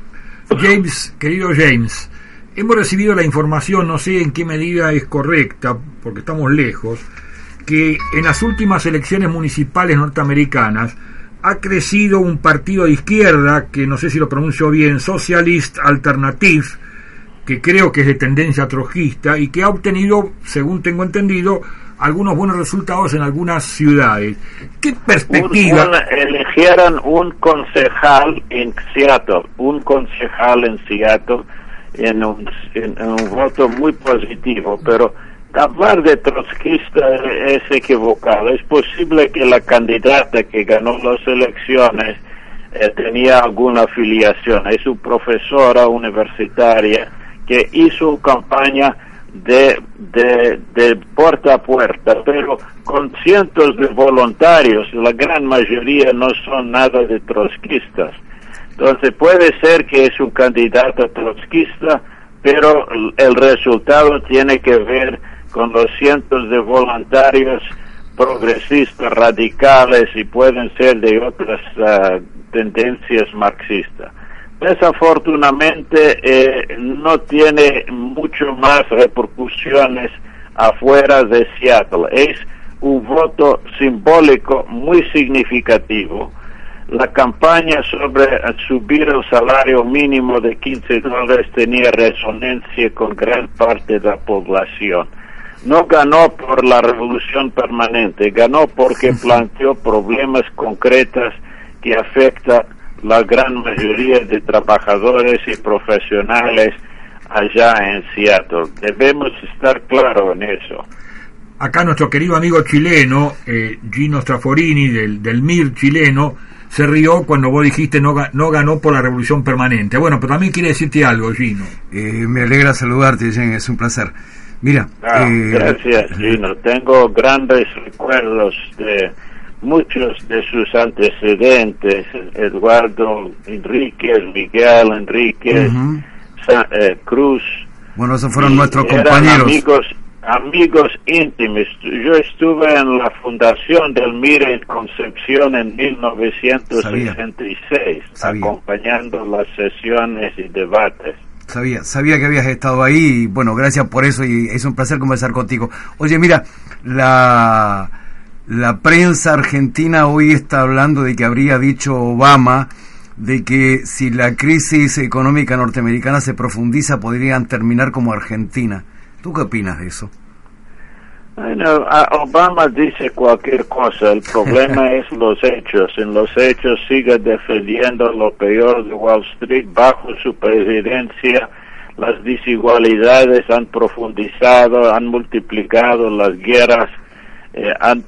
James, querido James, hemos recibido la información, no sé en qué medida es correcta, porque estamos lejos, que en las últimas elecciones municipales norteamericanas ha crecido un partido de izquierda, que no sé si lo pronuncio bien, Socialist Alternative, que creo que es de tendencia trotskista, y que ha obtenido, según tengo entendido, algunos buenos resultados en algunas ciudades. ¿Qué perspectiva? Un, un, eligieron un concejal en Seattle, un concejal en Seattle, en un, en, en un voto muy positivo, pero hablar de trotskista es equivocado. Es posible que la candidata que ganó las elecciones eh, tenía alguna afiliación. Es una profesora universitaria que hizo campaña de, de, de puerta a puerta, pero con cientos de voluntarios. La gran mayoría no son nada de trotskistas. Entonces puede ser que es un candidato trotskista, pero el resultado tiene que ver con los cientos de voluntarios progresistas, radicales, y pueden ser de otras uh, tendencias marxistas. Desafortunadamente eh, no tiene mucho más repercusiones afuera de Seattle. Es un voto simbólico muy significativo. La campaña sobre subir el salario mínimo de quince dólares tenía resonancia con gran parte de la población. No ganó por la revolución permanente, ganó porque planteó problemas concretos que afectan la gran mayoría de trabajadores y profesionales allá en Seattle. Debemos estar claros en eso. Acá nuestro querido amigo chileno, eh, Gino Straforini, del, del M I R chileno, se rió cuando vos dijiste no, no ganó por la revolución permanente. Bueno, pero también quiere decirte algo, Gino. Eh, me alegra saludarte, Jen, es un placer. Mira, ah, eh, gracias, Gino. Tengo grandes recuerdos de muchos de sus antecedentes, Eduardo Enríquez, Miguel Enríquez, uh-huh. Sa- eh, Cruz. Bueno, esos fueron nuestros compañeros. Amigos, amigos íntimos. Yo estuve en la fundación del M I R en Concepción en mil novecientos sesenta y seis, Sabía. acompañando las sesiones y debates. Sabía, sabía que habías estado ahí y bueno, gracias por eso y es un placer conversar contigo. Oye, mira, la... La prensa argentina hoy está hablando de que habría dicho Obama de que si la crisis económica norteamericana se profundiza podrían terminar como Argentina. ¿Tú qué opinas de eso? Bueno, Obama dice cualquier cosa, el problema es los hechos. En los hechos sigue defendiendo lo peor de Wall Street. Bajo su presidencia las desigualdades han profundizado, han multiplicado las guerras, eh, han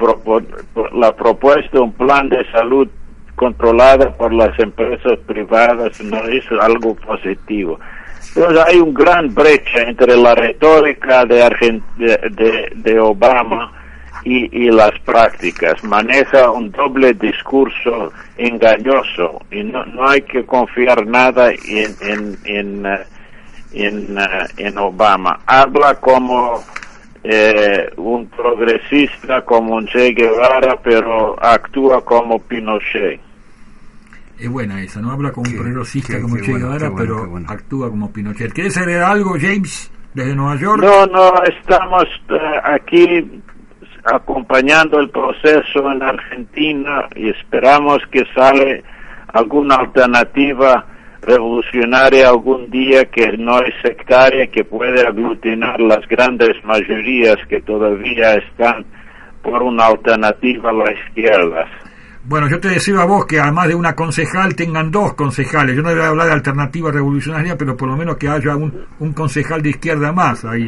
la propuesta un plan de salud controlada por las empresas privadas no es algo positivo. Entonces hay un gran brecha entre la retórica de, Argent- de, de, de Obama y, y las prácticas. Maneja un doble discurso engañoso y no, no hay que confiar nada en, en, en, en, en Obama. Habla como Eh, un progresista, como un Che Guevara, pero actúa como Pinochet. Es buena esa, no habla como un progresista como qué Che bueno, Guevara, bueno, pero bueno. actúa como Pinochet. ¿Quieres agregar algo, James, desde Nueva York? No, no, estamos uh, aquí acompañando el proceso en Argentina y esperamos que sale alguna alternativa revolucionaria algún día que no es sectaria, que puede aglutinar las grandes mayorías que todavía están por una alternativa a la izquierda. Bueno, yo te deseo a vos que además de una concejal tengan dos concejales. Yo no voy a hablar de alternativa revolucionaria, pero por lo menos que haya un, un concejal de izquierda más ahí en,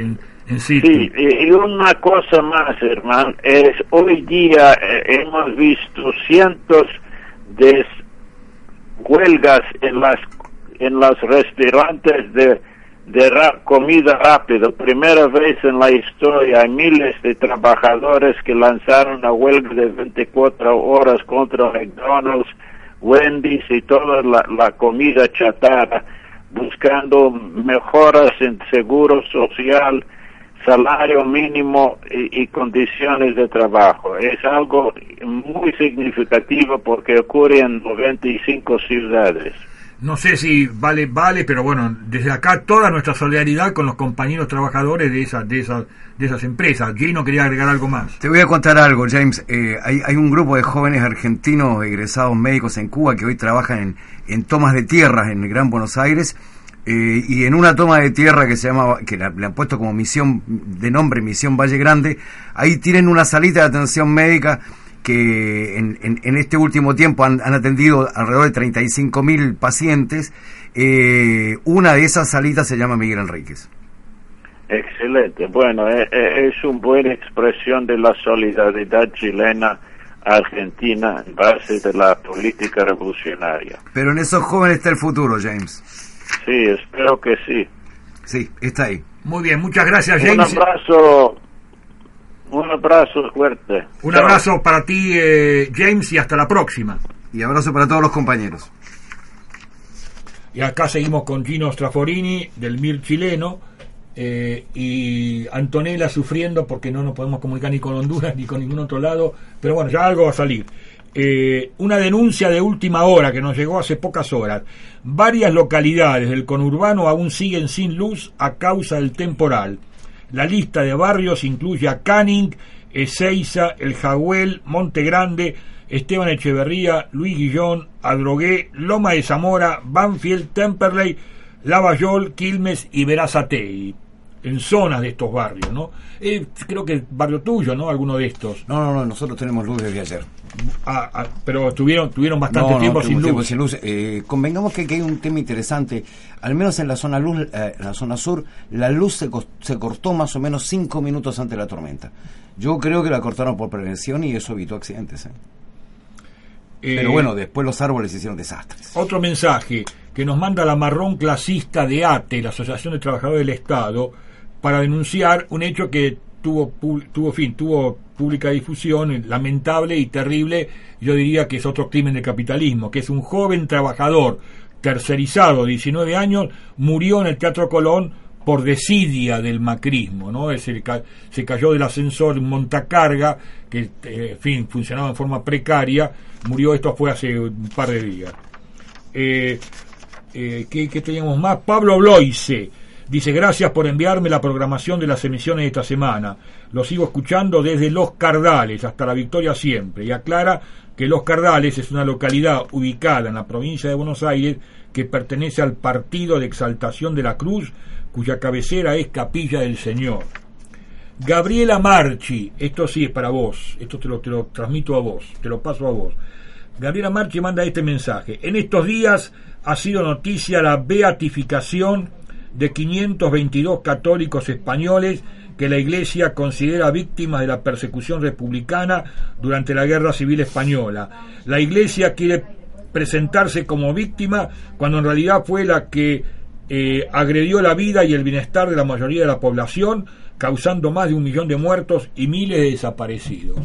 en situ. Sí, y una cosa más, hermano, es hoy día eh, hemos visto cientos de huelgas en las en los restaurantes de de ra- comida rápida. Primera vez en la historia hay miles de trabajadores que lanzaron una huelga de veinticuatro horas contra McDonald's, Wendy's y toda la, la comida chatarra, buscando mejoras en seguro social, salario mínimo y, y condiciones de trabajo. Es algo muy significativo porque ocurre en noventa y cinco ciudades. No sé si vale, vale, pero bueno, desde acá toda nuestra solidaridad con los compañeros trabajadores de esas, de esas, de esas empresas. Gino quería agregar algo más. Te voy a contar algo, James. Eh, hay, hay un grupo de jóvenes argentinos egresados médicos en Cuba que hoy trabajan en, en tomas de tierras en el Gran Buenos Aires. Eh, y en una toma de tierra que se llama, que la, le han puesto como misión, de nombre Misión Valle Grande, ahí tienen una salita de atención médica que en, en, en este último tiempo han, han atendido alrededor de treinta y cinco mil pacientes. Eh, una de esas salitas se llama Miguel Enríquez. Excelente. Bueno, es, es una buena expresión de la solidaridad chilena argentina en base de la política revolucionaria. Pero en esos jóvenes está el futuro, James. Sí, espero que sí. Sí, está ahí. Muy bien, muchas gracias, James. Un abrazo, un abrazo fuerte. Un Chao. abrazo para ti, eh, James, y hasta la próxima. Y abrazo para todos los compañeros. Y acá seguimos con Gino Straforini, del M I R chileno, eh, y Antonella sufriendo porque no nos podemos comunicar ni con Honduras ni con ningún otro lado, pero bueno, ya algo va a salir. Eh, una denuncia de última hora que nos llegó hace pocas horas. Varias localidades del conurbano aún siguen sin luz a causa del temporal. La lista de barrios incluye a Canning, Ezeiza, El Jagüel, Monte Grande, Esteban Echeverría, Luis Guillón, Adrogué, Loma de Zamora, Banfield, Temperley, Lavallol, Quilmes y Berazategui, en zonas de estos barrios, ¿no? Eh, creo que barrio tuyo, ¿no? Alguno de estos. No, no, no, nosotros tenemos luz desde ayer. Ah, ah, pero tuvieron tuvieron bastante no, tiempo, no, sin luz. tiempo sin luz. Eh, convengamos que, que hay un tema interesante, al menos en la zona luz, eh, en la zona sur, la luz se, co- se cortó más o menos cinco minutos antes de la tormenta. Yo creo que la cortaron por prevención y eso evitó accidentes. ¿eh? Eh, Pero bueno, después los árboles hicieron desastres. Otro mensaje que nos manda la marrón clasista de A T E, la Asociación de Trabajadores del Estado, para denunciar un hecho que tuvo tuvo fin, tuvo pública difusión, lamentable y terrible. Yo diría que es otro crimen de capitalismo, que es un joven trabajador tercerizado de diecinueve años, murió en el Teatro Colón por desidia del macrismo, ¿no? Es el, se cayó del ascensor un montacarga que, eh, en fin, funcionaba en forma precaria, murió. Esto fue hace un par de días. Eh, eh, ¿qué, ¿Qué teníamos más? Pablo Bloise dice: gracias por enviarme la programación de las emisiones de esta semana. Lo sigo escuchando desde Los Cardales hasta La Victoria siempre. Y aclara que Los Cardales es una localidad ubicada en la provincia de Buenos Aires que pertenece al Partido de Exaltación de la Cruz, cuya cabecera es Capilla del Señor. Gabriela Marchi, esto sí es para vos, esto te lo, te lo transmito a vos, te lo paso a vos. Gabriela Marchi manda este mensaje: en estos días ha sido noticia la beatificación de quinientos veintidós católicos españoles que la Iglesia considera víctimas de la persecución republicana durante la Guerra Civil Española. La Iglesia quiere presentarse como víctima cuando en realidad fue la que eh, agredió la vida y el bienestar de la mayoría de la población, causando más de un millón de muertos y miles de desaparecidos.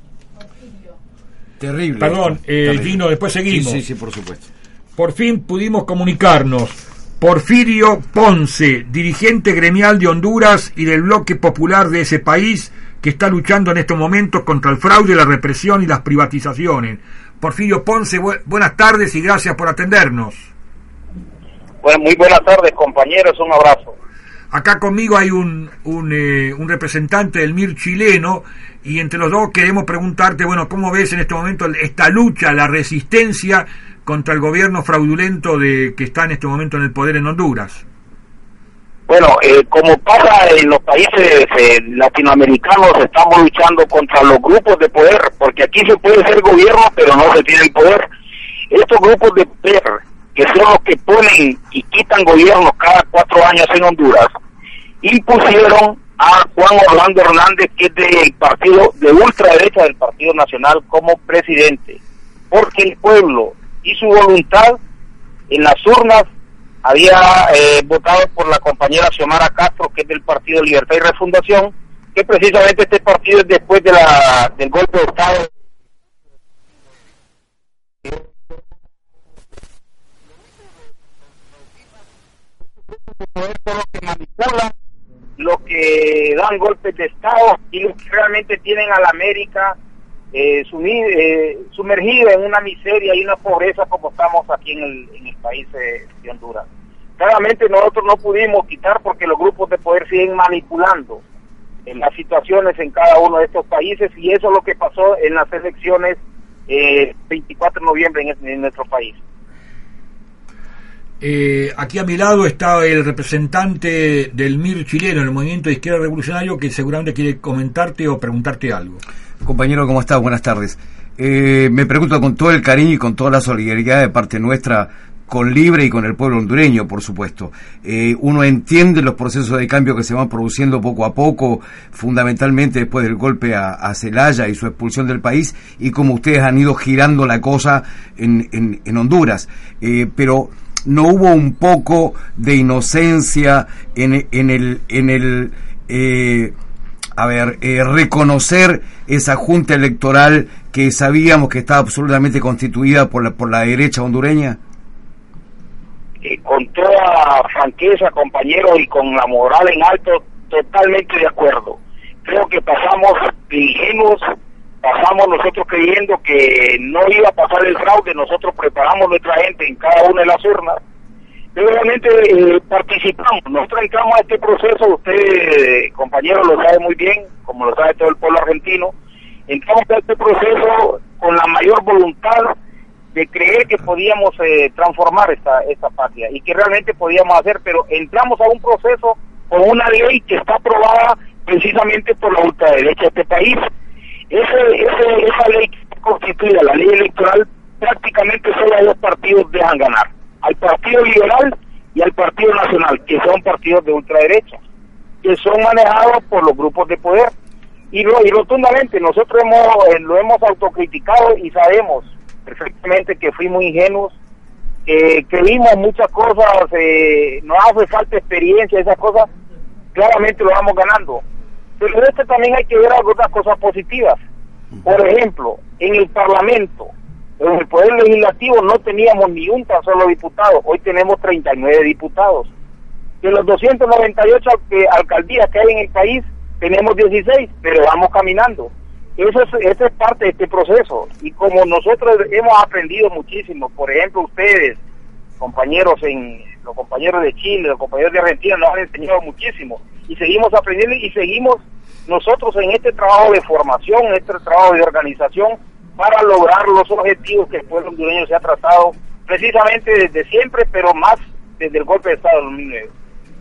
Terrible. Perdón, eh, Terrible. Gino, después seguimos. Sí, sí, sí, por supuesto. Por fin pudimos comunicarnos. Porfirio Ponce, dirigente gremial de Honduras y del bloque popular de ese país, que está luchando en estos momentos contra el fraude, la represión y las privatizaciones. Porfirio Ponce, bu- buenas tardes y gracias por atendernos. Bueno, muy buenas tardes, compañeros, un abrazo. Acá conmigo hay un un, eh, un representante del M I R chileno, y entre los dos queremos preguntarte, bueno, ¿cómo ves en este momento esta lucha, la resistencia contra el gobierno fraudulento de que está en este momento en el poder en Honduras? Bueno, eh, como pasa en los países eh, latinoamericanos, estamos luchando contra los grupos de poder, porque aquí se puede ser gobierno, pero no se tiene el poder. Estos grupos de poder, que son los que ponen y quitan gobiernos cada cuatro años en Honduras, impusieron a Juan Orlando Hernández, que es del partido de ultraderecha del Partido Nacional, como presidente, porque el pueblo y su voluntad en las urnas había eh, votado por la compañera Xiomara Castro, que es del Partido Libertad y Refundación, que precisamente este partido es después de la del golpe de Estado. Lo que manipulan, lo que dan golpes de Estado y los que realmente tienen a la América eh, sumi, eh, sumergida en una miseria y una pobreza como estamos aquí en el, en el país eh, de Honduras. Claramente nosotros no pudimos quitar porque los grupos de poder siguen manipulando en las situaciones en cada uno de estos países, y eso es lo que pasó en las elecciones eh, veinticuatro de noviembre en, en nuestro país. Eh, aquí a mi lado está el representante del M I R chileno, el Movimiento de Izquierda Revolucionario, que seguramente quiere comentarte o preguntarte algo. Compañero, ¿cómo estás? Buenas tardes. Eh, me pregunto con todo el cariño y con toda la solidaridad de parte nuestra con Libre y con el pueblo hondureño, por supuesto. Eh, uno entiende los procesos de cambio que se van produciendo poco a poco, fundamentalmente después del golpe a, a Zelaya y su expulsión del país, y como ustedes han ido girando la cosa en, en, en Honduras. Eh, pero no hubo un poco de inocencia en, en el, en el eh, a ver, eh, reconocer esa junta electoral que sabíamos que estaba absolutamente constituida por la, por la derecha hondureña. Eh, con toda franqueza, compañeros, y con la moral en alto, totalmente de acuerdo. Creo que pasamos ingenuos, pasamos nosotros creyendo que no iba a pasar el fraude, nosotros preparamos nuestra gente en cada una de las urnas, pero realmente eh, participamos, nosotros entramos a este proceso, usted, eh, compañero, lo sabe muy bien, como lo sabe todo el pueblo argentino, entramos a este proceso con la mayor voluntad de creer que podíamos eh, transformar esta, esta patria y que realmente podíamos hacer, pero entramos a un proceso con una ley que está aprobada precisamente por la ultraderecha de este país. Ese, ese, esa ley que está constituida, la ley electoral, prácticamente solo a dos partidos dejan ganar, al Partido Liberal y al Partido Nacional, que son partidos de ultraderecha, que son manejados por los grupos de poder. Y, lo, y rotundamente, nosotros hemos, eh, lo hemos autocriticado y sabemos perfectamente que fuimos ingenuos, que, que vimos muchas cosas, eh, nos hace falta experiencia, esas cosas, claramente lo vamos ganando. Pero de esto también hay que ver algunas cosas positivas. Por ejemplo, en el Parlamento, en el Poder Legislativo no teníamos ni un tan solo diputado, hoy tenemos treinta y nueve diputados. De los doscientas noventa y ocho alcaldías que hay en el país, tenemos dieciséis, pero vamos caminando. Eso es, eso es parte de este proceso, y como nosotros hemos aprendido muchísimo, por ejemplo ustedes, compañeros en los compañeros de Chile, los compañeros de Argentina, nos han enseñado muchísimo, y seguimos aprendiendo y seguimos nosotros en este trabajo de formación, en este trabajo de organización, para lograr los objetivos que el pueblo hondureño se ha tratado precisamente desde siempre, pero más desde el golpe de Estado del dos mil nueve.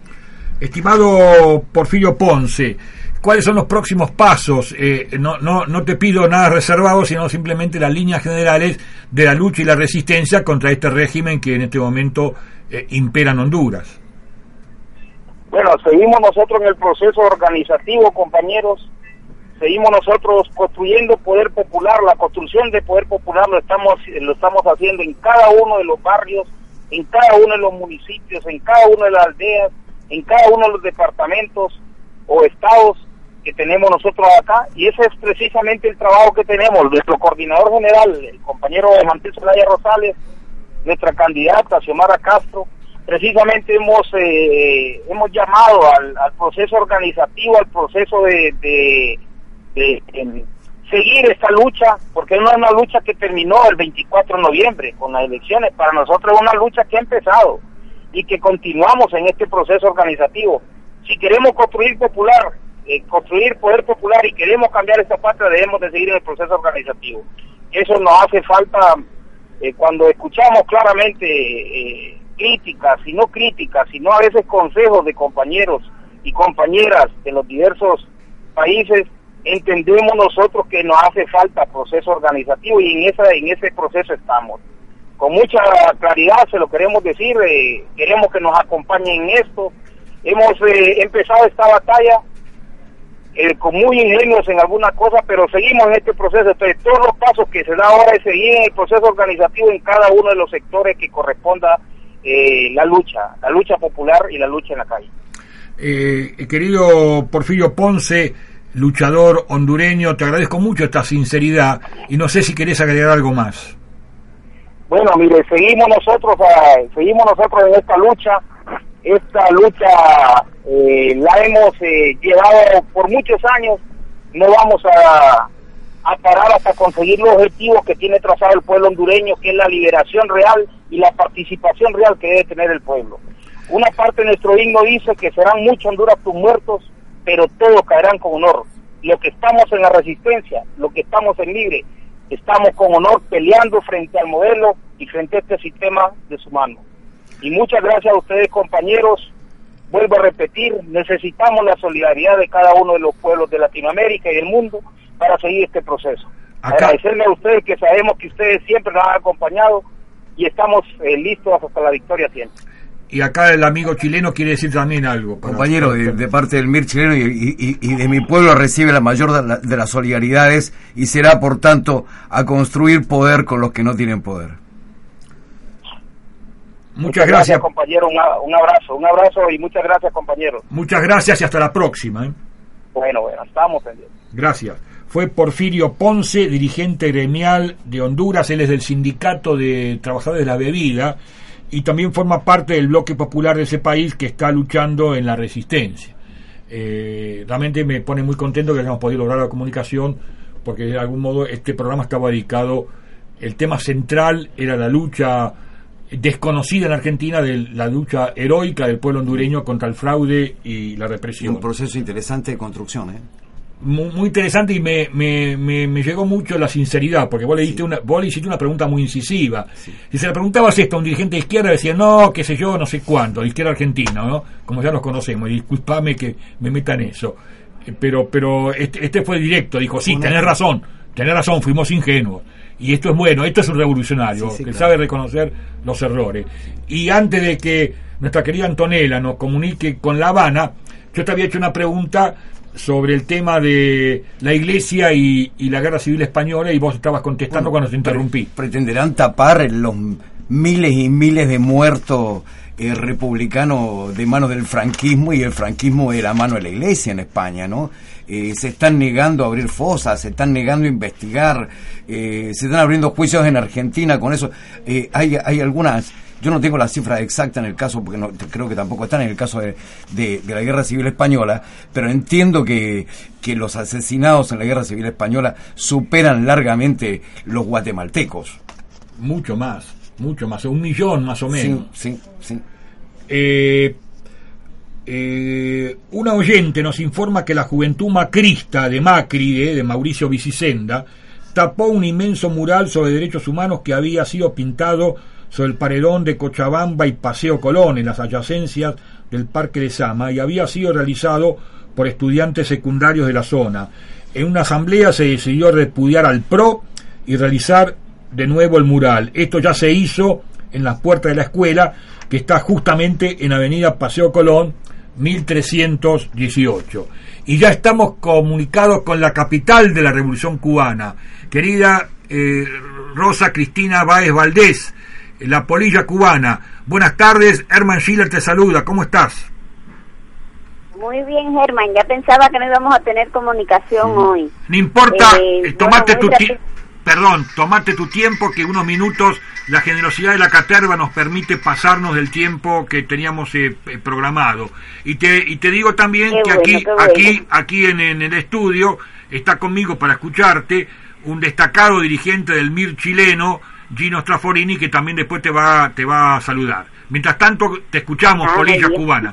Estimado Porfirio Ponce, ¿cuáles son los próximos pasos? Eh, no, no, no te pido nada reservado, sino simplemente las líneas generales de la lucha y la resistencia contra este régimen que en este momento eh, impera en Honduras. Bueno, seguimos nosotros en el proceso organizativo, compañeros, seguimos nosotros construyendo poder popular, la construcción de poder popular lo estamos, lo estamos haciendo en cada uno de los barrios, en cada uno de los municipios, en cada una de las aldeas, en cada uno de los departamentos o estados que tenemos nosotros acá, y ese es precisamente el trabajo que tenemos. Nuestro coordinador general, el compañero Mantel Zelaya Rosales, nuestra candidata Xiomara Castro, precisamente hemos eh, hemos llamado al, al proceso organizativo, al proceso de, de, de, de seguir esta lucha, porque no es una lucha que terminó el veinticuatro de noviembre con las elecciones, para nosotros es una lucha que ha empezado y que continuamos en este proceso organizativo. Si queremos construir popular, eh, construir poder popular y queremos cambiar esta patria, debemos de seguir en el proceso organizativo. Eso nos hace falta eh, cuando escuchamos claramente eh, críticas, y no críticas, sino a veces consejos de compañeros y compañeras de los diversos países, entendemos nosotros que nos hace falta proceso organizativo, y en esa en ese proceso estamos. Con mucha claridad se lo queremos decir, eh, queremos que nos acompañen en esto. Hemos eh, empezado esta batalla eh, con muy ingenuos en alguna cosa, pero seguimos en este proceso. Entonces, todos los pasos que se da ahora es seguir en el proceso organizativo en cada uno de los sectores que corresponda eh, la lucha, la lucha popular y la lucha en la calle. Eh, querido Porfirio Ponce, luchador hondureño, te agradezco mucho esta sinceridad y no sé si querés agregar algo más. Bueno, mire, seguimos nosotros, eh, seguimos nosotros en esta lucha. Esta lucha eh, la hemos eh, llevado por muchos años. No vamos a, a parar hasta conseguir los objetivos que tiene trazado el pueblo hondureño, que es la liberación real y la participación real que debe tener el pueblo. Una parte de nuestro himno dice que serán muchos Honduras tus muertos, pero todos caerán con honor. Los que estamos en la resistencia, los que estamos en libre, estamos con honor peleando frente al modelo y frente a este sistema deshumano. Y muchas gracias a ustedes, compañeros. Vuelvo a repetir, necesitamos la solidaridad de cada uno de los pueblos de Latinoamérica y del mundo para seguir este proceso. Acá. Agradecerle a ustedes, que sabemos que ustedes siempre nos han acompañado y estamos eh, listos hasta la victoria siempre. Y acá el amigo chileno quiere decir también algo. Compañero, de, de parte del M I R chileno y, y, y de mi pueblo recibe la mayor de, la, de las solidaridades y será, por tanto, a construir poder con los que no tienen poder. Muchas, muchas gracias, gracias compañero. Una, un abrazo, un abrazo y muchas gracias, compañero. Muchas gracias y hasta la próxima. ¿eh? Bueno, bueno, estamos pendientes. Gracias. Fue Porfirio Ponce, dirigente gremial de Honduras. Él es del Sindicato de Trabajadores de la Bebida y también forma parte del bloque popular de ese país que está luchando en la resistencia. Eh, realmente me pone muy contento que hayamos podido lograr la comunicación, porque de algún modo este programa estaba dedicado, el tema central era la lucha desconocida en Argentina, de la lucha heroica del pueblo hondureño contra el fraude y la represión. Y un proceso interesante de construcción, ¿eh? Muy, muy interesante, y me, me, me, me llegó mucho la sinceridad, porque vos le, diste sí. una, vos le hiciste una pregunta muy incisiva. Sí. Si se le preguntabas esto a un dirigente de izquierda, decía, no, qué sé yo, no sé cuánto, de izquierda argentina, ¿no? Como ya los conocemos, y disculpame que me meta en eso. Pero, pero este, este fue directo, dijo, sí, tenés razón, tenés razón, fuimos ingenuos. Y esto es bueno, esto es un revolucionario, sí, sí, que claro. sabe reconocer los errores. Y antes de que nuestra querida Antonella nos comunique con La Habana, yo te había hecho una pregunta sobre el tema de la Iglesia y, y la Guerra Civil Española, y vos estabas contestando bueno, cuando te interrumpí. Pretenderán tapar los miles y miles de muertos eh, republicanos de manos del franquismo, y el franquismo era mano de la Iglesia en España, ¿no? Eh, se están negando a abrir fosas, se están negando a investigar, eh, se están abriendo juicios en Argentina con eso. Eh, hay, hay algunas, yo no tengo la cifra exacta en el caso, porque no, creo que tampoco están en el caso de, de, de la Guerra Civil Española, pero entiendo que, que los asesinados en la Guerra Civil Española superan largamente los guatemaltecos. Mucho más, mucho más, un millón más o menos. Sí, sí, sí. Eh... Eh, una oyente nos informa que la juventud macrista de Macri, eh, de Mauricio Vicisenda, tapó un inmenso mural sobre derechos humanos que había sido pintado sobre el paredón de Cochabamba y Paseo Colón, en las adyacencias del Parque de Sama, y había sido realizado por estudiantes secundarios de la zona. En una asamblea se decidió repudiar al P R O y realizar de nuevo el mural. Esto ya se hizo en las puertas de la escuela, que está justamente en Avenida Paseo Colón mil trescientos dieciocho. Y ya estamos comunicados con la capital de la Revolución Cubana, querida eh, Rosa Cristina Báez Valdés, la polilla cubana. Buenas tardes, Herman Schiller te saluda, ¿cómo estás? Muy bien, Germán, ya pensaba que no íbamos a tener comunicación mm. hoy. No importa, eh, tomate bueno, tu tiempo. Perdón, tomate tu tiempo, que unos minutos, la generosidad de la caterva nos permite pasarnos del tiempo que teníamos eh, programado. Y te y te digo también qué que bueno, aquí bueno. aquí aquí en, en el estudio está conmigo para escucharte un destacado dirigente del M I R chileno, Gino Straforini, que también después te va te va a saludar. Mientras tanto, te escuchamos, ah, polilla cubana.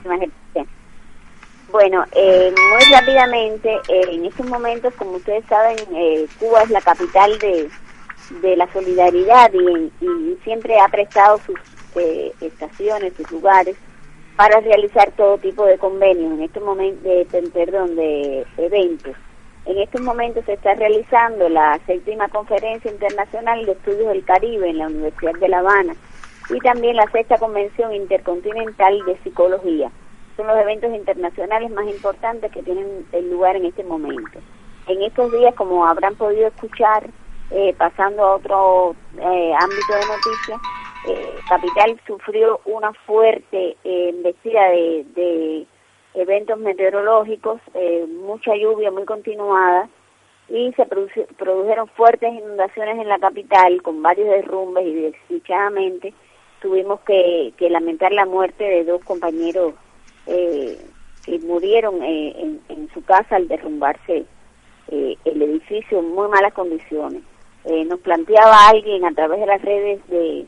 Bueno, eh, muy rápidamente, eh, en estos momentos, como ustedes saben, eh, Cuba es la capital de, de la solidaridad y, y siempre ha prestado sus eh, estaciones, sus lugares, para realizar todo tipo de convenios, en estos momentos, de, perdón, de eventos. En estos momentos se está realizando la séptima Conferencia Internacional de Estudios del Caribe en la Universidad de La Habana, y también la sexta Convención Intercontinental de Psicología. son los eventos internacionales más importantes que tienen lugar en este momento. En estos días, como habrán podido escuchar, eh, pasando a otro eh, ámbito de noticias, eh, Capital sufrió una fuerte eh, embestida de, de eventos meteorológicos, eh, mucha lluvia muy continuada, y se produ- produjeron fuertes inundaciones en la capital con varios derrumbes, y desdichadamente tuvimos que, que lamentar la muerte de dos compañeros eh, que murieron eh, en, en su casa al derrumbarse eh, el edificio en muy malas condiciones. Eh, nos planteaba alguien a través de las redes de,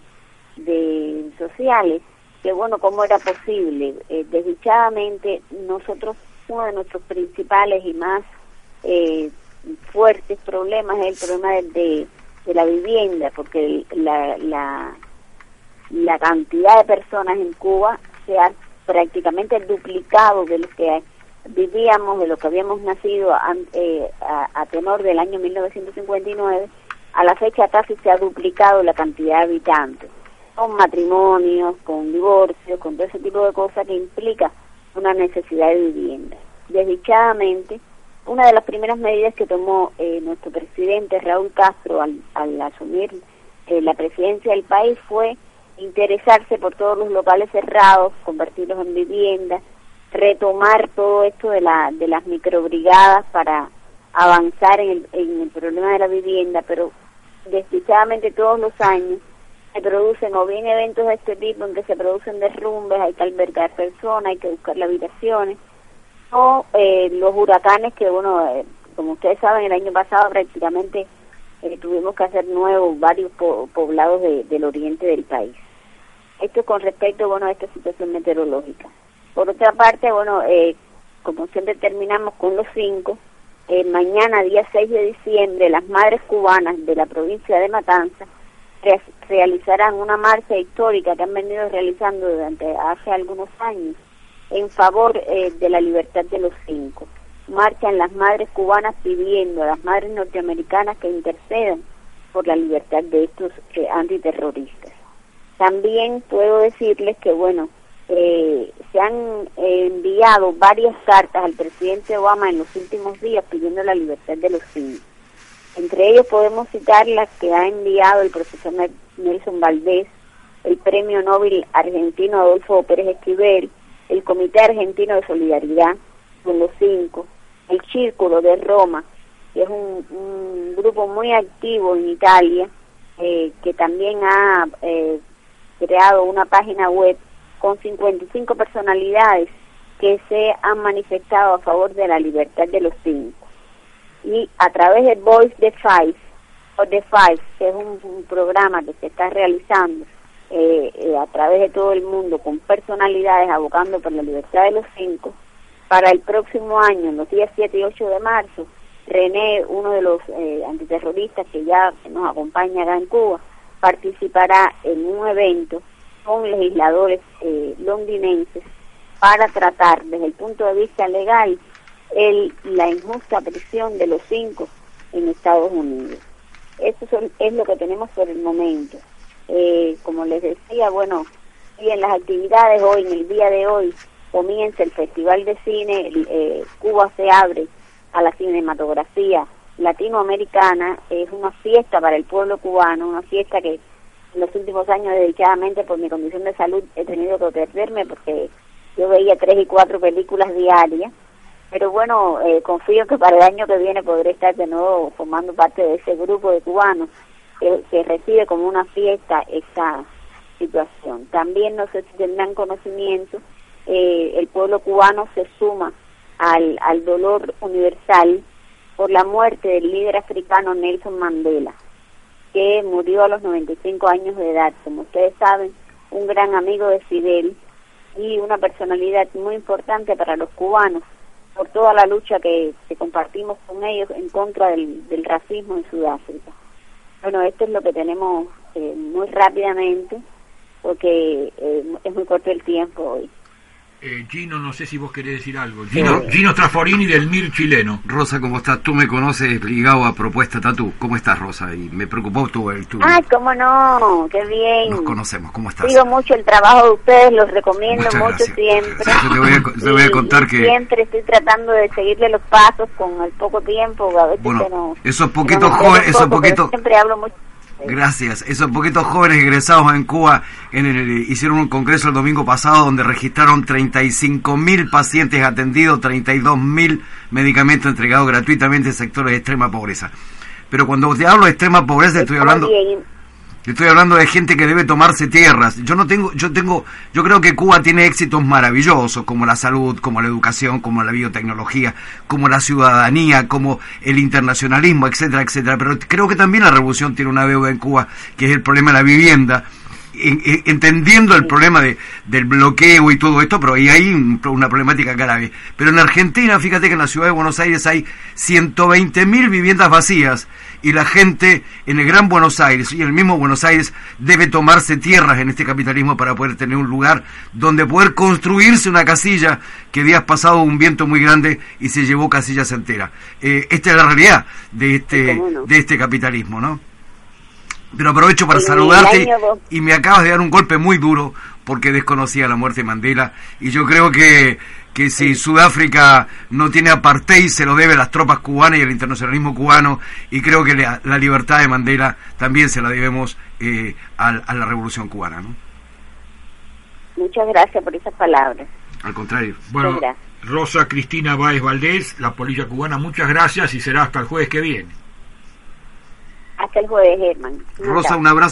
de sociales que bueno, cómo era posible. Eh, desdichadamente nosotros, uno de nuestros principales y más eh, fuertes problemas es el problema de, de, de la vivienda, porque la, la, la cantidad de personas en Cuba se ha prácticamente duplicado de lo que vivíamos, de lo que habíamos nacido a, eh, a, a tenor del año mil novecientos cincuenta y nueve, a la fecha casi se ha duplicado la cantidad de habitantes, con matrimonios, con divorcios, con todo ese tipo de cosas que implica una necesidad de vivienda. Desdichadamente, una de las primeras medidas que tomó eh, nuestro presidente Raúl Castro al, al asumir eh, la presidencia del país fue interesarse por todos los locales cerrados, convertirlos en vivienda, retomar todo esto de la de las microbrigadas para avanzar en el, en el problema de la vivienda, pero desdichadamente todos los años se producen o bien eventos de este tipo en que se producen derrumbes, hay que albergar personas, hay que buscar las habitaciones, o eh, los huracanes que, bueno, eh, como ustedes saben, el año pasado prácticamente eh, tuvimos que hacer nuevos varios po poblados de, del oriente del país. Esto con respecto, bueno, a esta situación meteorológica. Por otra parte, bueno, eh, como siempre terminamos con los cinco, eh, mañana, día seis de diciembre, las madres cubanas de la provincia de Matanzas re realizarán una marcha histórica que han venido realizando durante hace algunos años en favor eh, de la libertad de los cinco. Marchan las madres cubanas pidiendo a las madres norteamericanas que intercedan por la libertad de estos eh, antiterroristas. También puedo decirles que, bueno, eh, se han eh, enviado varias cartas al presidente Obama en los últimos días pidiendo la libertad de los cinco. Entre ellos podemos citar las que ha enviado el profesor Nelson Valdés, el premio Nobel argentino Adolfo Pérez Esquivel, el Comité Argentino de Solidaridad con los cinco, el Círculo de Roma, que es un, un grupo muy activo en Italia, eh, que también ha eh, creado una página web con cincuenta y cinco personalidades que se han manifestado a favor de la libertad de los cinco. Y a través de Voice the Five, o The Five, que es un, un programa que se está realizando eh, eh, a través de todo el mundo con personalidades abogando por la libertad de los cinco, para el próximo año, en los días siete y ocho de marzo, René, uno de los eh, antiterroristas que ya nos acompaña acá en Cuba, participará en un evento con legisladores eh, londinenses para tratar desde el punto de vista legal el, la injusta prisión de los cinco en Estados Unidos. Eso son, es lo que tenemos por el momento. Eh, como les decía, bueno, y en las actividades hoy, en el día de hoy, comienza el Festival de Cine, eh, Cuba se abre a la cinematografía latinoamericana, es una fiesta para el pueblo cubano, una fiesta que en los últimos años dedicadamente por mi condición de salud he tenido que perderme porque yo veía tres y cuatro películas diarias, pero bueno, eh, confío que para el año que viene podré estar de nuevo formando parte de ese grupo de cubanos que, que recibe como una fiesta esta situación. También no sé si tendrán conocimiento, eh, el pueblo cubano se suma al, al dolor universal por la muerte del líder africano Nelson Mandela, que murió a los noventa y cinco años de edad. Como ustedes saben, un gran amigo de Fidel y una personalidad muy importante para los cubanos por toda la lucha que, que compartimos con ellos en contra del, del racismo en Sudáfrica. Bueno, esto es lo que tenemos eh, muy rápidamente, porque eh, es muy corto el tiempo hoy. Eh, Gino, no sé si vos querés decir algo. Gino, Gino Traforini del M I R chileno. Rosa, ¿cómo estás? Tú me conoces ligado a Propuesta Tatú. ¿Cómo estás, Rosa? Y me preocupó tu... tu Ay, cómo no, qué bien. Nos conocemos, ¿cómo estás? Sigo mucho el trabajo de ustedes, los recomiendo Muchas mucho gracias. siempre. Yo te voy a, te voy a contar y que... Siempre estoy tratando de seguirle los pasos con el poco tiempo, a veces Bueno, que no... esos que poquitos no me jóvenes, entero esos poco, pero poquitos... Siempre hablo mucho. Gracias. Esos poquitos jóvenes egresados en Cuba en el, hicieron un congreso el domingo pasado donde registraron treinta y cinco mil pacientes atendidos, treinta y dos mil medicamentos entregados gratuitamente en sectores de extrema pobreza. Pero cuando te hablo de extrema pobreza estoy hablando... Estoy hablando de gente que debe tomarse tierras. Yo no tengo, yo tengo, yo creo que Cuba tiene éxitos maravillosos, como la salud, como la educación, como la biotecnología, como la ciudadanía, como el internacionalismo, etcétera, etcétera. Pero creo que también la revolución tiene una deuda en Cuba, que es el problema de la vivienda. En, en, entendiendo el problema de, del bloqueo y todo esto, pero ahí hay un, una problemática grave. Pero en Argentina, fíjate que en la ciudad de Buenos Aires hay ciento veinte mil viviendas vacías y la gente en el Gran Buenos Aires y en el mismo Buenos Aires debe tomarse tierras en este capitalismo para poder tener un lugar donde poder construirse una casilla que días pasado un viento muy grande y se llevó casillas enteras. Eh, esta es la realidad de este, no? de este capitalismo, ¿no? Pero aprovecho para saludarte y me acabas de dar un golpe muy duro porque desconocía la muerte de Mandela y yo creo que, que si Sudáfrica no tiene apartheid se lo debe a las tropas cubanas y al internacionalismo cubano y creo que la, la libertad de Mandela también se la debemos eh, a, a la revolución cubana, ¿no? Muchas gracias por esas palabras. Al contrario. Bueno, Rosa Cristina Báez Valdés, la polilla cubana, muchas gracias y será hasta el jueves que viene. Hasta el jueves, Germán. Rosa, un abrazo.